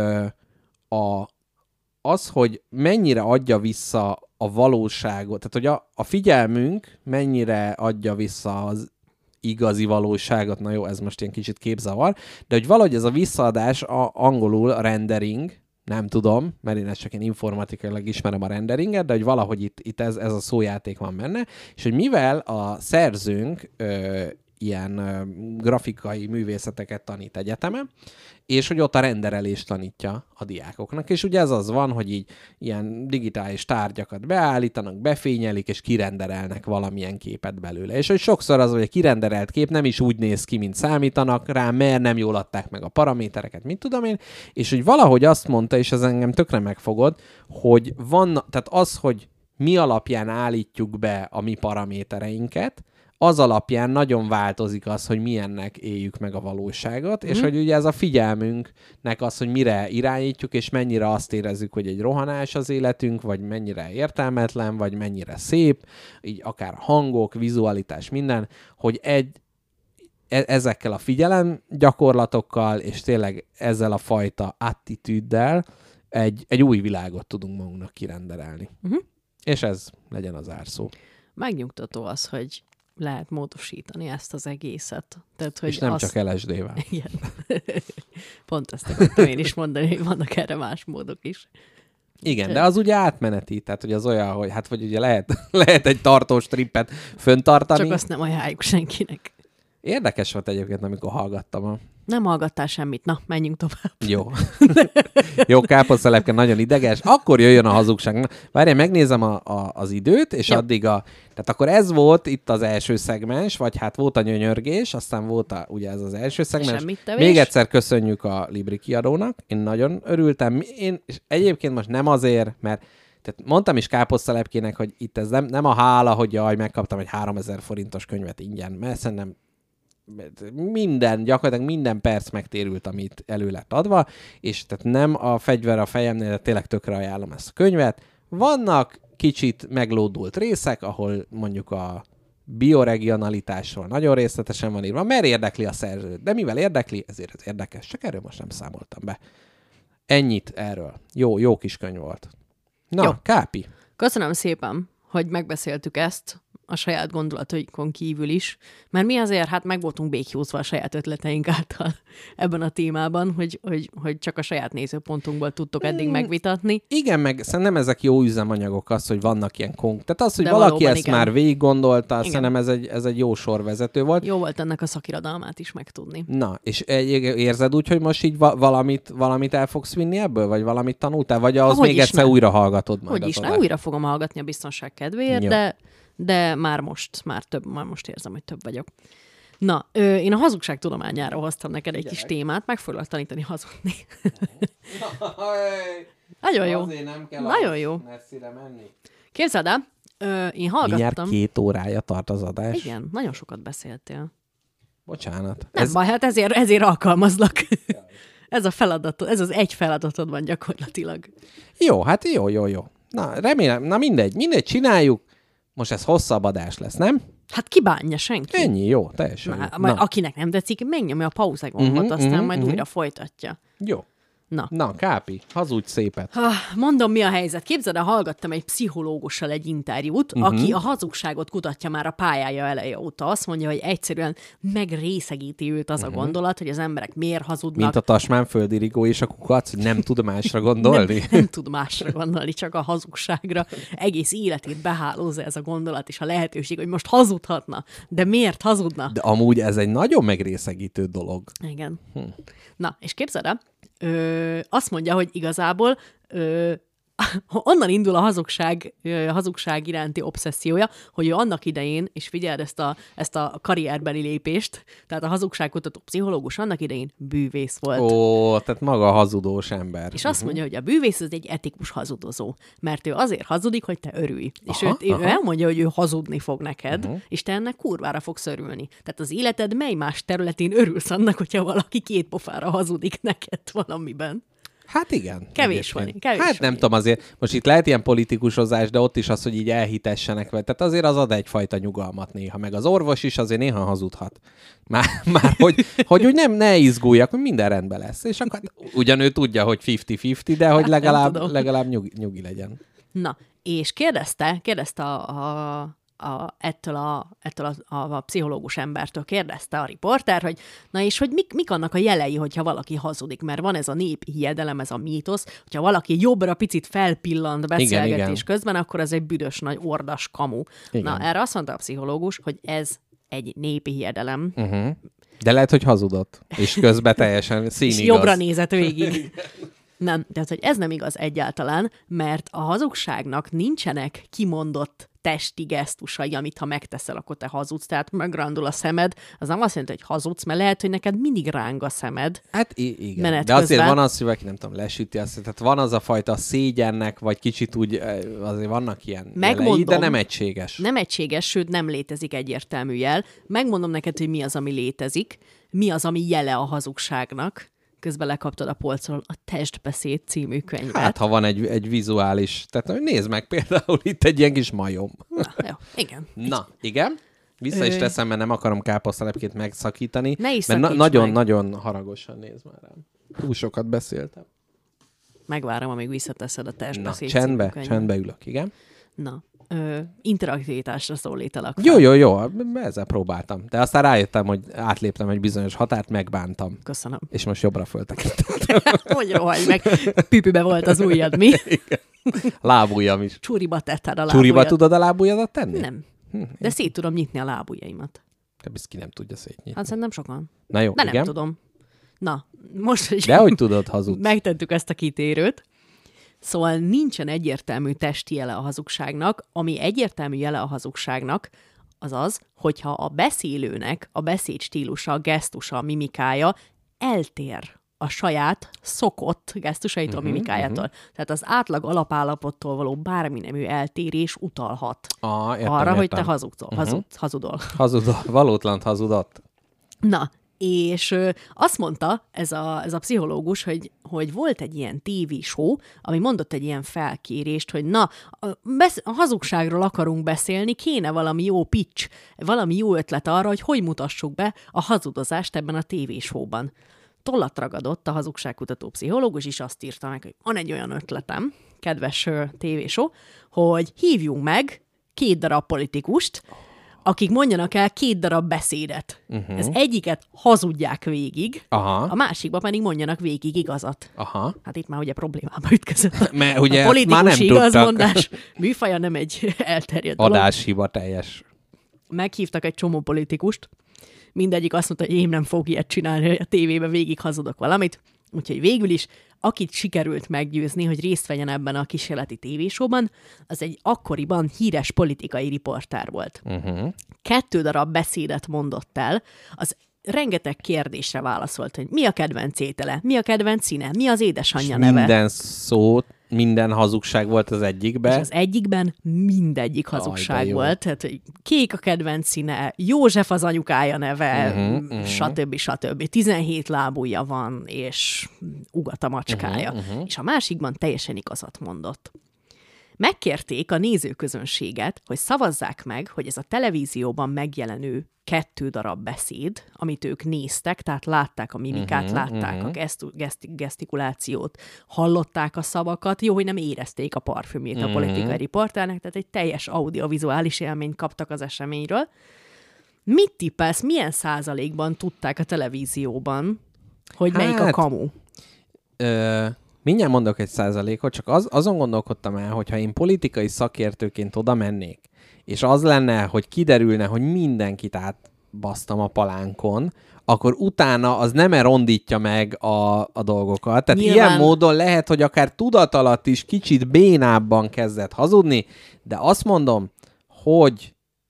az, hogy mennyire adja vissza a valóságot, tehát hogy a figyelmünk mennyire adja vissza az igazi valóságot, na jó, ez most ilyen kicsit képzavar, de hogy valahogy ez a visszaadás angolul a rendering, nem tudom, mert én ezt csak én informatikailag ismerem a renderinget, de hogy valahogy itt ez a szójáték van benne, és hogy mivel a szerzőnk ilyen grafikai művészeteket tanít egyetemen, és hogy ott a renderelést tanítja a diákoknak. És ugye ez az van, hogy így ilyen digitális tárgyakat beállítanak, befényelik, és kirenderelnek valamilyen képet belőle. És hogy sokszor az, hogy a kirenderelt kép nem is úgy néz ki, mint számítanak rá, mert nem jól adták meg a paramétereket, mit tudom én, és hogy valahogy azt mondta, és ez engem tökre megfogod, hogy van, tehát az, hogy mi alapján állítjuk be a mi paramétereinket, az alapján nagyon változik az, hogy milyennek éljük meg a valóságot, és hogy ugye ez a figyelmünknek az, hogy mire irányítjuk, és mennyire azt érezzük, hogy egy rohanás az életünk, vagy mennyire értelmetlen, vagy mennyire szép, így akár hangok, vizualitás, minden, hogy ezekkel a figyelem gyakorlatokkal, és tényleg ezzel a fajta attitűddel egy új világot tudunk magunknak kirenderelni. És ez legyen az zárszó. Megnyugtató az, hogy lehet módosítani ezt az egészet. Tehát, hogy és nem csak LSD-vel. Igen. Pont ezt akartam én is mondani, hogy vannak erre más módok is. Igen, de az ugye átmeneti, tehát hogy az olyan, hogy hát vagy ugye lehet egy tartós trippet föntartani. Csak azt nem ajánljuk senkinek. Érdekes volt egyébként, amikor hallgattam. Nem hallgattál semmit. Na, menjünk tovább. Jó. Jó, káposztelepke nagyon ideges. Akkor jöjjön a hazugság. Várjál, megnézem az időt, és jó. Addig tehát akkor ez volt itt az első szegmens, vagy hát volt a nyönyörgés, aztán volt ugye ez az első szegmens. Még egyszer köszönjük a Libri kiadónak. Én nagyon örültem. És egyébként most nem azért, mert tehát mondtam is káposztelepkének, hogy itt ez nem a hála, hogy jaj, megkaptam egy 3000 forintos könyvet ingyen, mert szerintem gyakorlatilag minden perc megtérült, amit elő lett adva, és tehát nem a fegyver a fejemnél, de tényleg tökre ajánlom ezt a könyvet. Vannak kicsit meglódult részek, ahol mondjuk a bioregionalitásról nagyon részletesen van írva, mert érdekli a szerzőt, de mivel érdekli, ezért ez érdekes, csak erről most nem számoltam be. Ennyit erről. Jó kis könyv volt. Na, jó. Kápi. Köszönöm szépen, hogy megbeszéltük ezt a saját gondolataikon kívül is, mert mi azért hát meg voltunk békjózva a saját ötleteink által ebben a témában, hogy csak a saját nézőpontunkból tudtok eddig megvitatni. Igen, meg szerintem ezek jó üzemanyagok az, hogy vannak ilyen tehát az, hogy de valaki ezt igen. Már végig gondolta, szerintem ez egy jó sorvezető volt. Jó volt ennek a szakirodalmát is megtudni. Na, és érzed úgy, hogy most így valamit el fogsz vinni ebből, vagy valamit tanultál, vagy ahhoz még egyszer újra hallgatod majd? Hogy is, újra fogom hallgatni a biztonság kedvéért, jó. De már most érzem, hogy több vagyok. Na, én a hazugság tudományára hoztam neked egy kis témát, meg foglak tanítani hazudni. Nagyon jó. Nem kell nagyon jó. Messzire menni. Képzeld el, én hallgattam. Mindjárt 2 órája tart az adás. Igen, nagyon sokat beszéltél. Bocsánat. Nem baj, hát ezért alkalmazlak. Ez a feladatod, ez az egy feladatod van gyakorlatilag. Jó, hát jó. Na, remélem, mindegy, csináljuk. Most ez hosszabb adás lesz, nem? Hát ki bánja, senki. Ennyi, jó, teljesen. Majd akinek nem tetszik, megnyomja a pauze gombot, aztán majd újra folytatja. Jó. Na, Kápi, hazudj szépet. Mondom, mi a helyzet. Képzeld el, hallgattam egy pszichológussal egy interjút, aki a hazugságot kutatja már a pályája eleje óta. Azt mondja, hogy egyszerűen megrészegíti őt az a gondolat, hogy az emberek miért hazudnak. Mint a Tasmán földi rigó és a kukac, hogy nem tud másra gondolni. nem tud másra gondolni, csak a hazugságra. Egész életét behálózza ez a gondolat, és a lehetőség, hogy most hazudhatna. De miért hazudna? De amúgy ez egy nagyon megrészegítő dolog. Igen. Na, és képzeld el, azt mondja, hogy igazából onnan indul a hazugság iránti obszessziója, hogy ő annak idején, és figyeld ezt a karrierbeli lépést, tehát a hazugságkutató pszichológus annak idején bűvész volt. Ó, tehát maga a hazudós ember. És azt mondja, hogy a bűvész az egy etikus hazudozó, mert ő azért hazudik, hogy te örülj. És ő elmondja, hogy ő hazudni fog neked, és te ennek kurvára fogsz örülni. Tehát az életed mely más területén örülsz annak, hogyha valaki 2 pofára hazudik neked valamiben. Hát igen. Kevés van. Hát nem tudom, azért most itt lehet ilyen politikusozás, de ott is az, hogy így elhitessenek vele. Tehát azért az ad egyfajta nyugalmat néha. Meg az orvos is azért néha hazudhat. Már hogy úgy ne izguljak, hogy minden rendben lesz. És akkor ugyan ő tudja, hogy 50-50, de hogy legalább nyugi legyen. Na, és kérdezte ettől a pszichológus embertől kérdezte a riporter, hogy na és hogy mik annak a jelei, hogyha valaki hazudik, mert van ez a népi hiedelem, ez a mítosz, hogyha valaki jobbra picit felpillant beszélgetés közben, akkor ez egy büdös nagy ordas kamu. Igen. Na, erre azt mondta a pszichológus, hogy ez egy népi hiedelem. De lehet, hogy hazudott, és közben teljesen színigaz. És jobbra nézett végig. Nem, tehát, hogy ez nem igaz egyáltalán, mert a hazugságnak nincsenek kimondott testi gesztusai, amit ha megteszel, akkor te hazudsz. Tehát megrándul a szemed, az nem azt jelenti, hogy hazudsz, mert lehet, hogy neked mindig ráng a szemed. Hát igen. Menet de azért közben. van az, hogy valaki nem tudom, lesüti azt, tehát van az a fajta szégyennek, vagy kicsit úgy, azért vannak ilyen jelei, de nem egységes. Nem egységes, sőt nem létezik egyértelmű jel. Megmondom neked, hogy mi az, ami létezik, mi az, ami jele a hazugságnak. Közben lekaptad a polcról a Testbeszéd című könyvet. Hát, ha van egy vizuális, tehát nézd meg például itt egy ilyen kis majom. Na, jó, igen. Na, igen. Vissza is teszem, mert nem akarom káposztalepkét megszakítani. Ne is mert szakíts nagyon-nagyon haragosan néz már rám. Túl sokat beszéltem. Megvárom, amíg visszateszed a Testbeszéd Na, című könyvet. csendbe ülök, igen. Na, interaktivitásra szólítalak. Jó, ezzel próbáltam. De aztán rájöttem, hogy átléptem egy bizonyos határt, megbántam. Köszönöm. És most jobbra föltekintettem. Hogy rohagy meg. Püpübe volt az ujjad, mi? Lábujjam is. Csúriba tetted a lábujjad. Csúriba tudod a lábujjadat tenni? Nem. De szét tudom nyitni a lábujjaimat. De biz ki nem tudja szétnyitni. Hát szerintem sokan. Na jó, de igen. nem tudom. Na, most, hogy De hogy tudod, hazudsz? megtettük ezt a kitérőt. Szóval nincsen egyértelmű testi jele a hazugságnak, ami egyértelmű jele a hazugságnak, az az, hogyha a beszélőnek a beszéd stílusa, a gesztusa, a mimikája eltér a saját szokott gesztusaitól, mimikájától. Tehát az átlag alapállapottól való bármi nemű eltérés utalhat arra, hogy te hazudol. Hazudol, valótlant hazudott. Na, és azt mondta ez a pszichológus, hogy volt egy ilyen TV show, ami mondott egy ilyen felkérést, hogy na, a hazugságról akarunk beszélni, kéne valami jó pitch, valami jó ötlet arra, hogy mutassuk be a hazudozást ebben a TV show-ban. Tollat ragadott a hazugságkutató pszichológus, és azt írta meg, hogy van egy olyan ötletem, kedves TV show, hogy hívjunk meg 2 darab politikust, akik mondjanak el 2 darab beszédet. Ez egyiket hazudják végig, a másikba pedig mondjanak végig igazat. Hát itt már ugye problémába ütközött. Mert ugye a politikus már nem igazmondás műfaja nem egy elterjedt dolog. Adáshiba teljes. Meghívtak egy csomó politikust, mindegyik azt mondta, hogy én nem fogok ilyet csinálni, hogy a tévében végig hazudok valamit. Úgyhogy végül is, akit sikerült meggyőzni, hogy részt vegyen ebben a kísérleti tévésóban, az egy akkoriban híres politikai riporter volt. 2 darab beszédet mondott el, az rengeteg kérdésre válaszolt, hogy mi a kedvenc étele, mi a kedvenc színe, mi az édesanyja neve. Minden szót, minden hazugság volt az egyikben. És az egyikben mindegyik hazugság volt. Tehát, hogy kék a kedvenc színe, József az anyukája neve, stb. 17 lábúja van, és ugat a macskája. És a másikban teljesen igazat mondott. Megkérték a nézőközönséget, hogy szavazzák meg, hogy ez a televízióban megjelenő 2 darab beszéd, amit ők néztek, tehát látták a mimikát, látták a gesztikulációt, hallották a szavakat, jó, hogy nem érezték a parfümét a politikai riporternek, tehát egy teljes audiovizuális élményt kaptak az eseményről. Mit tippelsz, milyen százalékban tudták a televízióban, hogy melyik a kamu? Mindjárt mondok egy százalékot, csak azon gondolkodtam el, hogyha én politikai szakértőként oda mennék, és az lenne, hogy kiderülne, hogy mindenkit átbasztam a palánkon, akkor utána az nem rondítja meg a dolgokat. Tehát Nyilván... ilyen módon lehet, hogy akár tudat alatt is kicsit bénábban kezdett hazudni, de azt mondom, hogy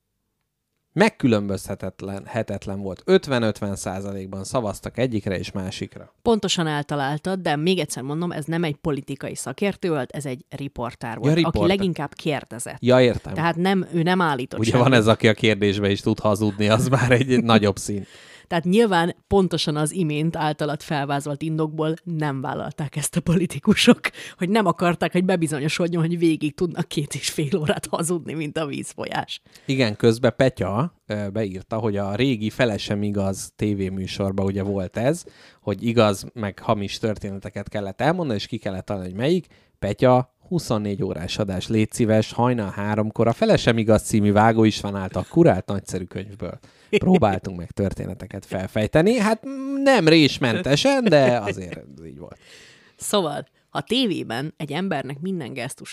megkülönbözhetetlen volt. 50-50%-ban szavaztak egyikre és másikra. Pontosan eltaláltad, de még egyszer mondom, ez nem egy politikai szakértő volt, ez egy riportár volt, aki leginkább kérdezett. Ja, értem. Tehát ő nem állított ugye semmit. Van ez, aki a kérdésbe is tud hazudni, az már egy nagyobb szín. Tehát nyilván pontosan az imént általad felvázolt indokból nem vállalták ezt a politikusok, hogy nem akarták, hogy bebizonyosodjon, hogy végig tudnak 2,5 órát hazudni, mint a vízfolyás. Igen, közben Petya beírta, hogy a régi Fele sem igaz tévéműsorban ugye volt ez, hogy igaz, meg hamis történeteket kellett elmondani, és ki kellett találni, hogy melyik. Petya, 24 órás adás, légy szíves, hajnal 3-kor a Fele sem igaz című Vágó István által kurált nagyszerű könyvből próbáltunk meg történeteket felfejteni. Hát nem résmentesen, de azért így volt. Szóval, ha tévében egy embernek minden gesztusát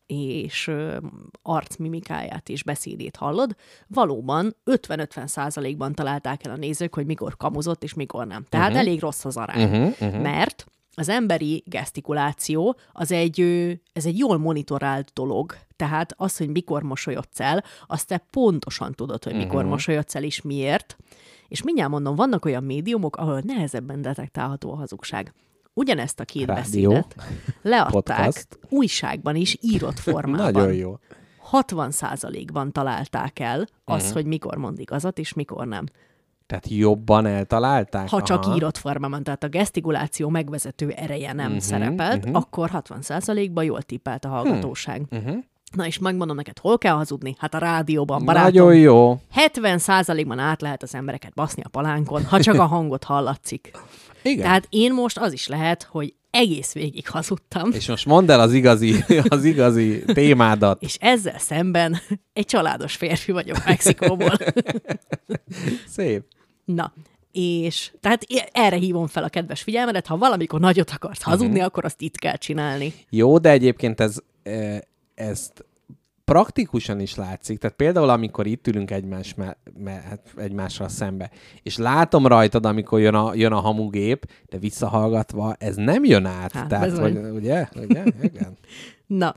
és arcmimikáját és beszédét hallod, valóban 50-50%-ban találták el a nézők, hogy mikor kamuzott és mikor nem. Tehát elég rossz az arány. Mert az emberi gesztikuláció ez egy jól monitorált dolog. Tehát az, hogy mikor mosolyodsz el, azt te pontosan tudod, hogy mikor mosolyodsz el és miért. És mindjárt mondom, vannak olyan médiumok, ahol nehezebben detektálható a hazugság. Ugyanezt a két beszédet leadták podcast. újságban is, írott formában. Nagyon jó. 60%-ban találták el azt, hogy mikor mond igazat, és mikor nem. Tehát jobban eltalálták? Ha csak írott formában, tehát a gesztikuláció megvezető ereje nem szerepelt, akkor 60%-ban jól tippelt a hallgatóság. Na és megmondom neked, hol kell hazudni? Hát a rádióban, barátom. Nagyon jó. 70%-ban át lehet az embereket baszni a palánkon, ha csak a hangot hallatszik. Igen. Tehát én most az is lehet, hogy egész végig hazudtam. És most mondd el az igazi témádat. És ezzel szemben egy családos férfi vagyok Mexikóból. Szép. Na, és tehát erre hívom fel a kedves figyelmedet, ha valamikor nagyot akarsz hazudni, akkor azt itt kell csinálni. Jó, de egyébként ezt praktikusan is látszik. Tehát például, amikor itt ülünk egymással szembe, és látom rajtad, amikor jön a hamugép, de visszahallgatva, ez nem jön át. Hát, tehát, ugye? Igen. Na,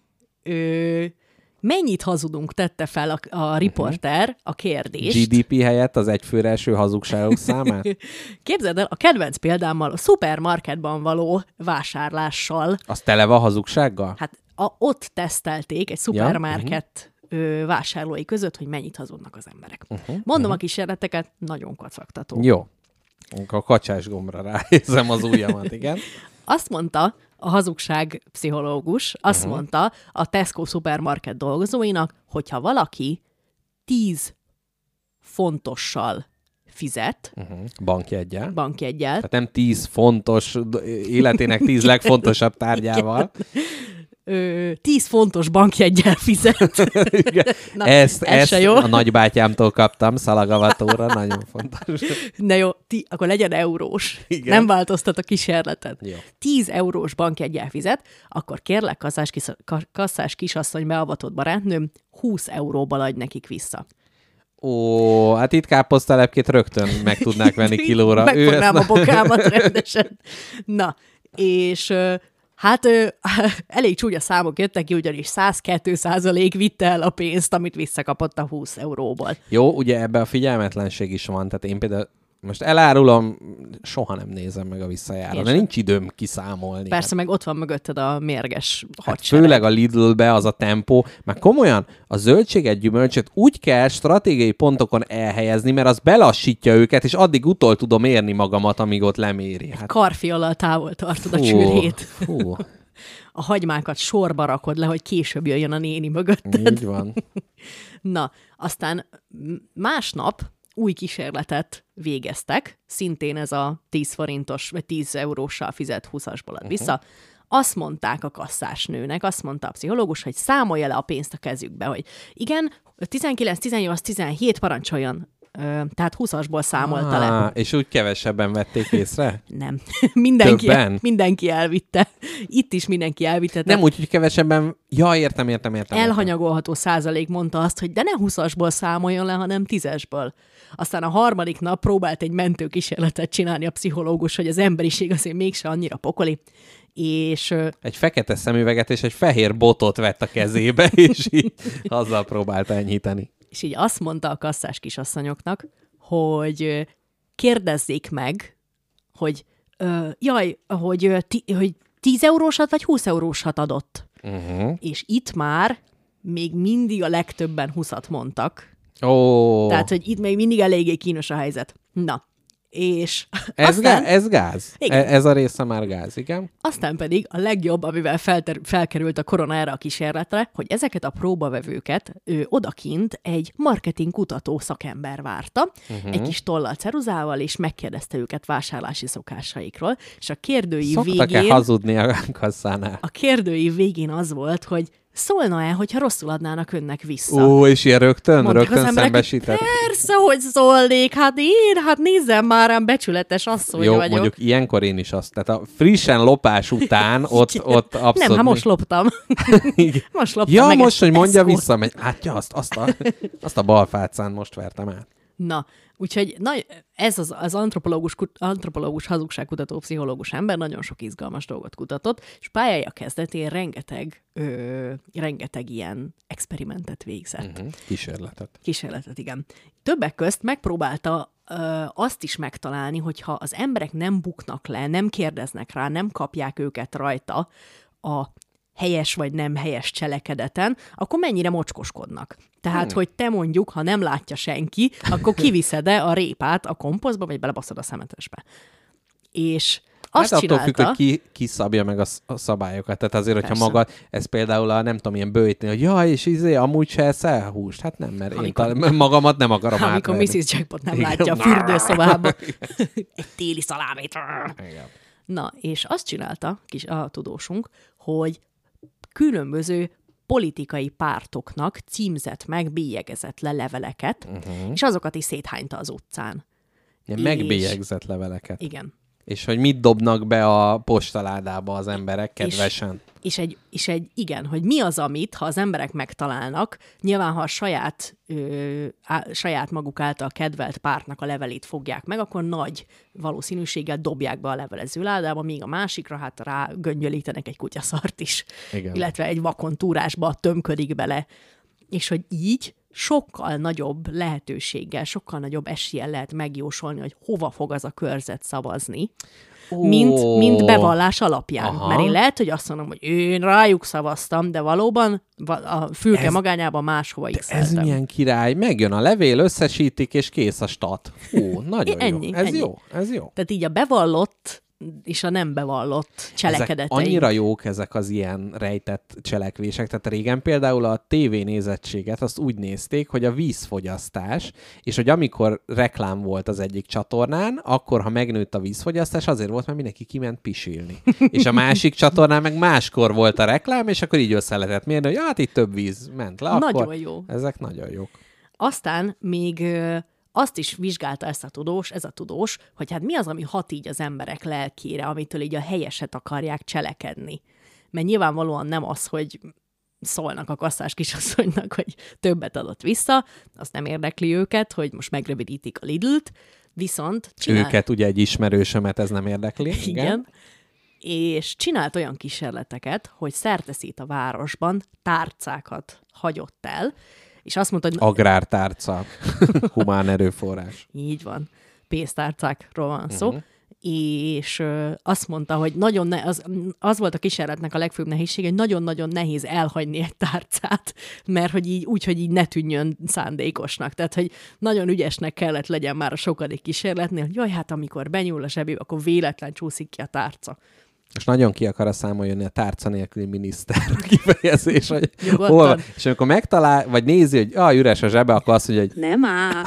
mennyit hazudunk, tette fel a riporter a kérdést. GDP helyett az egyfőre eső hazugságok számát? Képzeld el, a kedvenc példámmal, a szupermarketban való vásárlással. Az tele van hazugsággal? Hát ott tesztelték egy szupermarket vásárlói között, hogy mennyit hazudnak az emberek. Mondom a kísérleteket, nagyon kacagtató. Jó. A kacsás gombra ráérzem az ujjamat, igen. Azt mondta a hazugság pszichológus, azt mondta a Tesco szupermarket dolgozóinak, hogyha valaki 10 fontossal fizet. Bankjeggyel. Bankjeggyel. Tehát nem 10 fontos, életének 10 legfontosabb tárgyával. 10 fontos bankjeggyel fizet. Na, ezt a nagybátyámtól kaptam szalagavatóra, nagyon fontos. Na jó, akkor legyen eurós. Igen. Nem változtat a kísérleted. Jó. 10 eurós bankjeggyel fizet, akkor kérlek, kasszás kisasszony, beavatott barátnőm, 20 euróval adj nekik vissza. Ó, hát itt káposztelepkét rögtön meg tudnák venni kilóra. Megfognám a bokámat rendesen. Na, és hát elég csúnya számok jöttek ki, ugyanis 102% vitte el a pénzt, amit visszakapott a 20 euróból. Jó, ugye ebben a figyelmetlenség is van, tehát én például most elárulom, soha nem nézem meg a visszajárat, de nincs időm kiszámolni. Persze, meg ott van mögötted a mérges hadsereg. Hát főleg a Lidl-be az a tempó, meg komolyan a zöldséget, gyümölcsöt úgy kell stratégiai pontokon elhelyezni, mert az belassítja őket, és addig utol tudom érni magamat, amíg ott leméri. Hát... Karfiallal távol tartod a csürhét. A hagymákat sorba rakod le, hogy később jöjjön a néni mögötted. Így van. Na, aztán másnap új kísérletet végeztek, szintén ez a 10 forintos, vagy 10 euróssal fizet 20-asból ad vissza. Azt mondták a kasszásnőnek, azt mondta a pszichológus, hogy számolja le a pénzt a kezükbe, hogy igen, 19, 18, 17 parancsoljon. Tehát 20-asból számolta le. És úgy kevesebben vették észre? Nem. Mindenki elvitte. Itt is mindenki elvitte. Nem úgy, hogy kevesebben... Ja, értem. Elhanyagolható százalék mondta azt, hogy de ne 20-asból számoljon le, hanem 10-esből. Aztán a harmadik nap próbált egy mentőkísérletet csinálni a pszichológus, hogy az emberiség azért mégse annyira pokoli. És... Egy fekete szemüveget és egy fehér botot vett a kezébe, és így azzal próbálta enyhíteni. És így azt mondta a kasszás kisasszonyoknak, hogy kérdezzék meg, hogy hogy 10 eurósat vagy 20 eurósat adott. És itt már még mindig a legtöbben 20-at mondtak. Tehát, hogy itt még mindig eléggé kínos a helyzet. Na, és ez gáz. Ez a része már gáz, igen. Aztán pedig a legjobb, amivel felkerült a korona erre a kísérletre, hogy ezeket a próbavevőket odakint egy marketingkutató szakember várta, egy kis tollal, ceruzával, és megkérdezte őket vásárlási szokásaikról, és a kérdői Szoktak-e hazudni a kasszánál? A kérdői végén az volt, hogy szólna-e, hogyha rosszul adnának önnek vissza? És ilyen rögtön szembesített. Persze, hogy szólnék, hát nézzem már, rám becsületes asszony vagyok. Mondjuk ilyenkor én is azt, tehát a frissen lopás után ott abszolút... Nem, hát most loptam. Most loptam ja, meg most, hogy mondja vissza, megy. Hát ja, azt a balfácán most vertem át. Na, úgyhogy ez az antropológus hazugságkutató pszichológus ember nagyon sok izgalmas dolgot kutatott, és pályája kezdetén rengeteg ilyen experimentet végzett. Kísérletet, igen. Többek közt megpróbálta azt is megtalálni, hogyha az emberek nem buknak le, nem kérdeznek rá, nem kapják őket rajta a helyes vagy nem helyes cselekedeten, akkor mennyire mocskoskodnak. Tehát, hogy te mondjuk, ha nem látja senki, akkor kiviszed-e a répát a komposztba, vagy belebaszod a szemetesbe. És azt csinálta... attól függ, hogy ki szabja meg a szabályokat. Tehát azért, hogyha magad, ez például nem tudom, ilyen bőjtnél, hogy ja, és amúgy se eszel húst. Hát nem, mert én magamat nem akarom átverni. Amikor Mrs. Jackpot nem látja a fürdőszobába egy téli szalámét. Na, és azt csinálta a tudósunk, hogy különböző politikai pártoknak címzett meg, bélyegezett le leveleket, és azokat is széthányta az utcán. Megbélyegzett leveleket. Igen. És hogy mit dobnak be a postaládába az emberek kedvesen. És igen, hogy mi az, amit, ha az emberek megtalálnak, nyilván, ha a saját maguk által kedvelt pártnak a levelét fogják meg, akkor nagy valószínűséggel dobják be a levelezőládába, míg a másikra hát rá göngyölítenek egy kutyaszart is. Igen. Illetve egy vakon túrásba tömködik bele. És hogy így sokkal nagyobb lehetőséggel, sokkal nagyobb eséllyel lehet megjósolni, hogy hova fog az a körzet szavazni, mint bevallás alapján. Aha. Mert én lehet, hogy azt mondom, hogy én rájuk szavaztam, de valóban a fülke magányában máshova x-eltem. Ez milyen király. Megjön a levél, összesítik, és kész a stat. Nagyon ennyi, jó. Ez jó. Tehát így a bevallott és a nem bevallott cselekedeteink. Annyira jók ezek az ilyen rejtett cselekvések. Tehát régen például a tévénézettséget azt úgy nézték, hogy a vízfogyasztás, és hogy amikor reklám volt az egyik csatornán, akkor, ha megnőtt a vízfogyasztás, azért volt, mert mindenki kiment pisilni. És a másik csatornán meg máskor volt a reklám, és akkor így össze lehetett mérni, hogy hát itt több víz ment le. Akkor nagyon jó. Ezek nagyon jók. Aztán még... azt is vizsgálta ez a tudós, hogy hát mi az, ami hat így az emberek lelkére, amitől így a helyeset akarják cselekedni. Mert nyilvánvalóan nem az, hogy szólnak a kasszás kisasszonynak, hogy többet adott vissza, azt nem érdekli őket, hogy most megrövidítik a Lidl-t, viszont őket ugye egy ismerősömet ez nem érdekli. Igen. És csinált olyan kísérleteket, hogy szerteszét a városban tárcákat hagyott el, és azt mondta, hogy... Agrártárca, humán erőforrás. Így van, pénztárcákról van szó. És azt mondta, hogy az volt a kísérletnek a legfőbb nehézsége, hogy nagyon-nagyon nehéz elhagyni egy tárcát, mert hogy így ne tűnjön szándékosnak. Tehát, hogy nagyon ügyesnek kellett legyen már a sokadik kísérletnél, hogy jaj, hát amikor benyúl a zsebébe, akkor véletlen csúszik ki a tárca. És nagyon ki akar a számon jönni a tárca nélküli miniszter kifejezés, hogy hol van. És amikor megtalál, vagy nézi, hogy üres a zsebe, akkor azt mondja, hogy nem áll.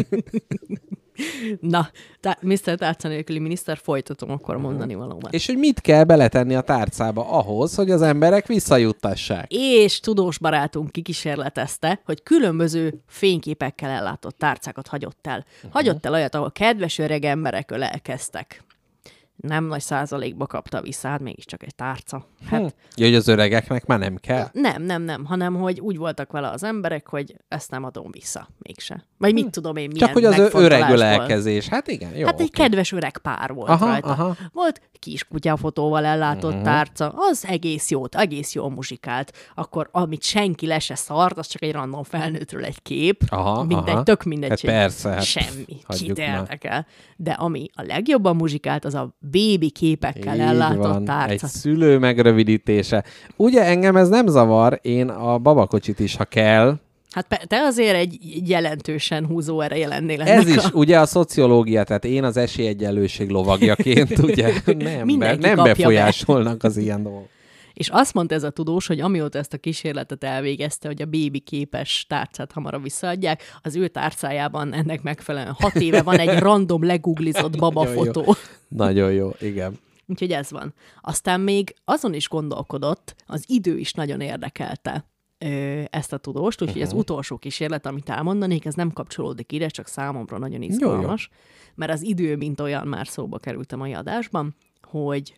Na, Mr. Tárca nélküli miniszter, folytatom akkor mondani valóban. És hogy mit kell beletenni a tárcába ahhoz, hogy az emberek visszajuttassák. És tudós barátunk kikísérletezte, hogy különböző fényképekkel ellátott tárcákat hagyott el. Hagyott el olyat, ahol kedves öreg emberek ölelkeztek. Nem nagy százalékba kapta vissza, hát mégiscsak egy tárca. Hát, hogy az öregeknek már nem kell? Nem, hanem hogy úgy voltak vele az emberek, hogy ezt nem adom vissza, mégse. Vagy mit tudom én, milyen csak hogy az öreg ölelkezés, hát igen, jó. Hát egy kedves öreg pár volt rajta. Aha. Volt kiskutyafotóval ellátott tárca, az egész jól muzsikált. Akkor amit senki le se szart, az csak egy random felnőttről egy kép. Tök mindegy. Hát persze. Semmi, kit érdekel. De ami a legjobban muzsikált, az a bébi képekkel ellátott tárca. Egy szülő megrövidítése. Ugye engem ez nem zavar, én a babakocsit is, ha kell. Hát te azért egy jelentősen húzó ereje lennél. Ez is ugye a szociológia, tehát én az esélyegyenlőség lovagjaként ugye nem befolyásolnak az ilyen dolgok. És azt mondta ez a tudós, hogy amióta ezt a kísérletet elvégezte, hogy a bébi képes tárcát hamarabb visszaadják, az ő tárcájában ennek megfelelően 6 éve van egy random legooglizott babafotó. Nagyon jó, igen. Úgyhogy ez van. Aztán még azon is gondolkodott, az idő is nagyon érdekelte ezt a tudóst, úgyhogy az utolsó kísérlet, amit elmondanék, ez nem kapcsolódik ide, csak számomra nagyon izgalmas, mert az idő, mint olyan, már szóba került a mai adásban, hogy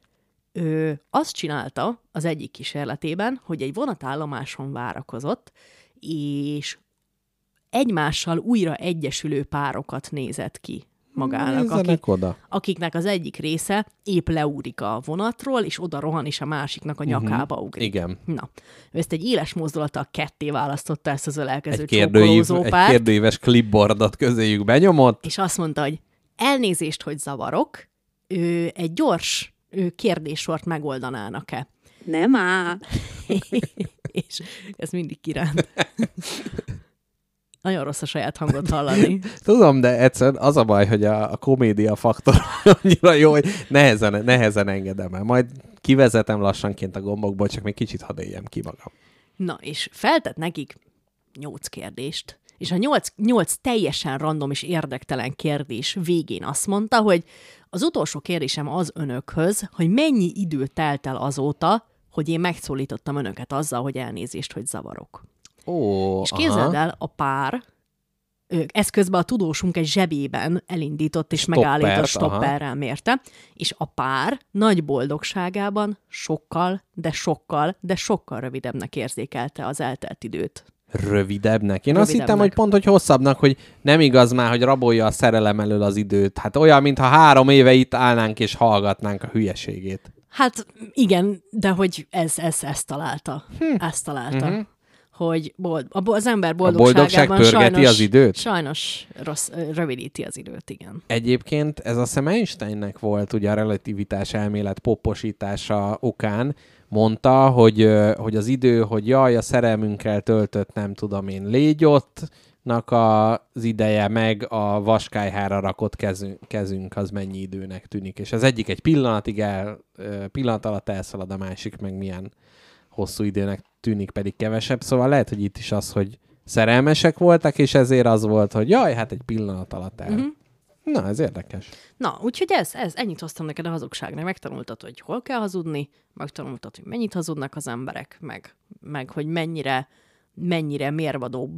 azt csinálta az egyik kísérletében, hogy egy vonatállomáson várakozott, és egymással újra egyesülő párokat nézett ki magának, akiknek az egyik része épp leúrik a vonatról, és oda rohan, és a másiknak a nyakába ugrik. Igen. Na, ő ezt egy éles mozdulattal ketté választotta ezt az ölelkező csókolózó párt. Egy kérdőíves clipboardot közéjük benyomott. És azt mondta, hogy elnézést, hogy zavarok, egy gyors kérdéssort megoldanának-e? Nem áll. És ez mindig kiránt. Nagyon rossz a saját hangot hallani. Tudom, de egyszerűen az a baj, hogy a komédia faktor annyira jó, hogy nehezen engedem el. Majd kivezetem lassanként a gombokból, csak még kicsit hadd éljem ki magam. Na, és feltett nekik 8 kérdést. És a 8 teljesen random és érdektelen kérdés végén azt mondta, hogy az utolsó kérdésem az önökhöz, hogy mennyi idő telt el azóta, hogy én megszólítottam önöket azzal, hogy elnézést, hogy zavarok. És képzeld el, a pár, ezt közben a tudósunk egy zsebében elindított és megállított stopperrel mérte, és a pár nagy boldogságában sokkal rövidebbnek érzékelte az eltelt időt. Rövidebbnek? Én azt hittem, hogy pont, hogy hosszabbnak, hogy nem igaz már, hogy rabolja a szerelem elől az időt. Hát olyan, mintha 3 éve itt állnánk és hallgatnánk a hülyeségét. Hát igen, de hogy ezt találta. Ezt találta. Hogy az ember boldogságában pörgeti az időt? Sajnos rövidíti az időt, igen. Egyébként ez a Einsteinnek volt ugye a relativitás elmélet poposítása okán, mondta, hogy az idő, hogy jaj, a szerelmünkkel töltött, nem tudom én, légyottnak az ideje, meg a vaskályhára rakott kezünk, az mennyi időnek tűnik. És az egyik egy pillanat alatt elszalad, a másik meg milyen hosszú időnek tűnik, pedig kevesebb. Szóval lehet, hogy itt is az, hogy szerelmesek voltak, és ezért az volt, hogy jaj, hát egy pillanat alatt el. Na, ez érdekes. Na, úgyhogy ennyit hoztam neked a hazugságnak. Megtanultad, hogy hol kell hazudni, megtanultad, hogy mennyit hazudnak az emberek, meg hogy mennyire mérvadóbb,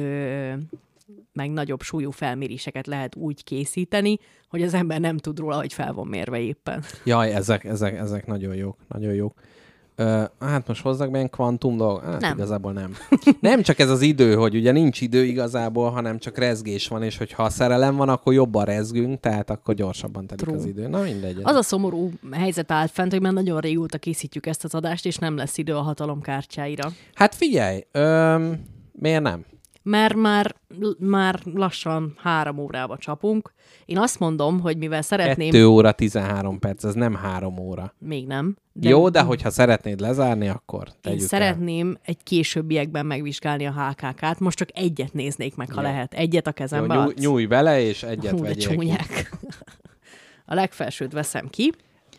meg nagyobb súlyú felméréseket lehet úgy készíteni, hogy az ember nem tud róla, hogy fel van mérve éppen. Jaj, ezek nagyon jók, nagyon jók. Hát most hozzak be ilyen kvantum dolg? Hát nem. Igazából nem. Nem csak ez az idő, hogy ugye nincs idő igazából, hanem csak rezgés van, és hogyha a szerelem van, akkor jobban rezgünk, tehát akkor gyorsabban telik az idő. Na mindegy. Az a szomorú helyzet állt fent, hogy már nagyon régóta készítjük ezt az adást, és nem lesz idő a hatalomkártyáira. Hát figyelj, miért nem? Mert már lassan 3 órába csapunk. Én azt mondom, hogy mivel szeretném... 2 óra 13 perc, ez nem 3 óra. Még nem. Jó, de hogyha szeretnéd lezárni, akkor tegyük Én szeretném egy későbbiekben megvizsgálni a HKK-t. Most csak egyet néznék meg, ha lehet. Egyet a kezembe adsz. Nyújj bele, és egyet vegyél ki. A legfelsőt veszem ki.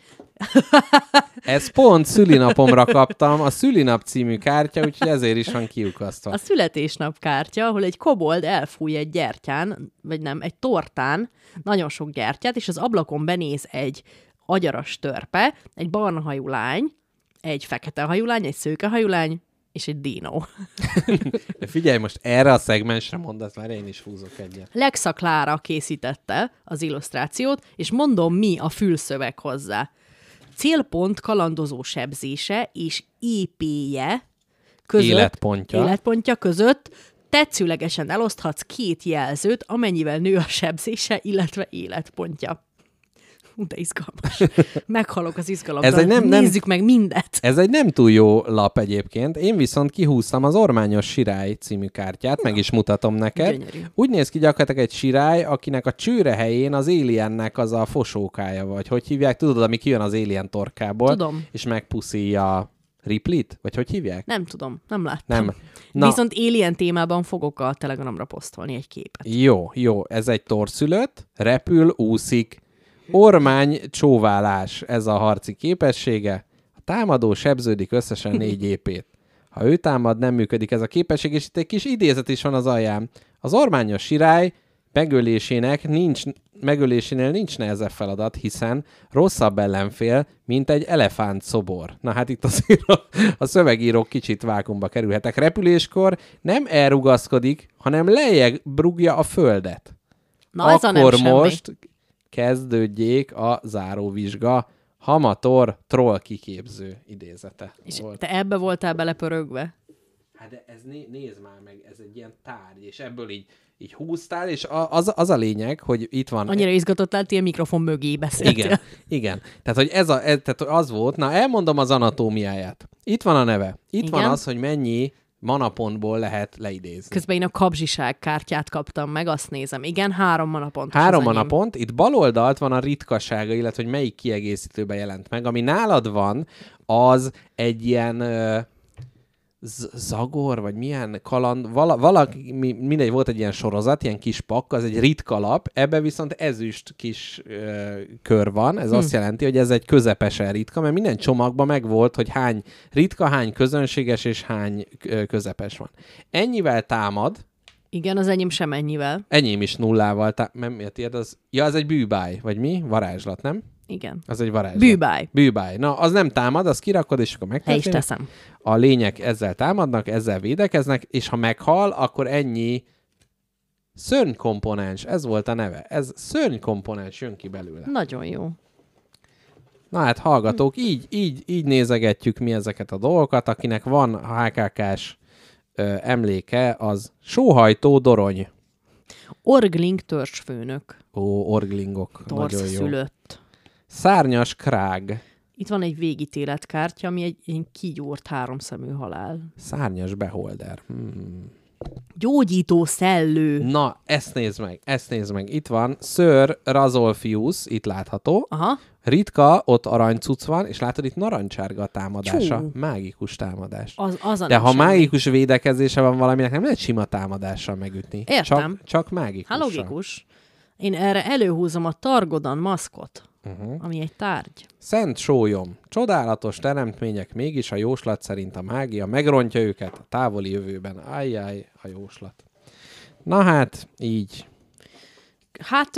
Ez pont szülinapomra kaptam, a szülinap című kártya, úgyhogy ezért is van kiukasztva. A születésnap kártya, ahol egy kobold elfúj egy gyertyán, vagy nem, egy tortán nagyon sok gyertyát, és az ablakon benéz egy agyaras törpe, egy barna hajú lány, egy fekete hajú lány, egy szőke hajú lány, és egy dino. De figyelj, most erre a szegmensre mondasz, már én is húzok egyet. Lexa Klára készítette az illusztrációt, és mondom, mi a fülszöveg hozzá. Célpont kalandozó sebzése és EP-je között, életpontja között tetszőlegesen eloszthatsz 2 jelzőt, amennyivel nő a sebzése, illetve életpontja. De izgalmas. Meghalok az izgalomtól. Nézzük meg mindet. Ez egy nem túl jó lap egyébként. Én viszont kihúztam az Ormányos Sirály című kártyát, meg is mutatom neked. Gyönyörű. Úgy néz ki gyakorlatilag egy sirály, akinek a csőre helyén az Aliennek az a fosókája, vagy hogy hívják? Tudod, ami kijön az Alien torkából, tudom. És megpuszilja Ripley-t? Vagy hogy hívják? Nem tudom, nem láttam. Nem. Na. Viszont Alien témában fogok a Telegramra posztolni egy képet. Jó. Ez egy torszülött, repül, úszik. Ormány csóválás, ez a harci képessége. A támadó sebződik összesen 4 EP-t. Ha ő támad, nem működik ez a képesség, és itt egy kis idézet is van az alján. Az ormányos sirály megölésénél nincs nehezebb feladat, hiszen rosszabb ellenfél, mint egy elefánt szobor. Na hát itt azért a szövegírók kicsit vákumba kerülhetek. Repüléskor nem elrugaszkodik, hanem lejjebb rúgja a földet. Na, ez akkor nem most semmi. kezdődjék a záróvizsga. Hamator troll kiképző idézete. És volt. te ebbe voltál belepörögve? Hát de ez nézd már meg, ez egy ilyen tárgy, és ebből így húztál, és az a lényeg, hogy itt van... Annyira izgatottál, ti a mikrofon mögé beszéltél. Igen. Tehát, hogy tehát az volt, na elmondom az anatómiáját. Itt van a neve. Itt Igen. van az, hogy mennyi manapontból lehet leidézni. Közben én a kapzsiság kártyát kaptam meg, azt nézem. Igen, 3 manapont. 3 manapont. Itt bal oldalt van a ritkasága, illetve hogy melyik kiegészítőben jelent meg. Ami nálad van, az egy ilyen... Zagor, vagy milyen kaland, valaki, mindegy, volt egy ilyen sorozat, ilyen kis pakk, az egy ritka lap, ebbe viszont ezüst kis kör van, ez azt jelenti, hogy ez egy közepesen ritka, mert minden csomagban megvolt, hogy hány ritka, hány közönséges, és hány közepes van. Ennyivel támad. Igen, az enyém sem ennyivel. Enyém is nullával miért ilyet az? Ja, az egy bűbáj, vagy mi? Varázslat, nem? Igen. Az egy varázslat. Bűbáj. Na, az nem támad, az kirakod, és akkor megtörténik. Is teszem. A lények ezzel támadnak, ezzel védekeznek, és ha meghal, akkor ennyi szörnykomponens, ez volt a neve. Ez szörnykomponens jön ki belőle. Nagyon jó. Na hát hallgatók, így nézegetjük mi ezeket a dolgokat, akinek van HKK-s emléke, az sóhajtó dorony. Orgling törzsfőnök. Ó, orglingok. Nagyon jó. Szülött. Szárnyas krág. Itt van egy végítéletkártya, ami egy ilyen kigyúrt 3-szemű halál. Szárnyas beholder. Gyógyító szellő. Na, ezt nézd meg. Itt van Sir Razolfius, itt látható. Aha. Ritka, ott aranycuc van, és látod, itt narancsárga a támadása. Csú. Mágikus támadás. De ha mágikus védekezése van valaminek, nem lehet sima támadással megütni. Értem. Csak mágikussal. Hát logikus. Én erre előhúzom a Targodan maszkot, ami egy tárgy. Szent sólyom. Csodálatos teremtmények, mégis a jóslat szerint a mágia megrontja őket a távoli jövőben. Ajjaj, a jóslat. Na hát, így. Hát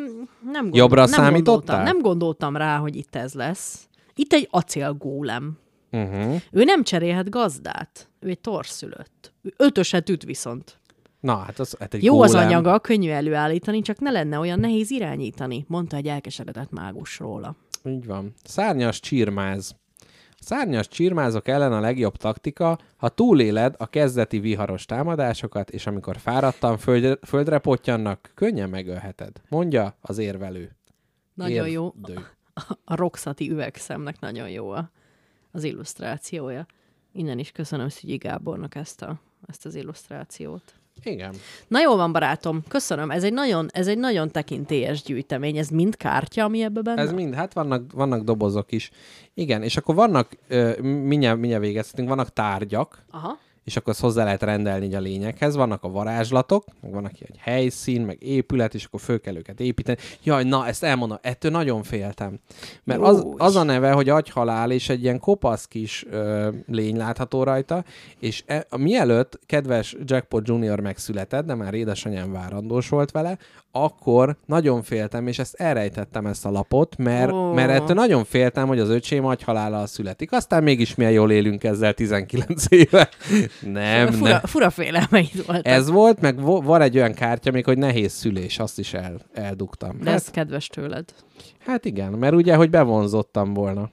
Jobbra számítottál? Nem gondoltam rá, hogy itt ez lesz. Itt egy acélgólem. Ő nem cserélhet gazdát. Ő egy torszülött. 5-öset üt viszont. Na, hát egy jó gólem. Az anyaga, könnyű előállítani, csak ne lenne olyan nehéz irányítani, mondta egy elkeseredett mágus róla. Így van. Szárnyas csirmáz. A szárnyas csirmázok ellen a legjobb taktika, ha túléled a kezdeti viharos támadásokat, és amikor fáradtan földre pottyannak, könnyen megölheted. Mondja az érvelő. Nagyon jó. A Roxati üvegszemnek nagyon jó az illusztrációja. Innen is köszönöm Szügyi Gábornak ezt az illusztrációt. Igen. Na jól van, barátom, köszönöm. Ez egy nagyon tekintélyes gyűjtemény. Ez mind kártya, ami ebben benne? Ez mind, hát vannak dobozok is. Igen, és akkor vannak, mindjárt végeztünk, vannak tárgyak, aha, és akkor azt hozzá lehet rendelni így a lényekhez. Vannak a varázslatok, meg vannak egy helyszín, meg épület, és akkor föl kell őket építeni. Jaj, na, ezt elmondom, ettől nagyon féltem. Mert az a neve, hogy agyhalál, és egy ilyen kopasz kis lény látható rajta, és mielőtt kedves Jackpot Junior megszületett, de már édesanyám várandós volt vele, akkor nagyon féltem, és elrejtettem ezt a lapot, mert ettől nagyon féltem, hogy az öcsém agyhalállal születik. Aztán mégis milyen jól élünk ezzel 19 éve. Nem. Fura félelmeid voltak. Ez volt, meg van egy olyan kártya még, hogy nehéz szülés, azt is eldugtam. De ez kedves tőled. Hát igen, mert ugye, hogy bevonzottam volna.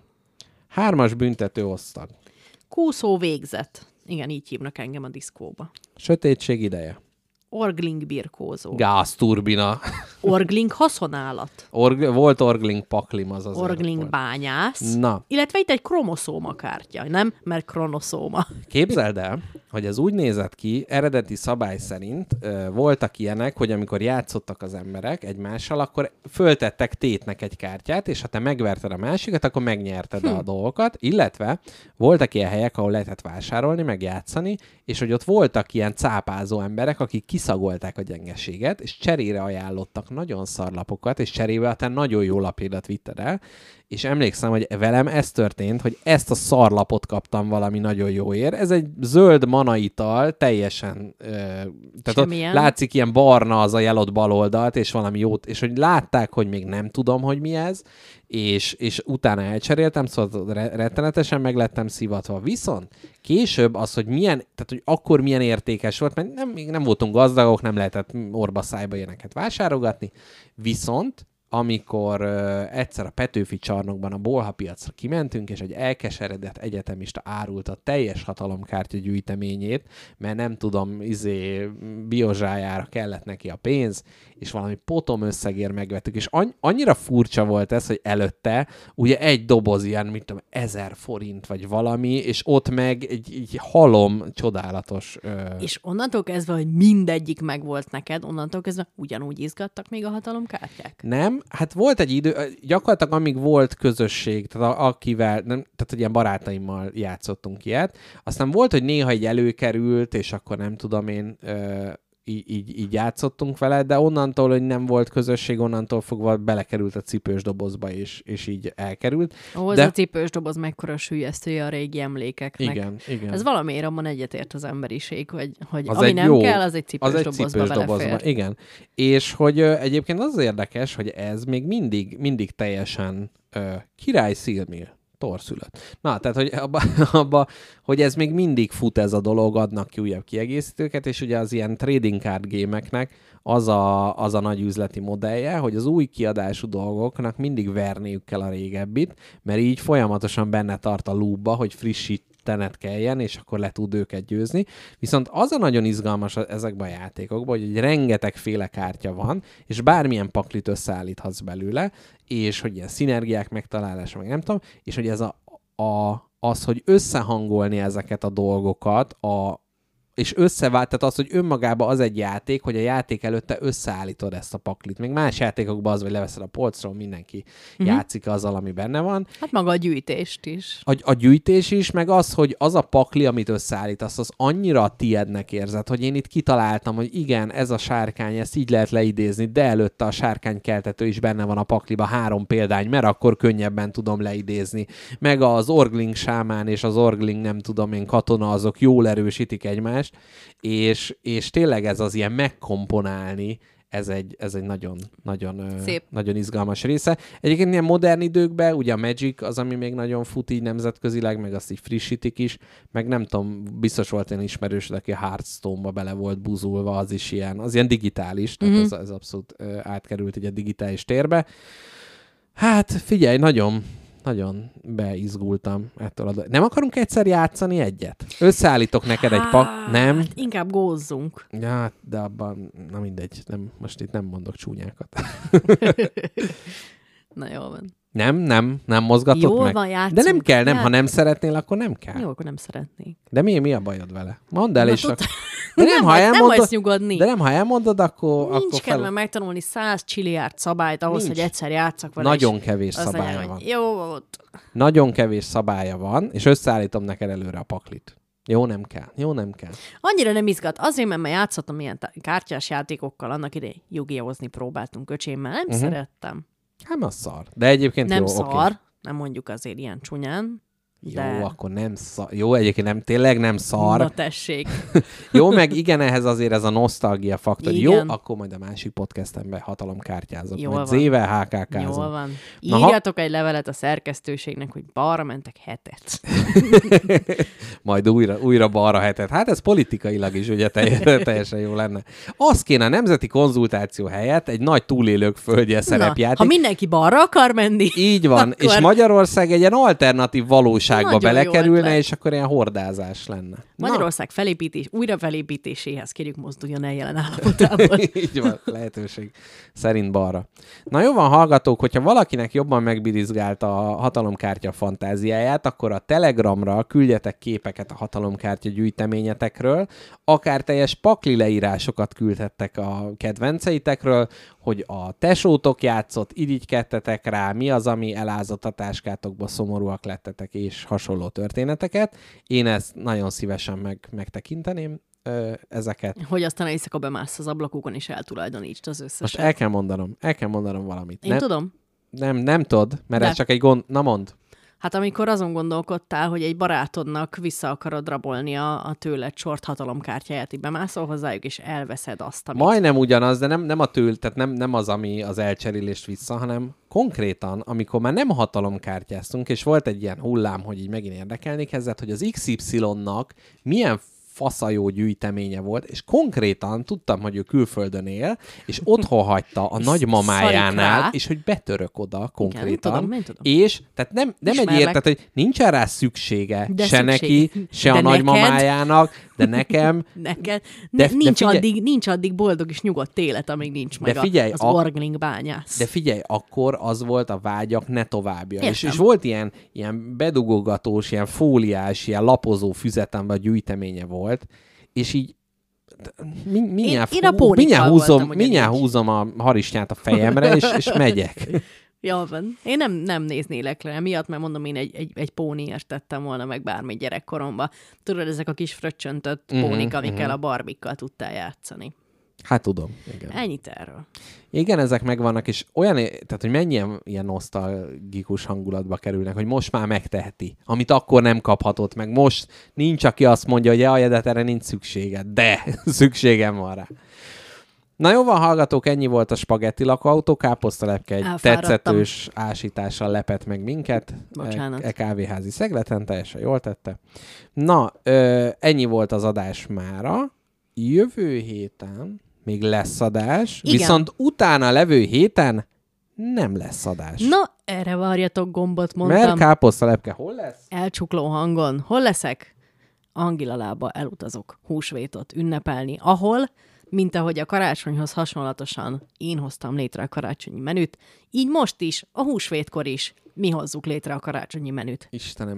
3 büntető osztag. Kúszó végzet. Igen, így hívnak engem a diszkóba. Sötétség ideje. Orgling birkózó. Gázturbina. Orgling haszonállat. Volt Orgling paklim, az Orgling volt. Bányász. Na. Illetve itt egy kromoszóma kártya, nem? Mert kronoszóma. Képzeld el, hogy ez úgy nézett ki, eredeti szabály szerint voltak ilyenek, hogy amikor játszottak az emberek egymással, akkor föltettek tétnek egy kártyát, és ha te megverted a másikat, akkor megnyerted a dolgokat, illetve voltak ilyen helyek, ahol lehetett vásárolni, meg játszani, és hogy ott voltak ilyen cápázó emberek, akik kiszagolták a gyengeséget, és cserére ajánlottak nagyon szarlapokat, és cserébe te nagyon jó lapjaidat vitted el, és emlékszem, hogy velem ez történt, hogy ezt a szarlapot kaptam valami nagyon jóért. Ez egy zöld manaital teljesen, tehát ott látszik ilyen barna az a jelott bal oldalt, és valami jót, és hogy látták, hogy még nem tudom, hogy mi ez, és utána elcseréltem, szóval rettenetesen meg lettem szivatva. Viszont később az, hogy milyen, tehát hogy akkor milyen értékes volt, mert még nem voltunk gazdagok, nem lehetett orba szájba ilyeneket vásárolgatni, viszont amikor egyszer a Petőfi csarnokban a Bolha piacra kimentünk, és egy elkeseredett egyetemista árult a teljes hatalomkártya gyűjteményét, mert nem tudom, biozsájára kellett neki a pénz, és valami potom összegért megvettük, és annyira furcsa volt ez, hogy előtte ugye egy doboz ilyen, mit tudom, 1000 forint vagy valami, és ott meg egy halom csodálatos... És onnantól kezdve, hogy mindegyik megvolt neked, onnantól kezdve ugyanúgy izgattak még a hatalomkártyák? Nem, hát volt egy idő, gyakorlatilag amíg volt közösség, tehát akivel, tehát hogy ilyen barátaimmal játszottunk ilyet, aztán volt, hogy néha egy előkerült, és akkor nem tudom én... Így játszottunk vele, de onnantól, hogy nem volt közösség, onnantól fogva belekerült a cipős dobozba, és így elkerült. Ez a cipős doboz mekkora süllyesztője a régi emlékeknek. Igen. Ez valamiért abban egyetért az emberiség, hogy az ami nem kell, az egy cipős dobozba belefér. Igen. És hogy egyébként az érdekes, hogy ez még mindig teljesen király szilmil. Torszülött. Na, tehát, hogy abba, hogy ez még mindig fut ez a dolog, adnak ki újabb kiegészítőket, és ugye az ilyen trading card gémeknek az a nagy üzleti modellje, hogy az új kiadású dolgoknak mindig verniük kell a régebbit, mert így folyamatosan benne tart a loopba, hogy frissítened kelljen, és akkor le tud őket győzni. Viszont az a nagyon izgalmas ezekben a játékokban, hogy rengetegféle kártya van, és bármilyen paklit összeállíthatsz belőle, és hogy ilyen szinergiák megtalálása, meg nem tudom, és hogy ez az, hogy összehangolni ezeket a dolgokat, és összevált, tehát az, hogy önmagában az egy játék, hogy a játék előtte összeállítod ezt a paklit. Még más játékokban az, hogy leveszed a polcról, mindenki játszik azzal, ami benne van. Hát maga a gyűjtést is. A gyűjtés is, meg az, hogy az a pakli, amit összeállítasz, az annyira a tiednek érzed, hogy én itt kitaláltam, hogy igen, ez a sárkány, ezt így lehet leidézni, de előtte a sárkánykeltető is benne van a pakliba, 3 példány, mert akkor könnyebben tudom leidézni. Meg az orgling sámán és az orgling, nem tudom én, katona, azok jól erősítik egymást, és tényleg ez az ilyen megkomponálni, ez egy nagyon izgalmas része. Egyébként ilyen modern időkben, ugye a Magic az, ami még nagyon fut így nemzetközileg, meg azt így frissítik is, meg nem tudom, biztos volt ilyen ismerősöd, aki a Hearthstone-ba bele volt buzulva, az is ilyen, az ilyen digitális, tehát ez abszolút átkerült így a digitális térbe. Hát figyelj, nagyon beizgultam ettől. Nem akarunk egyszer játszani egyet? Összeállítok neked egy nem? Inkább gózzunk. Ja, de abban, na mindegy, most itt nem mondok csúnyákat. Na jól van. Nem mozgatod jól meg? Van, játszunk. De nem kell, ha nem szeretnél, akkor nem kell. Jó, akkor nem szeretnék. De mi a bajod vele? Mondd el, és nem hagysz nyugodni. De nem, ha elmondod, akkor... Nincs kedve megtanulni 100 csiliárd szabályt ahhoz, hogy egyszer játszak vele. Nagyon kevés szabálya van. Jó volt. Nagyon kevés szabálya van, és összeállítom neked előre a paklit. Jó, nem kell. Annyira nem izgat. Azért, mert már játszottam ilyen kártyás játékokkal, annak idején Yu-Gi-Oh-zni próbáltunk öcsémmel. Nem szerettem. Hát az szar. De egyébként nem jó, szar, okay. Nem mondjuk azért ilyen csúnyán. Jó, akkor nem szar. Jó, egyébként tényleg nem szar. Na tessék. Jó, meg igen, ehhez azért ez a nosztalgia faktor. Igen. Jó, akkor majd a másik podcastemben hatalomkártyázok. Jól majd van. Z-vel HKK-zom. Jól van. Írjatok egy levelet a szerkesztőségnek, hogy balra mentek 7-et. Majd újra balra 7-et. Hát ez politikailag is ugye teljesen jó lenne. Az kéne a nemzeti konzultáció helyett egy nagy túlélők földje szerepjáték. Ha mindenki balra akar menni. Így van, akkor... és Magyarország egy ilyen alternatív valóságba belekerülne, és akkor ilyen hordázás lenne. Magyarország újrafelépítéséhez kérjük, mozduljon el jelen állapotából. Így van, lehetőség szerint balra. Na jó van, hallgatók, hogyha valakinek jobban megbirizgált a hatalomkártya fantáziáját, akkor a Telegramra küldjetek képeket a hatalomkártya gyűjteményetekről, akár teljes pakli leírásokat küldhettek a kedvenceitekről, hogy a tesótok játszott, irigykedtetek rá, mi az, ami elázott a táskátokba, szomorúak lettetek, és hasonló történeteket. Én ezt nagyon szívesen megtekinteném, ezeket. Hogy aztán éjszaka bemász az ablakukon, és eltulajdonítsd az összeset. Most el kell mondanom valamit. Én tudom. Nem tudod, mert ez csak egy gond... Na mondd. Hát amikor azon gondolkodtál, hogy egy barátodnak vissza akarod rabolni a tőled sort hatalomkártyáját, így bemászol hozzájuk, és elveszed azt, amit... Majdnem ugyanaz, de nem a tehát nem az, ami az elcserélést vissza, hanem konkrétan, amikor már nem hatalomkártyáztunk, és volt egy ilyen hullám, hogy így megint érdekelni kezdett, hogy az XY-nak milyen faszajó gyűjteménye volt, és konkrétan tudtam, hogy ő külföldön él, és otthon hagyta a nagymamájánál, és hogy betörök oda konkrétan. Igen, tudom. És tehát nem tehát, hogy nincsen rá szüksége se neki, se a nagymamájának, de nekem. Neked. Nincs addig boldog és nyugodt élet, amíg nincs meg az Orgling bányász. De figyelj, akkor az volt a vágyak ne továbbja. És volt ilyen bedugogatós, ilyen fóliás, ilyen lapozó füzetemben a gyűjteménye volt, és így mindjárt húzom a harisnyát a fejemre, és megyek. Jó van. Én nem néznélek le emiatt, mert mondom, én egy póniért tettem volna meg bármi gyerekkoromban. Tudod, ezek a kis fröccsöntött pónik, amikkel a barbikkal tudtál játszani. Hát tudom, igen. Ennyit erről. Igen, ezek megvannak, és tehát, hogy mennyi ilyen nosztalgikus hangulatba kerülnek, hogy most már megteheti, amit akkor nem kaphatott meg. Most nincs, aki azt mondja, hogy jaj, de erre nincs szükséged. De szükségem van rá. Na jó van, hallgatók, ennyi volt a spagetti lakóautó. Káposztalepke egy tetszetős ásítással lepett meg minket. Bocsánat. Kávéházi szegleten, teljesen jól tette. Na, ennyi volt az adás mára. Jövő héten még lesz adás, igen. Viszont utána levő héten nem lesz adás. Na, erre várjatok gombot, mondtam. Mert káposztalepke hol lesz? Elcsukló hangon. Hol leszek? Angilalába elutazok húsvétot ünnepelni, ahol, mint ahogy a karácsonyhoz hasonlatosan én hoztam létre a karácsonyi menüt, így most is, a húsvétkor is mi hozzuk létre a karácsonyi menüt. Istenem,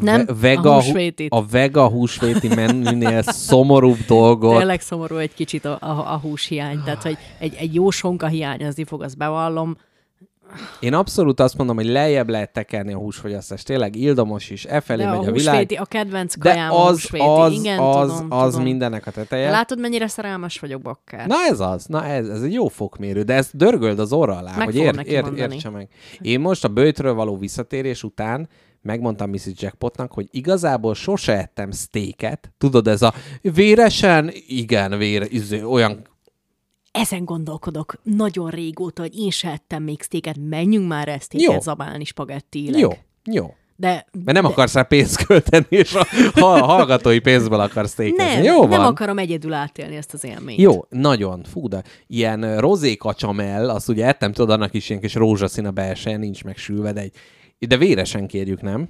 a vega húsvéti menünél szomorúbb dolgot. Tényleg szomorú egy kicsit a húshiány, tehát hogy egy jó sonka hiányozni fog, azt bevallom. Én abszolút azt mondom, hogy lejjebb lehet tekerni a húsfogyasztást. Tényleg ildomos is, efelé megy a világ. A kedvenc kajám a húsvéti. Igen, tudom. mindennek a teteje. De látod, mennyire szerelmes vagyok, bakker? Na ez egy jó fokmérő, de ezt dörgöld az orra alá, hogy értse meg. Én most a bőjtről való visszatérés után megmondtam Mrs. Jackpotnak, hogy igazából sose ettem steaket. Tudod, ez a véresen, igen, olyan... Ezen gondolkodok nagyon régóta, hogy én se ettem még steaket, menjünk már ezt steaket zabálni spagettileg. Jó. Mert nem akarsz rá pénzt költeni, és a hallgatói pénzből akarsz steakezni. Nem akarom egyedül átélni ezt az élményt. Jó, nagyon. Fú, de ilyen rozé kacsamell, azt ugye ettem, tudod, annak is ilyen kis rózsaszín a belseje, nincs megsülve, de véresen kérjük, nem?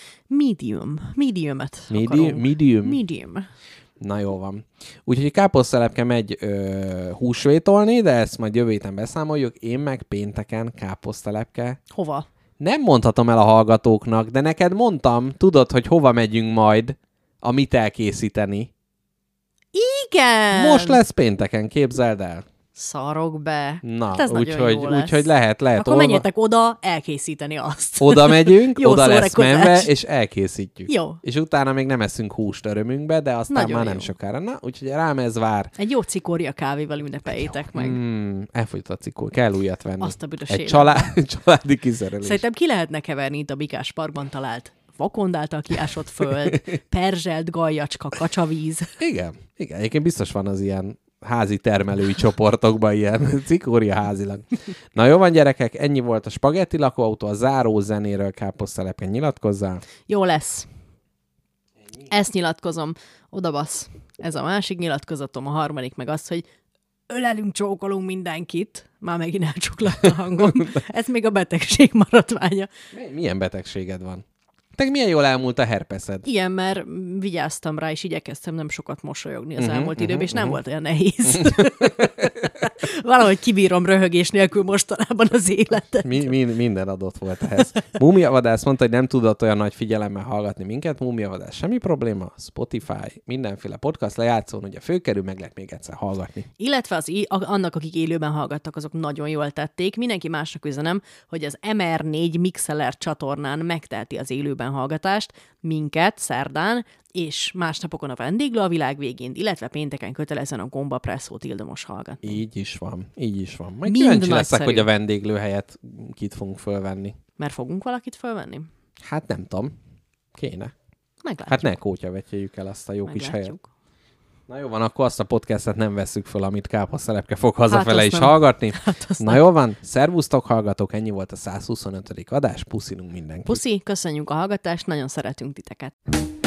Medium-et Medium. Na jó van. Úgyhogy káposztelepke megy húsvétolni, de ezt majd jövő héten beszámoljuk. Én meg pénteken káposztelepke. Hova? Nem mondhatom el a hallgatóknak, de neked mondtam, tudod, hogy hova megyünk majd, amit elkészíteni. Igen! Most lesz pénteken, képzeld el. Szarok be. Na, úgyhogy lehet. Akkor menjetek oda elkészíteni azt. Oda megyünk, oda lesz menve, és elkészítjük. Jó. És utána még nem eszünk húst örömünkbe, de aztán nagyon már nem sokára. Na, úgyhogy rám ez vár. Egy jó cikória kávéval ünnepeljétek meg. Elfogyott a cikór, kell újat venni. Azt a büdös egy családi kiszerelés. Szerintem ki lehetne keverni itt a Bikás Parkban talált vakond által kiásott föld, perzselt gajjacska, kacsavíz. Igen. Egyébként biztos van az ilyen házi termelői csoportokban ilyen cikória házilag. Na jó van, gyerekek, ennyi volt a spagetti lakóautó, a záró zenéről káposztelepke, nyilatkozzál. Jó lesz. Ezt nyilatkozom. Odabasz. Ez a másik nyilatkozatom, a harmadik meg az, hogy ölelünk, csókolunk mindenkit. Már megint elcsuklott a hangom. Ez még a betegség maradványa. Milyen betegséged van? Te milyen jól elmúlt a herpeszed. Igen, mert vigyáztam rá, és igyekeztem nem sokat mosolyogni az elmúlt időben, és nem volt olyan nehéz. Valahogy kibírom röhögés nélkül mostanában az életet. Minden adott volt ehhez. Múmiavadász mondta, hogy nem tudott olyan nagy figyelemmel hallgatni minket. Múmiavadász, semmi probléma. Spotify, mindenféle podcast lejátszón, ugye fölkerül, meg lehet még egyszer hallgatni. Illetve annak, akik élőben hallgattak, azok nagyon jól tették. Mindenki másnak üzenem, hogy az MR4 Mixlr csatornán megteheti az élőben hallgatást, minket szerdán, és másnapokon a vendéglő a világ végén, illetve pénteken kötelezően a Gomba Presszót ildomos hallgatni. Így is van. Majd kíváncsi leszek, hogy a vendéglő helyett kit fogunk fölvenni. Mert fogunk valakit fölvenni? Hát nem tudom. Kéne. Meglátjuk. Hát ne kótyavetjéljük el azt a jó kis helyet. Na jó van, akkor azt a podcastet nem vesszük föl, amit káposztelepke fog hazafele is hallgatni. Na jó van, szervusztok hallgatók, ennyi volt a 125. adás, puszilunk mindenkit. Puszi, köszönjük a hallgatást, nagyon szeretünk titeket.